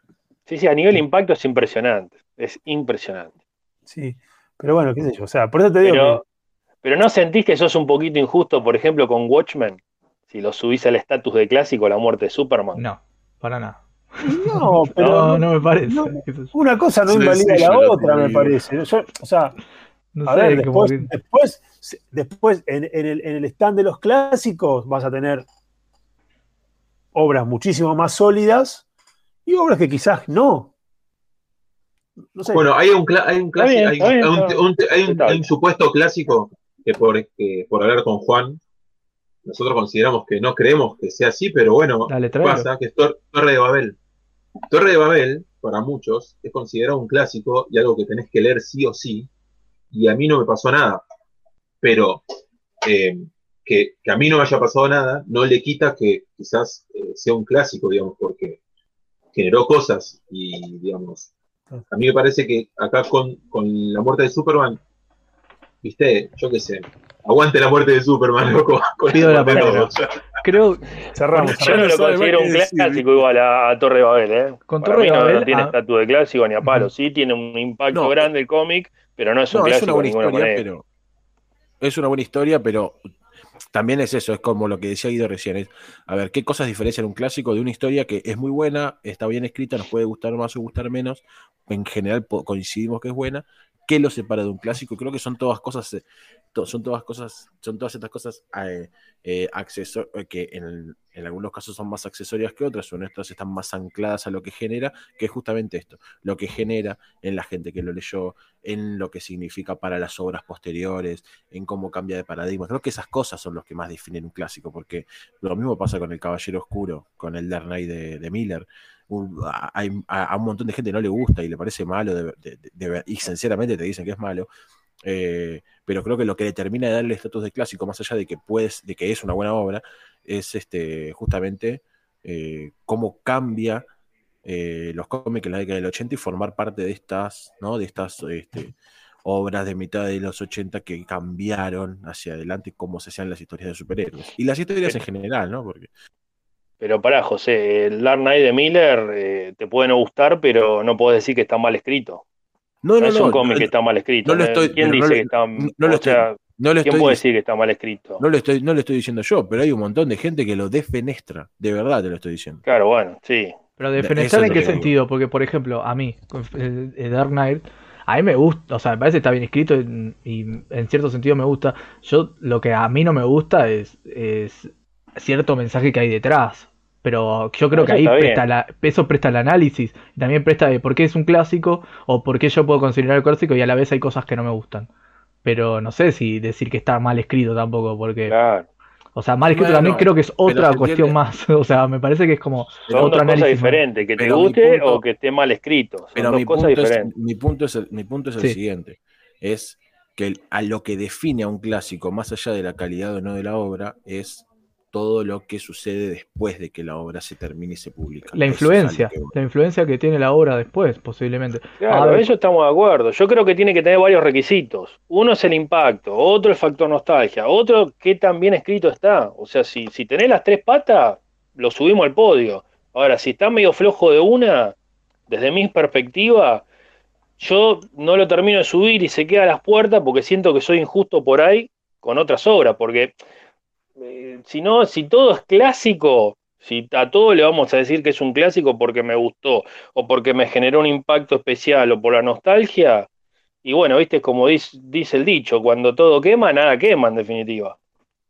Sí, sí, a nivel impacto es impresionante. Es impresionante. Sí, pero bueno, qué sé yo. O sea, por eso te digo pero, que. Pero ¿no sentís que sos un poquito injusto, por ejemplo, con Watchmen? Si lo subís al estatus de clásico, la muerte de Superman. No, para nada. No, pero. no, no me parece. No, una cosa no invalida la otra, me parece. Yo, o sea. No A sé, ver, como después, que- después, después en, en el, en el stand de los clásicos vas a tener obras muchísimo más sólidas y obras que quizás no. No sé. Bueno, hay un, cla- hay un Está bien, clásico, hay está un, bien, hay un- está un- hay un- hay respetable. un supuesto clásico que por, que por hablar con Juan, nosotros consideramos que no creemos que sea así, pero bueno, dale, tráelo. pasa, que es Tor- Torre de Babel. Torre de Babel, para muchos, es considerado un clásico y algo que tenés que leer sí o sí, y a mí no me pasó nada, pero eh, que, que a mí no me haya pasado nada, no le quita que quizás eh, sea un clásico, digamos, porque generó cosas y, digamos, a mí me parece que acá con, con la muerte de Superman, viste, yo qué sé, aguante la muerte de Superman, loco, con Pido eso la conté palabra. todo. Creo, Cerramos. Ya Yo no no lo sabe más considero qué un decir, clásico ¿viste? igual a, a Torre de Babel, ¿eh? con Para Torre mí de no, no Babel, tiene ah, estatus de clásico ni a palo. ujú. Sí tiene un impacto No, grande el cómic, pero no es un no, es una clásico de buena ninguna historia, manera. pero es una buena historia, pero también es eso, es como lo que decía Guido recién. Es, a ver, ¿qué cosas diferencian un clásico de una historia que es muy buena, está bien escrita, nos puede gustar más o gustar menos? En general po- coincidimos que es buena. ¿Qué lo separa de un clásico? Creo que son todas cosas, eh, to- son todas cosas, son todas estas cosas eh, eh, accesor- eh, que en, en algunos casos son más accesorias que otras, o en otras están más ancladas a lo que genera, que es justamente esto, lo que genera en la gente que lo leyó, en lo que significa para las obras posteriores, en cómo cambia de paradigma. Creo que esas cosas son los que más definen un clásico, porque lo mismo pasa con El Caballero Oscuro, con el Dark Knight de, de Miller. Un- a, hay- a- a un montón de gente no le gusta y le parece malo, de- de- de- de- y sinceramente te dicen que es malo. Eh, pero creo que lo que le termina de darle estatus de clásico, más allá de que puedes, de que es una buena obra, es este justamente eh, cómo cambia eh, los cómics en la década del ochenta y formar parte de estas, ¿no? De estas este, obras de mitad de los ochenta que cambiaron hacia adelante cómo se hacían las historias de superhéroes. Y las historias en general, ¿no? Porque Pero pará, José, el Dark Knight de Miller eh, te puede no gustar, pero no puedes decir que está mal escrito. no, No no, es un no, cómic no, que está mal no escrito. lo ¿no? estoy, ¿Quién pero no, dice lo- que está, no, no lo o estoy, sea, no lo quién estoy puede diciendo. decir que está mal escrito? No lo, estoy, no lo estoy diciendo yo, pero hay un montón de gente que lo defenestra. De verdad te lo estoy diciendo. Claro, bueno, sí. Pero Eso defenestrar es en lo qué que digo. sentido, porque por ejemplo, a mí, con el, el Dark Knight, a mí me gusta, o sea, me parece que está bien escrito y, y en cierto sentido me gusta. Yo lo que a mí no me gusta es, es cierto mensaje que hay detrás. Pero yo creo que Eso ahí está presta bien. la, eso presta el análisis. Y también presta de por qué es un clásico o por qué yo puedo considerar el clásico y a la vez hay cosas que no me gustan. Pero no sé si decir que está mal escrito tampoco, porque, Claro. o sea, mal escrito también Bueno, creo que es pero otra se cuestión entiende. más. O sea, me parece que es como Pero, Son otro dos cosas análisis más. diferentes, que te pero mi guste punto, o que esté mal escrito. Son pero dos mi cosas punto es, diferentes. mi punto es el, mi punto es el Sí. siguiente. Es que el- a lo que define a un clásico, más allá de la calidad o no de la obra, es todo lo que sucede después de que la obra se termine y se publica. La Eso es a lo influencia, que voy. la influencia que tiene la obra después, posiblemente. A Claro, ver, eso estamos de acuerdo. Yo creo que tiene que tener varios requisitos. Uno es el impacto, otro el factor nostalgia, otro qué tan bien escrito está. O sea, si, si tenés las tres patas, lo subimos al podio. Ahora, si está medio flojo de una, desde mi perspectiva, yo no lo termino de subir y se queda a las puertas porque siento que soy injusto por ahí con otras obras, porque eh, si no, si todo es clásico, si a todo le vamos a decir que es un clásico porque me gustó o porque me generó un impacto especial o por la nostalgia, y bueno, viste, como dice, dice el dicho, cuando todo quema, nada quema en definitiva.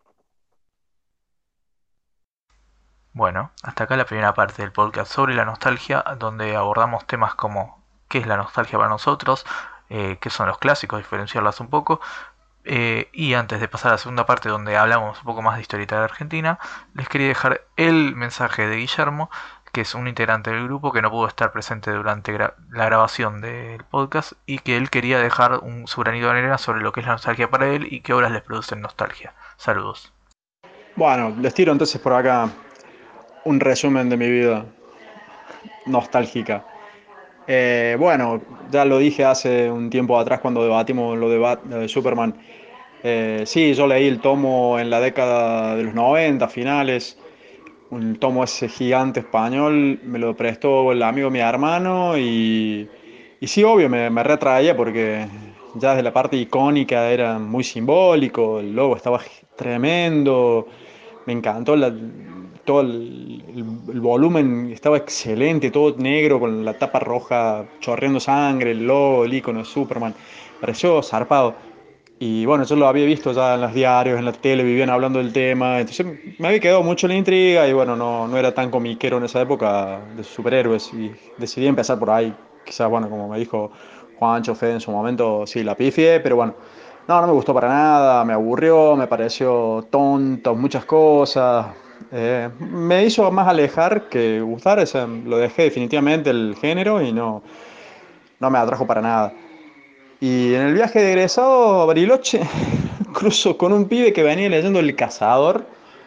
bueno, hasta acá la primera parte del podcast sobre la nostalgia, donde abordamos temas como qué es la nostalgia para nosotros, eh, qué son los clásicos, diferenciarlas un poco. Eh, y antes de pasar a la segunda parte donde hablamos un poco más de historieta de Argentina, les quería dejar el mensaje de Guillermo, que es un integrante del grupo que no pudo estar presente durante gra- la grabación del podcast y que él quería dejar un, su granito de arena sobre lo que es la nostalgia para él y qué obras les producen nostalgia. Saludos. Bueno, les tiro entonces por acá un resumen de mi vida nostálgica. Eh, bueno, ya lo dije hace un tiempo atrás cuando debatimos lo de, Bat- lo de Superman. Eh, sí, yo leí el tomo en la década de los noventa, finales. Un tomo ese gigante español, me lo prestó el amigo de mi hermano y, y sí, obvio, me, me retraía porque ya desde la parte icónica era muy simbólico, el logo estaba tremendo, me encantó la- todo el, el- el volumen, estaba excelente, todo negro con la tapa roja chorreando sangre, el logo, el icono de Superman, pareció zarpado. Y bueno, yo lo había visto ya en los diarios, en la tele, vivían hablando del tema. Entonces me había quedado mucho la intriga y bueno, no, no era tan comiquero en esa época de superhéroes. Y decidí empezar por ahí. Quizás, bueno, como me dijo Juancho, Fede en su momento, sí, la pifié, pero bueno, no, no me gustó para nada, me aburrió, me pareció tonto, muchas cosas. Eh, me hizo más alejar que gustar, o sea, lo dejé definitivamente el género y no, no me atrajo para nada. Y en el viaje de egresado a Bariloche, cruzo con un pibe que venía leyendo El Cazador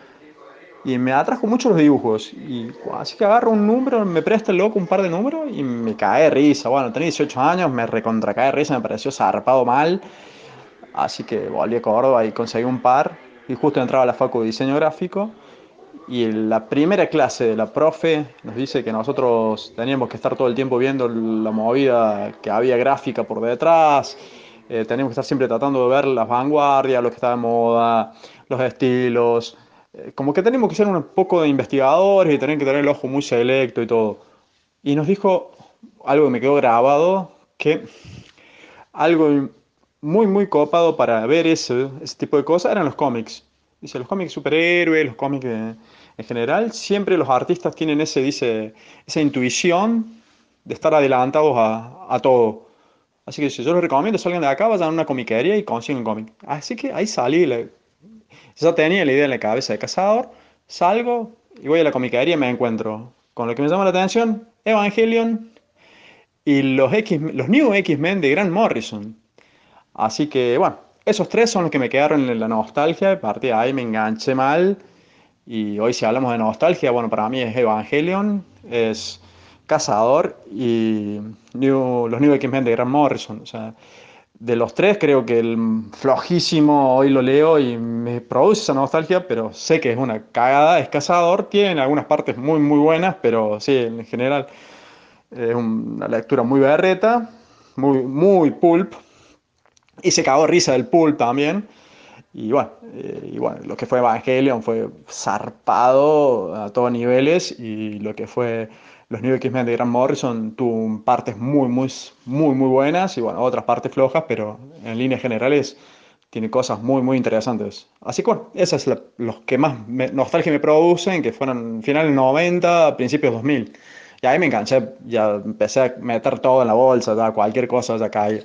y me atrajo mucho los dibujos. Y así que agarro un número, me presta el loco un par de números y me cae de risa. Bueno, tenía dieciocho años, me recontra cae de risa, me pareció zarpado mal. Así que volví a Córdoba y conseguí un par. Y justo entraba a la facu de diseño gráfico. Y en la primera clase de la profe nos dice que nosotros teníamos que estar todo el tiempo viendo la movida que había gráfica por detrás, eh, teníamos que estar siempre tratando de ver las vanguardias, lo que está de moda, los estilos, eh, como que teníamos que ser un poco de investigadores y tener que tener el ojo muy selecto y todo. Y nos dijo algo que me quedó grabado, que algo muy, muy copado para ver ese, ese tipo de cosas eran los cómics. Dice, los cómics superhéroes, los cómics de- en general, siempre los artistas tienen ese, dice, esa intuición de estar adelantados a, a todo. Así que si yo les recomiendo, salgan de acá, vayan a una comiquería y consiguen un cómic. Así que ahí salí, la- ya tenía la idea en la cabeza de cazador, salgo y voy a la comiquería y me encuentro con lo que me llama la atención, Evangelion y los X, los New X-Men de Grant Morrison. Así que, bueno, esos tres son los que me quedaron en la nostalgia. A partir de ahí me enganché mal. Y hoy, si hablamos de nostalgia, bueno, para mí es Evangelion, es Cazador y New- los New X-Men de Grant Morrison. O sea, de los tres, creo que el flojísimo hoy lo leo y me produce esa nostalgia, pero sé que es una cagada. Es Cazador, tiene algunas partes muy, muy buenas, pero sí, en general es una lectura muy berreta, muy, muy pulp. Y se cagó risa del pool también. Y bueno, eh, y bueno, lo que fue Evangelion fue zarpado a todos niveles. Y lo que fue los New X-Men de Grant Morrison tuvo partes muy, muy, muy, muy buenas. Y bueno, otras partes flojas, pero en líneas generales tiene cosas muy, muy interesantes. Así que bueno, esas son los que más me- nostalgia me producen, que fueron finales noventa, principios dos mil. Y ahí me enganché, ya empecé a meter todo en la bolsa, ya cualquier cosa ya caía.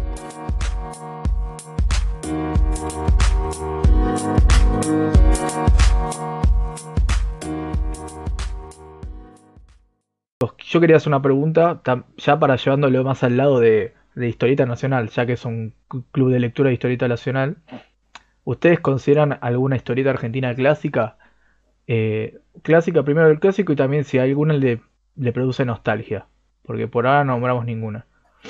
Yo quería hacer una pregunta, tam- ya para llevándolo más al lado de, de Historieta Nacional, ya que es un cl- club de lectura de Historieta Nacional. ¿Ustedes consideran alguna historieta argentina clásica? Eh, clásica, primero el clásico y también si a alguna le, le produce nostalgia. Porque por ahora no nombramos ninguna.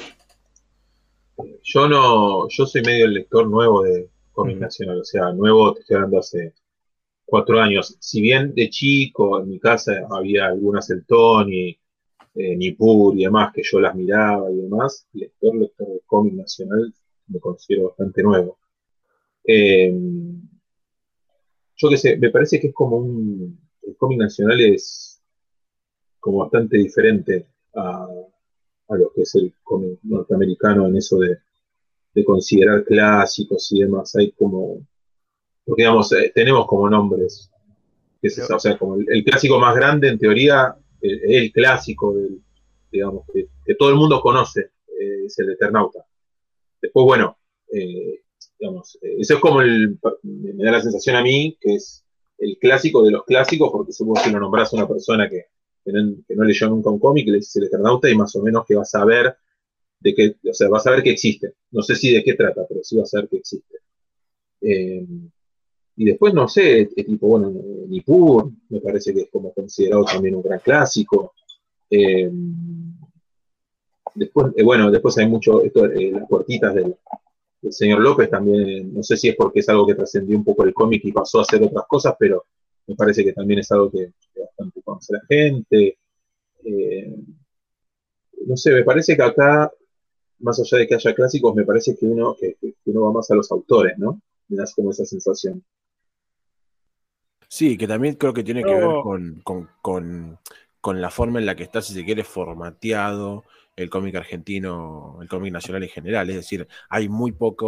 Yo no, yo soy medio el lector nuevo de cómic Ujú. nacional, o sea, nuevo, te estoy hablando hace cuatro años. Si bien de chico en mi casa había algunas el Tony, eh, Nippur y demás, que yo las miraba y demás, lector, lector de cómic nacional me considero bastante nuevo. Eh, yo qué sé, me parece que es como un, el cómic nacional es como bastante diferente a, a lo que es el cómic norteamericano en eso de, de considerar clásicos y demás. Hay como, porque digamos, eh, tenemos como nombres, que es Pero, esa, o sea, como el, el clásico más grande en teoría, eh, el clásico del, digamos, que, que todo el mundo conoce, eh, es el Eternauta. Después, bueno, eh, digamos, eh, eso es como el, me da la sensación a mí que es el clásico de los clásicos, porque supongo que lo nombras a una persona que, que, no, que no leyó nunca un cómic, le dices el Eternauta y más o menos que va a saber de qué, o sea, va a saber que existe. No sé si de qué trata, pero sí va a saber que existe. Eh, y después, no sé, es tipo, bueno, Nippur, me parece que es como considerado también un gran clásico. Eh, después, eh, bueno, después hay mucho, esto, eh, las puertitas del, el señor López también, no sé si es porque es algo que trascendió un poco el cómic y pasó a hacer otras cosas, pero me parece que también es algo que, que bastante conoce la gente. Eh, no sé, me parece que acá, más allá de que haya clásicos, me parece que uno, que, que uno va más a los autores, ¿no? Me das como esa sensación. Sí, que también creo que tiene que ver Yo, con, con, con, con la forma en la que está, si se quiere, formateado el cómic argentino, el cómic nacional en general. Es decir, hay muy poco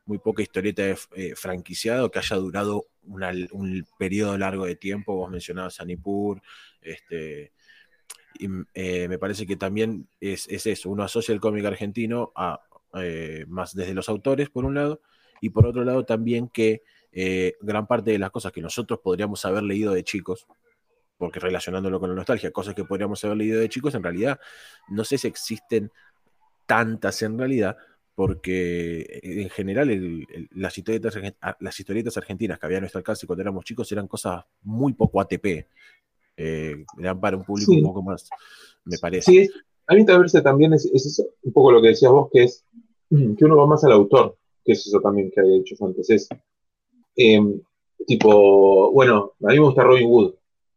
muy poca historieta eh, franquiciada que haya durado una, un periodo largo de tiempo. Vos mencionabas a Nippur, este, y, eh, me parece que también es, es eso, uno asocia el cómic argentino a, eh, más desde los autores, por un lado, y por otro lado también que eh, gran parte de las cosas que nosotros podríamos haber leído de chicos, porque relacionándolo con la nostalgia, cosas que podríamos haber leído de chicos, en realidad no sé si existen tantas en realidad, porque en general el, el, las, historietas, las historietas argentinas que había a nuestro alcance cuando éramos chicos eran cosas muy poco A T P, eh, eran para un público sí. un poco más, me parece. Sí, a mí también es, es eso, un poco lo que decías vos, que es que uno va más al autor, que es eso también que había dicho antes, es eh, tipo, bueno, a mí me gusta Robin Wood,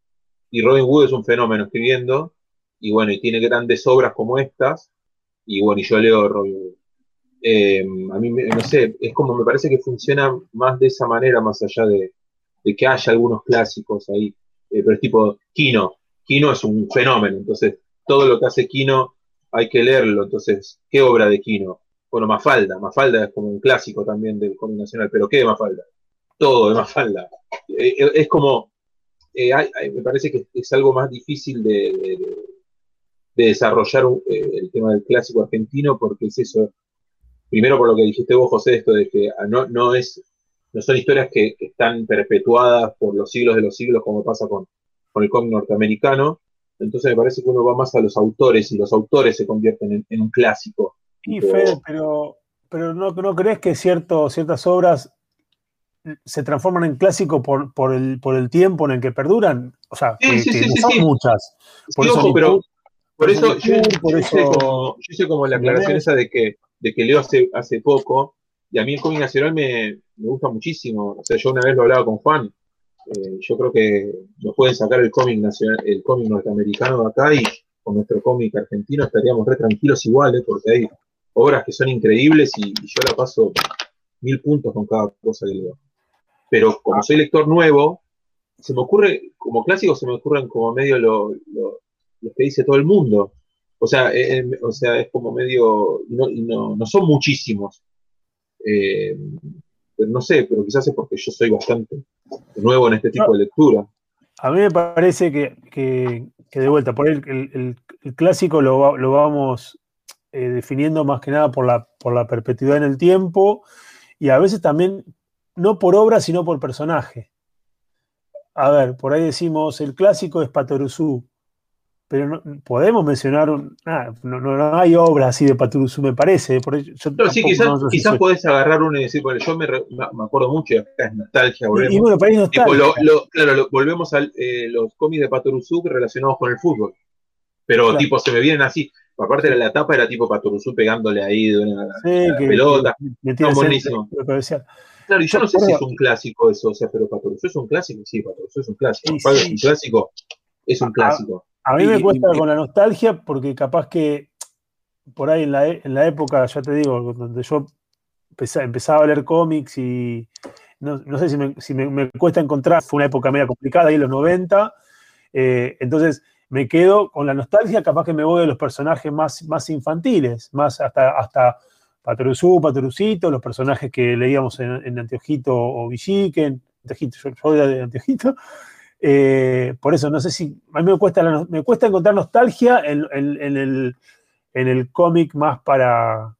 y Robin Wood es un fenómeno escribiendo, y bueno, y tiene grandes obras como estas, y bueno, y yo leo Robin Wood. Eh, a mí, no sé, es como, me parece que funciona más de esa manera, más allá de, de que haya algunos clásicos ahí, eh, pero es tipo, Kino, Kino es un fenómeno, entonces, todo lo que hace Kino hay que leerlo, entonces, ¿qué obra de Kino? Bueno, Mafalda, Mafalda es como un clásico también del cómic nacional, pero ¿qué de Mafalda? Todo de Mafalda. Eh, eh, es como, eh, hay, hay, me parece que es algo más difícil de, de, de desarrollar un, eh, el tema del clásico argentino, porque es eso. Primero por lo que dijiste vos, José, esto de que no, no, es, no son historias que, que están perpetuadas por los siglos de los siglos, como pasa con, con el cómic norteamericano. Entonces me parece que uno va más a los autores, y los autores se convierten en, en un clásico. Y Fede, pero, pero ¿no, no crees que cierto, ciertas obras se transforman en clásico por, por, el, por el tiempo en el que perduran? O sea, sí, que, sí, que sí, no sí, son sí. muchas. Por sí, eso ojo, pero por eso, por yo, por yo, eso hice como, yo hice como la aclaración esa de que, de que leo hace, hace poco, y a mí el cómic nacional me, me gusta muchísimo. O sea, yo una vez lo hablaba con Juan, eh, yo creo que nos pueden sacar el cómic nacional, el cómic norteamericano de acá, y con nuestro cómic argentino estaríamos re tranquilos iguales, porque hay obras que son increíbles y, y yo la paso mil puntos con cada cosa que leo. Pero como soy lector nuevo, se me ocurre, como clásico se me ocurren como medio lo, lo, lo que dice todo el mundo. O sea, eh, o sea, es como medio, no, no, no son muchísimos. Eh, pero no sé, pero quizás es porque yo soy bastante nuevo en este tipo no, de lectura. A mí me parece que, que, que de vuelta, por ahí el, el, el clásico lo, lo vamos eh, definiendo más que nada por la, por la perpetuidad en el tiempo, y a veces también, no por obra, sino por personaje. A ver, por ahí decimos, el clásico es Patoruzú, pero no, podemos mencionar, un, ah, no, no, no hay obras así de Patoruzú, me parece. Por ahí, yo no, sí, quizás, no, no quizás si podés agarrar uno y decir, bueno, yo me, re, me acuerdo mucho, y acá es nostalgia, volvemos. Y, y bueno, para ahí es nostalgia. Tipo, lo, lo, claro, lo, volvemos a eh, los cómics de Patoruzú relacionados con el fútbol. Pero claro, tipo, se me vienen así. Aparte, sí, la tapa era tipo Patoruzú pegándole ahí de una, sí, a la que, pelota. Que no, buenísimo. Claro, y yo no sé si es un clásico eso, o sea, pero Patoruzú es un clásico, sí, Patoruzú es un clásico. Sí, sí. Es un clásico, es un clásico. A, a mí me cuesta con la nostalgia porque capaz que por ahí en la, en la época, ya te digo, donde yo empezaba, empezaba a leer cómics y no, no sé si, me, si me, me cuesta encontrar, fue una época media complicada ahí en los noventa, eh, entonces me quedo con la nostalgia, capaz que me voy de los personajes más, más infantiles, más hasta, hasta Patoruzú, Patorucito, los personajes que leíamos en, en Anteojito o Villiquen, Anteojito, yo, yo de Anteojito. Eh, por eso, no sé si, a mí me cuesta, la, me cuesta encontrar nostalgia en, en, en el, en el cómic más para,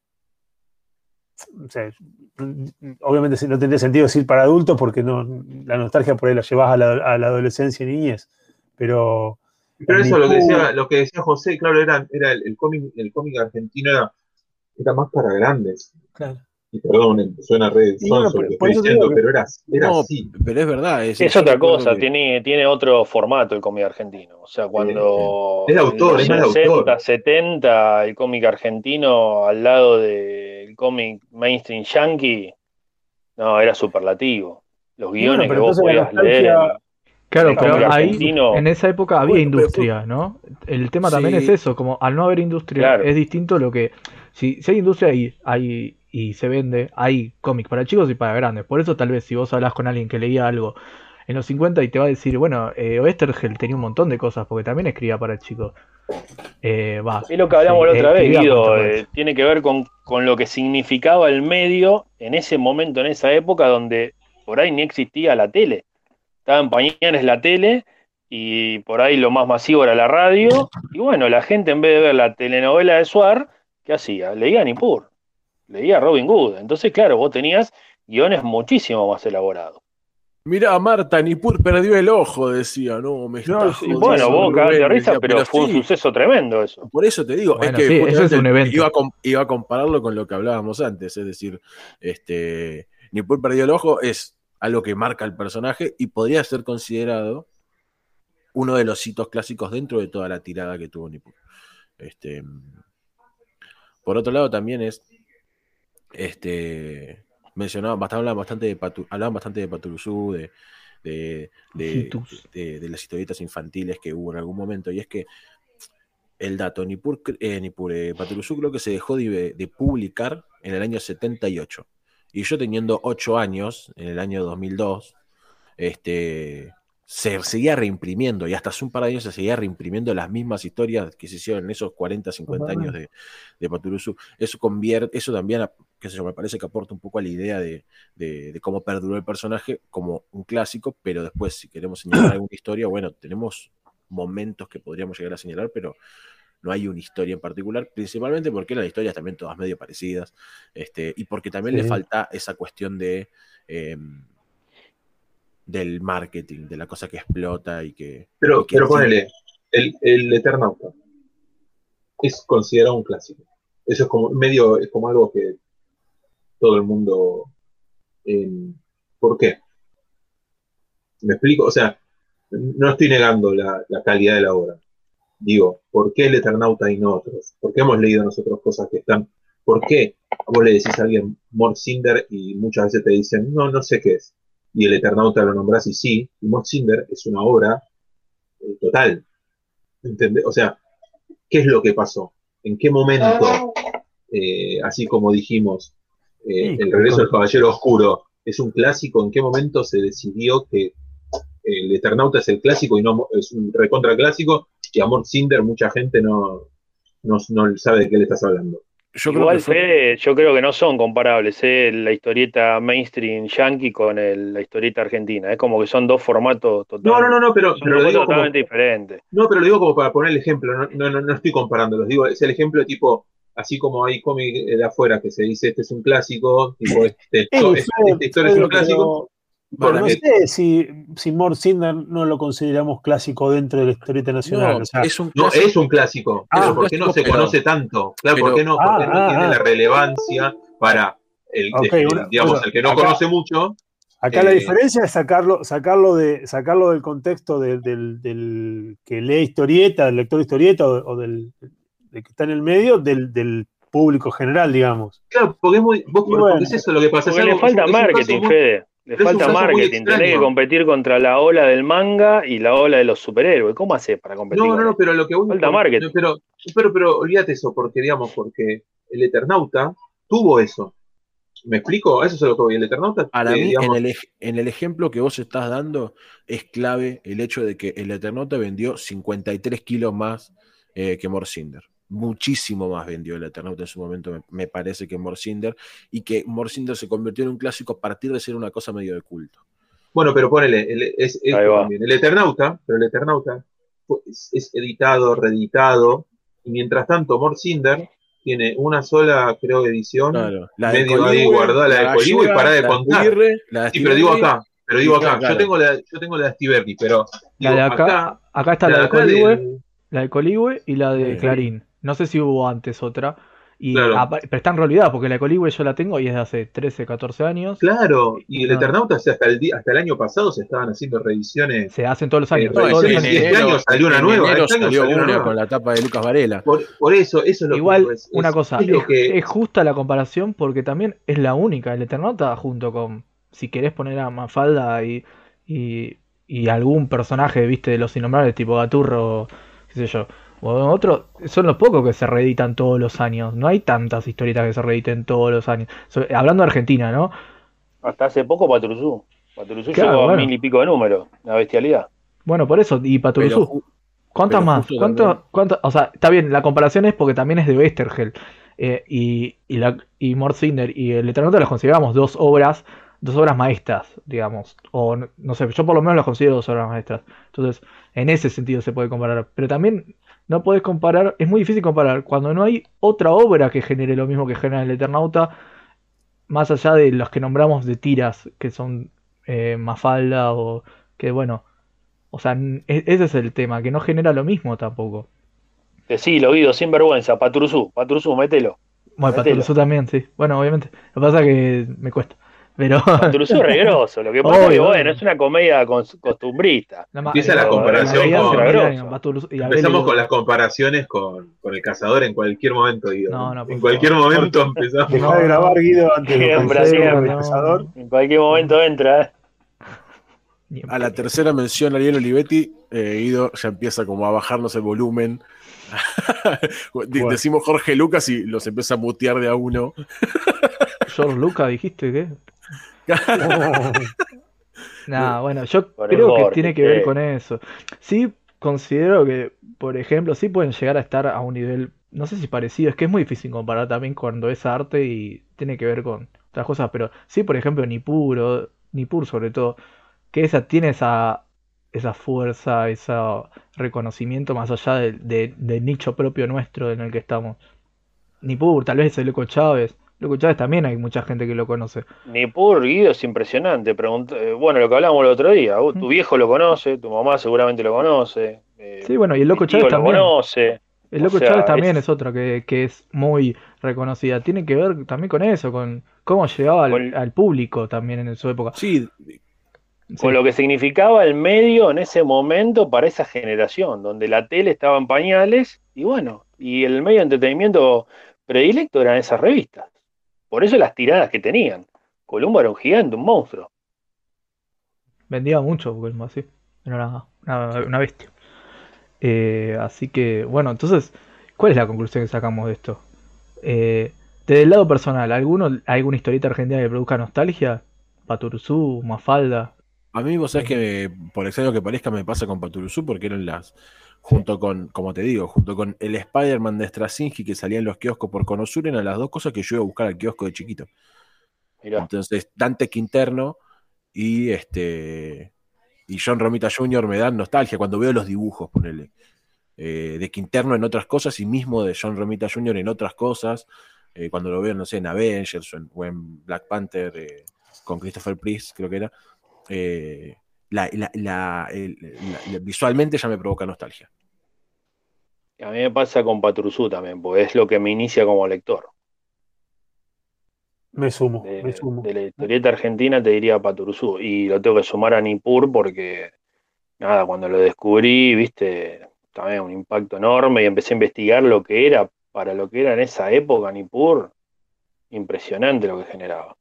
o sea, obviamente no tendría sentido decir para adultos porque no, la nostalgia por ahí la llevas a la, a la adolescencia y niñez, pero... Pero eso, lo que decía, lo que decía José, claro, era, era el, el cómic, el cómic argentino era, era más para grandes. Claro. Y perdón, suena re sonso lo que estoy diciendo, que... pero era, era no, así. Pero es verdad. Es, es otra cosa, que... tiene, tiene otro formato el cómic argentino. O sea, cuando es de autor, en es los de sesenta, autor. setenta, el cómic argentino al lado del cómic mainstream yankee, no, era superlativo. Los guiones bueno, que vos podías leer en... Claro, pero ahí, en esa época había bueno, industria, ¿no? El tema sí. también es eso, como al no haber industria, claro. Es distinto lo que... Si, si hay industria ahí, hay, y se vende, hay cómics para chicos y para grandes. Por eso tal vez si vos hablás con alguien que leía algo en los cincuenta y te va a decir, bueno, eh, Oestergel tenía un montón de cosas, porque también escribía para chicos. Eh, va, Es lo que hablamos sí, la otra vez, escribía Guido, cuentos para eh, chicos. tiene que ver con, con lo que significaba el medio en ese momento, en esa época donde por ahí ni existía la tele. Estaba en pañales la tele y por ahí lo más masivo era la radio. Y bueno, la gente en vez de ver la telenovela de Suar, ¿qué hacía? Leía Nippur, leía Robin Hood. Entonces, claro, vos tenías guiones muchísimo más elaborados. Mirá, Marta, Nippur perdió el ojo, decía, no, me No, está sí, Y jodiendo. bueno, vos cagate de Rubén, risa, decía, pero fue un sí, suceso tremendo eso. por eso te digo, Bueno, es que sí, eso es justamente un evento. iba a, com- iba a compararlo con lo que hablábamos antes, es decir, este, Nippur perdió el ojo es algo que marca el personaje y podría ser considerado uno de los hitos clásicos dentro de toda la tirada que tuvo Nippur. Este, por otro lado, también es, este, mencionaban, bast- hablaban bastante de Patu- hablaban bastante de Paturuzú, de, de, de, Hijitus. de- de las historietas infantiles que hubo en algún momento, y es que el dato, Nippur, cre- eh, Nippur eh, Paturuzú creo que se dejó de, de publicar en el año setenta y ocho. Y yo teniendo ocho años, en el año dos mil dos, este, se seguía reimprimiendo, y hasta hace un par de años se seguía reimprimiendo las mismas historias que se hicieron en esos cuarenta, cincuenta años de, de Paturuzú. Eso convierte, eso también, qué sé yo, me parece que aporta un poco a la idea de, de, de cómo perduró el personaje como un clásico, pero después, si queremos señalar alguna historia, bueno, tenemos momentos que podríamos llegar a señalar, pero no hay una historia en particular, principalmente porque las historias también todas medio parecidas, este, y porque también Sí. le falta esa cuestión de eh, del marketing, de la cosa que explota y que... Pero, y que pero sí, ponele, el, el Eternauta es considerado un clásico. Eso es como medio, es como algo que todo el mundo. eh, ¿Por qué? ¿Me explico? O sea, no estoy negando la, la calidad de la obra. Digo, ¿por qué el Eternauta y no otros? ¿Por qué hemos leído nosotros cosas que están? ¿Por qué vos le decís a alguien Mort Cinder y muchas veces te dicen, no, no sé qué es? Y el Eternauta lo nombrás y sí, y Mort Cinder es una obra eh, total. ¿Entendés? O sea, ¿qué es lo que pasó? ¿En qué momento, eh, así como dijimos, eh, Sí, El regreso con- del Caballero Oscuro es un clásico? ¿En qué momento se decidió que el Eternauta es el clásico y no es un recontra clásico? Y Amor Cinder, mucha gente no, no, no sabe de qué le estás hablando. yo creo Igual, que fue... Fede, yo creo que no son comparables, ¿eh? La historieta mainstream yankee con el- la historieta argentina. Es como que son dos formatos No, totalmente, no, no, no, pero, son pero dos lo cosas digo como, totalmente diferentes. no, pero lo digo como para poner el ejemplo, no, no, no, no estoy comparándolos, digo, es el ejemplo tipo, así como hay cómic de afuera que se dice este es un clásico, tipo este, Sí, este- Fede, esta historia es Fede, un clásico, pero, para pero no mí, sé si, si Mort Cinder no lo consideramos clásico dentro de la historieta nacional. No, O sea, es un no, clásico, es un clásico, Ah, pero ¿por qué no clásico, se pero- conoce tanto? Claro, pero- ¿por qué no, Ah, por qué no ah, tiene ah. la relevancia para el, Ok, el- una- digamos, bueno, el que no acá- conoce mucho? acá la Eh, diferencia es sacarlo, sacarlo, de, sacarlo del contexto de- del, del que lee historieta, del lector de historieta o, o del, del que está en el medio, del, del público general, digamos. Claro, porque es muy, vos- Y bueno, porque es eso lo que pasa, es Porque le algo, es un- falta es un caso marketing, muy- Fede. Le pero es un falta caso muy marketing. Tenés que extraño. competir contra la ola del manga y la ola de los superhéroes. ¿Cómo haces para competir No, con no, no, eso? pero lo que voy Falta por- marketing. no, pero, pero, pero olvídate eso, porque digamos, porque el Eternauta tuvo eso. ¿Me explico? Eso es lo que voy. El Eternauta, Para eh, mí, digamos, en el, ej- en el ejemplo que vos estás dando, es clave el hecho de que el Eternauta vendió cincuenta y tres kilos más eh, que Morcinder. Muchísimo más vendió el Eternauta en su momento, me, me parece, que Morcinder, y que Morcinder se convirtió en un clásico a partir de ser una cosa medio de culto. bueno, pero ponele, el- es Ahí esto va. también. El Eternauta, pero el Eternauta fue- es, es editado, reeditado, y mientras tanto, Morcinder tiene una sola, creo, edición, Claro, la de medio ahí Coligüe, guardada, la, la de Coligüe, y gallega, pará de la contar. Aguirre, la de Sí, pero digo Stiberri, acá, pero y digo claro, acá, claro. yo tengo la, yo tengo la de Stiberri, pero La digo, de acá, acá, acá está la la de de acá Coligüe, del- la de Coligüe y la de Sí. Clarín. No sé si hubo antes otra. Y Claro. apa- pero está en realidad, porque la de Coligüe yo la tengo y es de hace trece, catorce años. Claro, y el No. Eternauta, o sea, hasta el, di- hasta el año pasado se estaban haciendo revisiones. Se hacen todos los años. Eh, No, todos en, los en y años. este enero, año salió una en nueva, enero este año salió salió una una nueva. con la tapa de Lucas Varela. Por, por eso, eso es lo que Igual, digo, es, una es- cosa, es lo es, que. es justa la comparación porque también es la única. El Eternauta junto con, si querés poner a Mafalda y, y, y algún personaje, viste, de los innombrables, tipo Gaturro, qué sé yo, o otro, son los pocos que se reeditan todos los años. No hay tantas historietas que se reediten todos los años. So- hablando de Argentina, ¿no? Hasta hace poco Patruzú. Paturuzú Claro, llegó a bueno. mil y pico de números, una bestialidad. Bueno, por eso, y Pero, Paturuzú. ju- ¿Cuántas pero más? justo ¿Cuánto, también. cuánto, o sea, está bien, la comparación es porque también es de Westergel. Eh, y, y, la, y Mortzinger y el Eternauta las consideramos dos obras, dos obras maestras, digamos. O no, no sé, yo por lo menos las considero dos obras maestras. Entonces, en ese sentido se puede comparar. Pero también no podés comparar, es muy difícil comparar cuando no hay otra obra que genere lo mismo que genera el Eternauta, más allá de los que nombramos de tiras, que son eh, Mafalda o que bueno. O sea, n- e- ese es el tema, que no genera lo mismo tampoco. Decilo, Guido, sin vergüenza, Paturuzú, Paturuzú, mételo, Bueno, mételo. Patoruzú también, sí. Bueno, obviamente. Lo que pasa es que me cuesta. Pero. Paturuzú es regroso, lo que pasa es que, Obvio, bueno, obvio. es una comedia cons- costumbrista, Nada más, Empieza la eh, pero en en comparación realidad realidad es hace con. mil años regroso. Patoruzú y Abel Empezamos con y- las comparaciones con, con el cazador en cualquier momento, Guido. No, En, no, por en cualquier favor. momento empezamos. Dejá No, de grabar, no. Guido, antes de Siempre, ofenderse con siempre. el cazador. No. En cualquier momento entra. ¿eh? Ni en A la pedo. tercera mención, Ariel Olivetti, eh, Guido ya empieza como a bajarnos el volumen. Di- Bueno. Decimos Jorge Lucas y los empieza a mutear de a uno. George Lucas, dijiste que. Nah, bueno, yo Con el creo que Jorge, tiene que ver che. con eso. Sí, considero que, por ejemplo, sí pueden llegar a estar a un nivel, no sé si parecido, es que es muy difícil comparar también cuando es arte y tiene que ver con otras cosas, pero sí, por ejemplo, Nippur, o- Nippur sobre todo, que esa tiene esa, esa fuerza, ese reconocimiento más allá del de- del nicho propio nuestro en el que estamos. Nippur, tal vez el Loco Chávez. Loco Chávez también hay mucha gente que lo conoce. Nippur, Guido, es impresionante. Pregunt- eh, bueno, lo que hablábamos el otro día, uh, ¿Mm? tu viejo lo conoce, tu mamá seguramente lo conoce, eh, Sí, bueno, y el mi Loco Chávez tío lo también. conoce. El O Loco Chávez sea, también es es otra que, que es muy reconocida. Tiene que ver también con eso, con cómo llegaba al, con, al público también en su época. Sí, con Sí, lo que significaba el medio en ese momento para esa generación, donde la tele estaba en pañales y bueno, y el medio de entretenimiento predilecto eran esas revistas. Por eso las tiradas que tenían. Columbo era un gigante, un monstruo. vendía mucho, Bulma, sí. Era una, una, una bestia. Eh, así que, bueno, entonces, ¿cuál es la conclusión que sacamos de esto? Eh, desde el lado personal, ¿alguno, ¿alguna historieta argentina que produzca nostalgia? Paturuzú, Mafalda. a mí vos sabés que, por extraño que parezca, me pasa con Paturuzú porque eran las, junto con, como te digo, junto con el Spider-Man de Straczynski que salía en los kioscos por Conosur, eran las dos cosas que yo iba a buscar al kiosco de chiquito. Mirá, Entonces, Dante Quinterno y este y John Romita junior me dan nostalgia cuando veo los dibujos, ponele. Eh, de Quinterno en otras cosas y mismo de John Romita junior en otras cosas. Eh, cuando lo veo, no sé, en Avengers o en, o en Black Panther eh, con Christopher Priest, creo que era. Eh, la, la, la, el, la, visualmente ya me provoca nostalgia. a mí me pasa con Patrusú también, porque es lo que me inicia como lector. Me sumo, me De, sumo. de la historieta argentina te diría Patrusú. Y lo tengo que sumar a Nippur porque, nada, cuando lo descubrí, viste, también un impacto enorme y empecé a investigar lo que era, para lo que era en esa época Nippur, impresionante lo que generaba.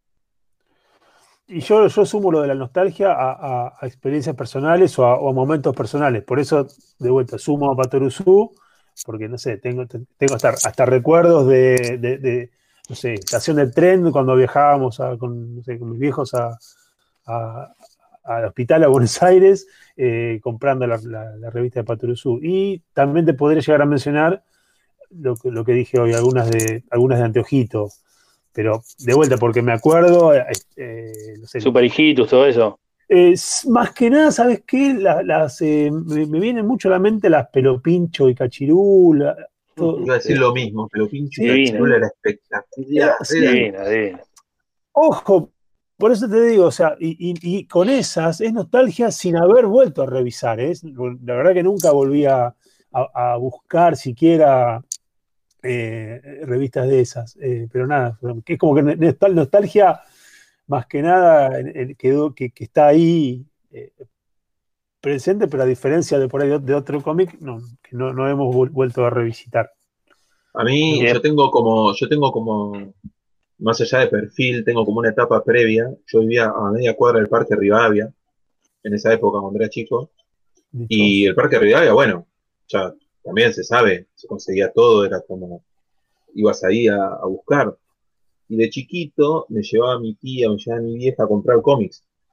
Y yo, yo sumo lo de la nostalgia a, a- a experiencias personales o a, o a momentos personales. Por eso, de vuelta, sumo a Patoruzú, porque no sé, tengo, tengo hasta, hasta recuerdos de, de- de, no sé, estación del tren cuando viajábamos a- con, no sé, con mis viejos a- a- al hospital a Buenos Aires eh, comprando la, la- la revista de Patoruzú. Y también te podría llegar a mencionar lo, que- lo que dije hoy, algunas de, algunas de Anteojito. Pero de vuelta, porque me acuerdo, eh, eh, no sé, Super hijitos, todo eso. eh, más que nada, ¿sabes qué? La- las, eh, me, me vienen mucho a la mente las Pelopincho y Cachirú. la- todo- Iba a decir Sí. lo mismo, pero pinche Sí. Cachirula era espectacular. Era- sí. Era- Divina, divina. Ojo, por eso te digo, o sea, y, y- y con esas es nostalgia sin haber vuelto a revisar, ¿eh? La verdad que nunca volví a, a- a buscar siquiera eh, revistas de esas, eh, pero nada, que es como que nostal- nostalgia más que nada en- en- quedó, que, que está ahí eh, presente, pero a diferencia de por ahí de, de otro cómic, no, que no, no hemos vu- vuelto a revisitar. A mí, Y de- yo tengo como, yo tengo como, más allá de perfil, tengo como una etapa previa. Yo vivía a media cuadra del Parque Rivadavia, en esa época cuando era chico. Y el Parque Rivadavia, bueno, ya también se sabe, se conseguía todo, era como, ibas ahí a, a buscar. Y de chiquito me llevaba mi tía, me llevaba mi vieja a comprar cómics.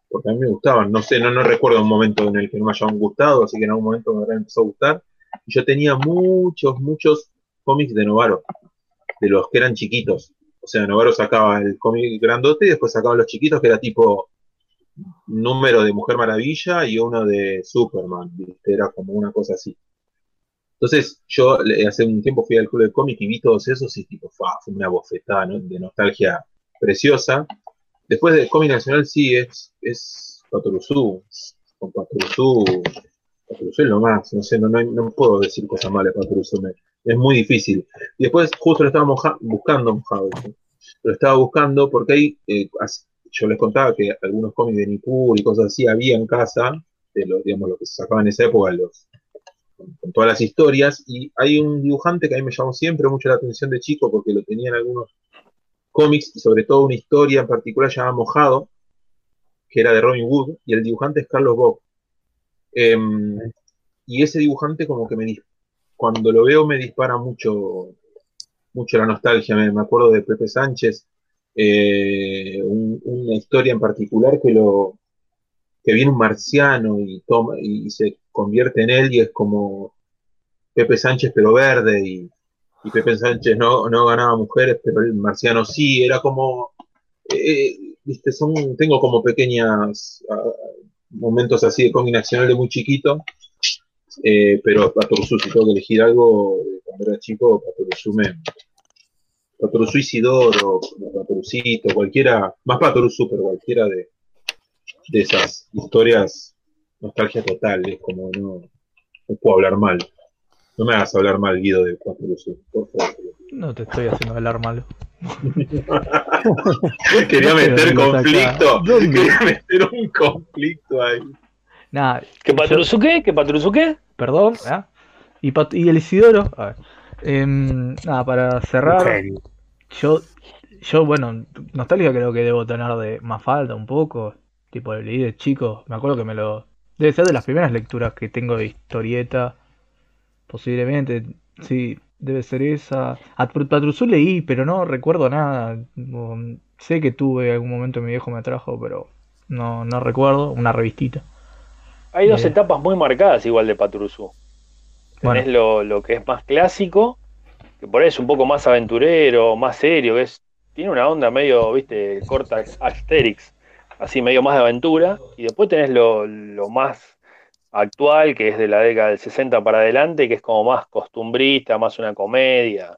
porque a mí me gustaban, no sé, no, no recuerdo un momento en el que no me hayan gustado, así que en algún momento me habrán empezado a gustar. Y yo tenía muchos, muchos cómics de Novaro, de los que eran chiquitos. O sea, Novaro sacaba el cómic grandote y después sacaba los chiquitos, que era tipo número de Mujer Maravilla y uno de Superman, ¿viste? Era como una cosa así. Entonces, yo hace un tiempo fui al club de cómic y vi todos esos y tipo, fue una bofetada, ¿no?, de nostalgia preciosa. Después del cómic nacional sí es, es Patoruzú. Con Patoruzú, Patoruzú es lo más, no sé, no, no, no puedo decir cosas malas de Patoruzú, me, es muy difícil. Y después justo lo estaba moja, buscando mojado, ¿sí? Lo estaba buscando porque ahí, eh, yo les contaba que algunos cómics de Nippur y cosas así había en casa, de los, digamos, lo que se sacaba en esa época, los Con, con todas las historias, y hay un dibujante que a mí me llamó siempre mucho la atención de chico porque lo tenía en algunos cómics y sobre todo una historia en particular llamada Mojado, que era de Robin Wood, y el dibujante es Carlos Bock. Eh, y ese dibujante como que me cuando lo veo me dispara mucho mucho la nostalgia, me, me acuerdo de Pepe Sánchez, eh, un, una historia en particular que lo que viene un marciano y toma y, y se convierte en él y es como Pepe Sánchez pero verde y, y Pepe Sánchez no, no ganaba mujeres pero el marciano sí, era como eh, viste, son, tengo como pequeñas uh, momentos así de cómic nacional de muy chiquito, eh, pero Patoruzú, si tengo que elegir algo cuando era chico, Patoruzú me Patoruzú Isidoro, Patorucito, cualquiera, más Patoruzú, pero cualquiera de de esas historias, nostalgia total, es como no, no puedo hablar mal. No me hagas hablar mal, Guido, de Patoruzú, por favor. No te estoy haciendo hablar malo. Quería meter conflicto, quería meter un conflicto ahí. Nah, ¿Qué Patoruzú qué? ¿Qué Patoruzú qué? Perdón, ¿eh? Y, Pat y el Isidoro, a ver. Eh, nada, para cerrar, yo, yo, bueno, nostalgia creo que debo tener de Mafalda un poco. Tipo, lo leí de chico, me acuerdo que me lo... Debe ser de las primeras lecturas que tengo de historieta, posiblemente, sí, debe ser esa. A Patoruzú leí, pero no recuerdo nada. Um, sé que tuve algún momento mi viejo me trajo, pero no, no recuerdo, una revistita. Hay dos Eh, etapas muy marcadas igual de Patoruzú. Tenés bueno, lo, lo que es más clásico, que por ahí es un poco más aventurero, más serio, que es, tiene una onda medio, viste, corta Asterix, así medio más de aventura, y después tenés lo, lo más actual, que es de la década del sesenta para adelante, que es como más costumbrista, más una comedia.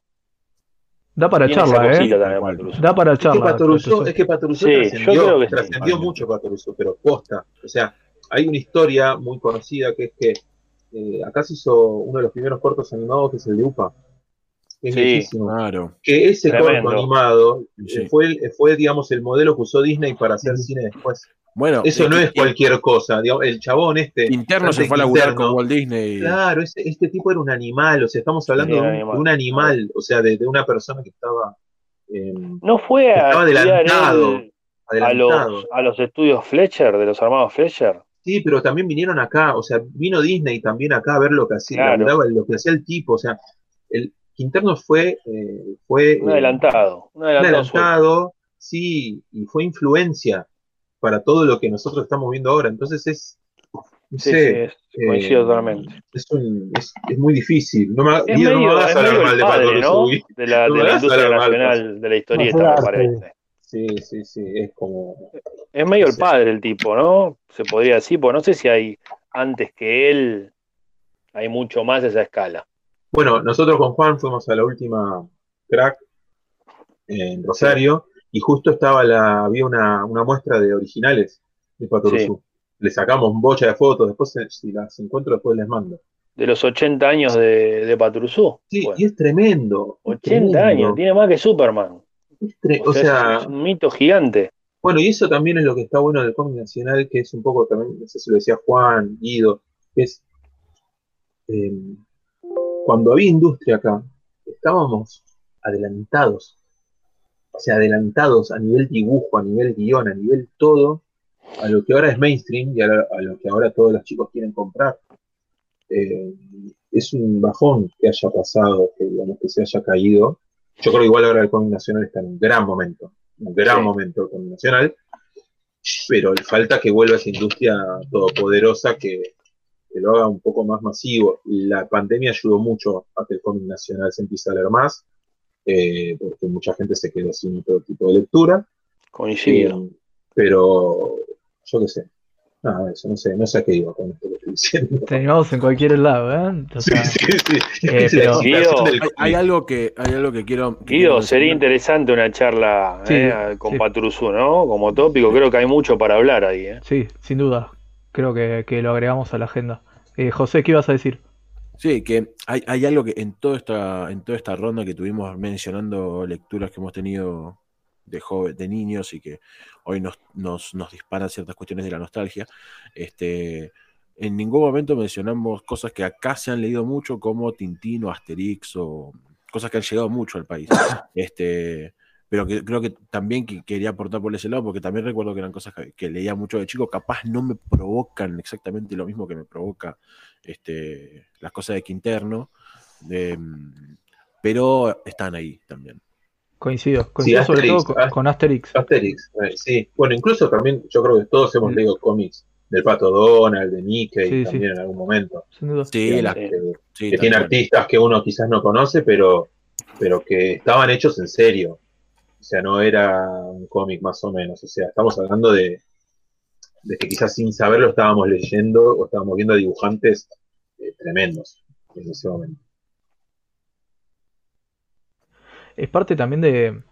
da para Tiene esa charla, cosita ¿eh? también Patoruzú. Da para Es que charla. Patoruzú, Patoruzú. es que Patoruzú Sí, yo trascendió, creo que sí. trascendió mucho Patoruzú, pero posta. O sea, hay una historia muy conocida que es que eh, acá se hizo uno de los primeros cortos animados, que es el de Upa. Es Sí, viejísimo. Claro. Que ese tremendo. corto animado Sí. eh, fue, el- fue, digamos, el modelo que usó Disney para hacer cine después. Bueno, Eso eh, no que- es cualquier cosa. Digamos, el chabón este, Interno se Dante fue a laburar Quinterno, con Walt Disney. claro, ese, este tipo era un animal. O sea, estamos hablando Sí, de, un un, animal. de un animal, o sea, de, de una persona que estaba, eh, ¿No fue que a estaba estudiar adelantado. él a los, Adelantado. a los estudios Fletcher, de los hermanos Fletcher? Sí, pero también vinieron acá, o sea, vino Disney también acá a ver lo que hacía, Claro, laburaba, lo que hacía el tipo, o sea, el Quinterno fue, eh, fue un eh, adelantado, un un adelantado sueco. adelantado, sí, y fue influencia para todo lo que nosotros estamos viendo ahora, entonces es, no Sí, sí, sé, es- coincido eh, totalmente. es, un, es, es muy difícil, no me, Es Guido, no me medio, hagas es hablar medio mal el de padre, Patoruzú, ¿no? Guido. De la, No de me la hagas industria hablar mal, nacional de la No, historieta, fue me arte. parece. sí, sí, sí, es como, Es medio no el sé. padre el tipo, ¿no? Se podría decir, porque no sé si hay, antes que él, hay mucho más a esa escala. Bueno, nosotros con Juan fuimos a la última Crack en Sí, Rosario, y justo estaba la, había una, una muestra de originales de sí. Patoruzú. Le sacamos bocha de fotos, después eh, si las encuentro después les mando. De los ochenta años de, de Patoruzú. Sí, Bueno, y es tremendo, es ochenta años, tremendo. tiene más que Superman. Es tre- O o sea, es, es sea, un mito gigante. bueno, y eso también es lo que está bueno del cómic nacional, que es un poco también, no sé si lo decía Juan, Guido, que es eh, cuando había industria acá, estábamos adelantados, o sea, adelantados a nivel dibujo, a nivel guión, a nivel todo, a lo que ahora es mainstream y a lo, a lo que ahora todos los chicos quieren comprar. Eh, es un bajón que haya pasado, que digamos que se haya caído. Yo creo que igual ahora el cómic nacional está en un gran momento, un gran Sí. momento el cómic nacional, pero falta que vuelva esa industria todopoderosa que, que lo haga un poco más masivo. La pandemia ayudó mucho a que el cómic nacional se empiece a leer más, eh, porque mucha gente se quedó sin todo tipo de lectura. Coincido. Eh, pero yo qué sé, nada, eso no sé, no sé a qué iba con esto que estoy diciendo. Terminamos en cualquier lado, ¿eh? O sea, Sí, sí, sí. eh, Es la pero- explicación del Hay, cómic. hay algo que hay algo que quiero que quiero Guido, sería mencionar. interesante una charla Sí, eh, con sí. Patrusú, ¿no? Como tópico, creo que hay mucho para hablar ahí. ¿eh? Sí, sin duda. Creo que, que lo agregamos a la agenda. Eh, José, ¿qué ibas a decir? Sí, que hay, hay algo que en toda esta, en toda esta ronda que tuvimos mencionando lecturas que hemos tenido de joven, de niños y que hoy nos, nos, nos disparan ciertas cuestiones de la nostalgia, este, en ningún momento mencionamos cosas que acá se han leído mucho como Tintín o Asterix o cosas que han llegado mucho al país. Este, pero que creo que también que quería aportar por ese lado, porque también recuerdo que eran cosas que, que leía mucho de chico, capaz no me provocan exactamente lo mismo que me provoca este, las cosas de Quinterno, de, pero están ahí también. Coincido, Sí, coincido sobre todo Asterix, con, Ast- con Asterix. Asterix, eh, sí. Bueno, incluso también yo creo que todos hemos Mm. leído cómics del Pato Donald, de Mickey, Sí, sí. también en algún momento. Sin duda. Sí, Digamos, la- Sí. que, sí, que tal tiene cual. artistas que uno quizás no conoce, pero, pero que estaban hechos en serio. O sea, no era un cómic más o menos. O sea, estamos hablando de, de que quizás sin saberlo estábamos leyendo o estábamos viendo dibujantes eh, tremendos en ese momento. Es parte también de...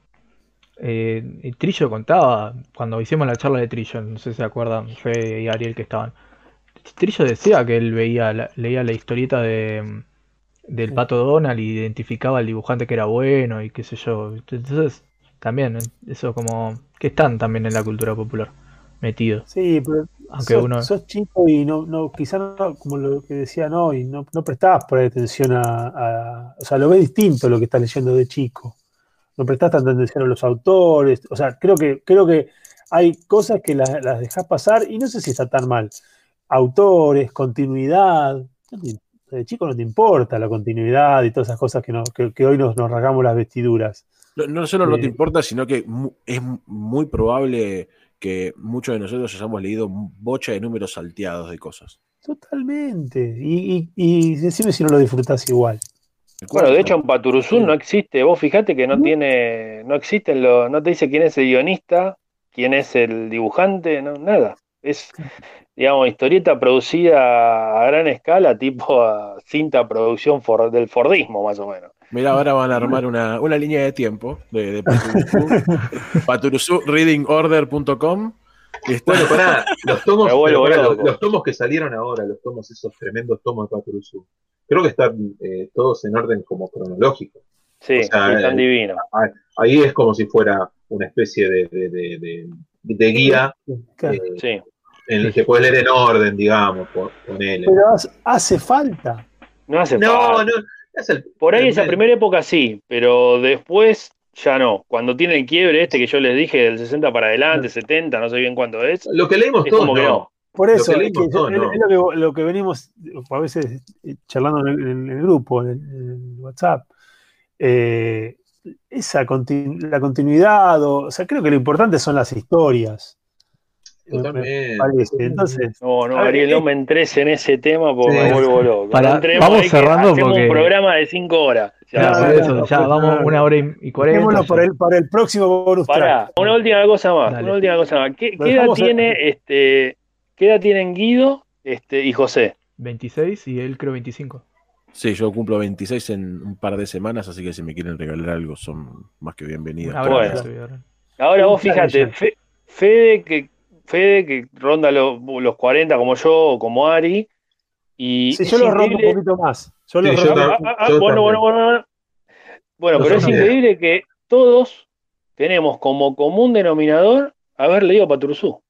eh, Trillo contaba, cuando hicimos la charla de Trillo, no sé si se acuerdan, Fede y Ariel que estaban. Trillo decía que él veía la- leía la historieta de del Sí. Pato Donald y identificaba al dibujante que era bueno y qué sé yo. Entonces, también, eh, eso como que están también en la cultura popular metidos. Sí, pero Aunque sos, uno... sos chico y no, no, quizás no, como lo que decía, no, y no, no prestabas por ahí atención a, a- o sea, lo ves distinto lo que estás leyendo de chico. No prestás tanta atención a los autores. O sea, creo que, creo que hay cosas que las, las dejás pasar y no sé si está tan mal. Autores, continuidad. No te- de chico no te importa la continuidad y todas esas cosas que, no, que, que hoy nos, nos rasgamos las vestiduras. No, no solo no te Eh, importa, sino que mu- es muy probable que muchos de nosotros hayamos leído bocha de números salteados de cosas. Totalmente. Y, y, y decime si no lo disfrutás igual. Bueno, de hecho en Patrusú no existe. Vos fijate que no tiene, no existen los, no te dice quién es el guionista, quién es el dibujante, no, nada. Es, digamos, historieta producida a gran escala, tipo a cinta producción for- del Fordismo, más o menos. Mira, ahora van a armar una, una línea de tiempo de, de Paturuzú, paturuzú reading order punto com. Y está- Bueno, pará, los tomos, Me vuelvo pero pará, los, loco. los tomos que salieron ahora, los tomos, esos tremendos tomos de Patrusú, creo que están eh, todos en orden como cronológico. Sí, O sea, sí, tan eh, divino. ah, ahí es como si fuera una especie de, de, de, de- de guía Claro. eh, Sí. en el que puedes leer en orden, digamos, por, ponele. Pero hace, hace falta. No hace No, falta. no, es el, Por ahí el- esa primera época sí, pero después ya no. Cuando tiene el quiebre este que yo les dije del sesenta para adelante, setenta, no sé bien cuánto es, lo que leímos es todos, como que no. no. Por Lo eso, que es, leímos que todos, es- no. es lo, que, lo que venimos a veces eh, charlando en el, en el grupo, en el, en el WhatsApp. Eh, esa continu- la continuidad, o, o sea, creo que lo importante son las historias. Me- me Totalmente. parece. Entonces, No, no, a ver, Ariel, eh, no me entres en ese tema porque Sí. me vuelvo loco. Para- no entremos vamos ahí que cerrando hacemos porque- un programa de cinco horas. Ya, Claro, no, por no, eso, no, ya no, vamos no, una hora y, y cuarenta. dejémoslo ya. para el, para el próximo bonus track. Pará, una última cosa más, Dale. una última cosa más. ¿Qué, Lo qué edad dejamos en- tiene este, qué edad tienen Guido este, y José? veintiséis y él creo veinticinco. Sí, yo cumplo veintiséis en un par de semanas, así que si me quieren regalar algo son más que bienvenidos. Un abrazo, Bueno. Sebastián. Ahora Un vos fíjate, challenge. Fe- Fede que Fede que ronda los, los cuarenta como yo o como Ari y Si es yo lo rompo un increíble. poquito más. Yo Sí, lo yo rompo- también. Ah, ah, ah, Yo bueno, bueno, también. bueno, bueno. Bueno, Yo pero es también. increíble que todos tenemos como común denominador haber leído Patrusú.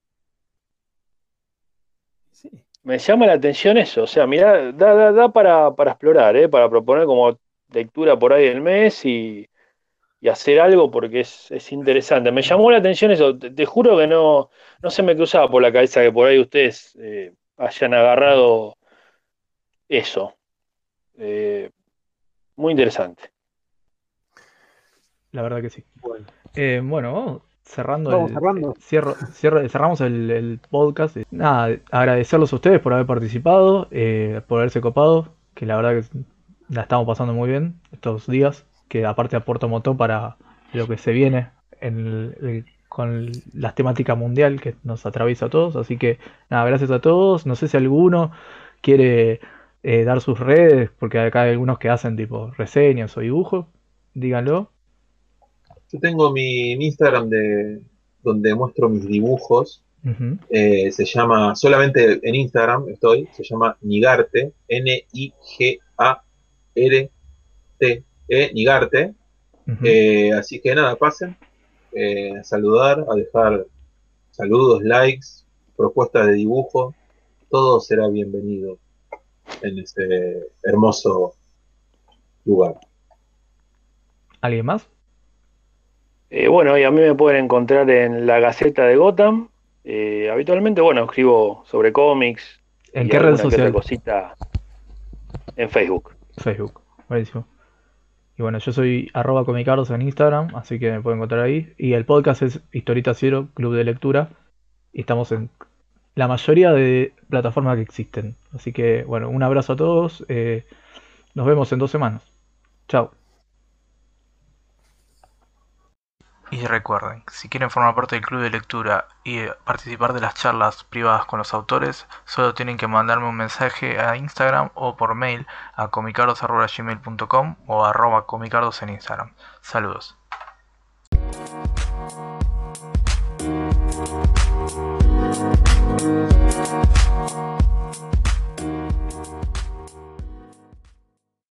Sí. Me llama la atención eso, o sea, mirá, da, da, da para, para explorar, ¿eh? Para proponer como lectura por ahí del mes y, y hacer algo porque es, es interesante. Me llamó la atención eso, te, te juro que no, no se me cruzaba por la cabeza que por ahí ustedes eh, hayan agarrado eso. Eh, muy interesante. La verdad que sí. Bueno. Eh, bueno, vamos cerrando Vamos el cerrando. cierro, cierro- cerramos el, el podcast. Nada, agradecerlos a ustedes por haber participado, eh, por haberse copado, que la verdad que la estamos pasando muy bien estos días, que aparte aporta un montón para lo que se viene en el- el- con la temática mundial que nos atraviesa a todos. Así que nada, gracias a todos. No sé si alguno quiere eh, dar sus redes, porque acá hay algunos que hacen tipo reseñas o dibujos. Díganlo. Yo tengo mi Instagram de donde muestro mis dibujos. Ujú, Eh, se llama, solamente en Instagram estoy, se llama Nigarte, N I G A R T E, Nigarte. ujú. Eh, así que nada, pasen eh, a saludar, a dejar saludos, likes, propuestas de dibujo. Todo será bienvenido en este hermoso lugar. ¿Alguien más? Eh, bueno, y a mí me pueden encontrar en la Gaceta de Gotham. Eh, habitualmente, bueno, escribo sobre cómics ¿En y qué red alguna que otra social? cosita en Facebook. Facebook. Buenísimo. Y bueno, yo soy arroba comicardos en Instagram, así que me pueden encontrar ahí. Y el podcast es Historita Cero, Club de Lectura. Y estamos en la mayoría de plataformas que existen. Así que bueno, un abrazo a todos. eh, nos vemos en dos semanas. Chao. Y recuerden, si quieren formar parte del club de lectura y eh, participar de las charlas privadas con los autores, solo tienen que mandarme un mensaje a Instagram o por mail a comicardos arroba gmail punto com o arroba comicardos en Instagram. Saludos.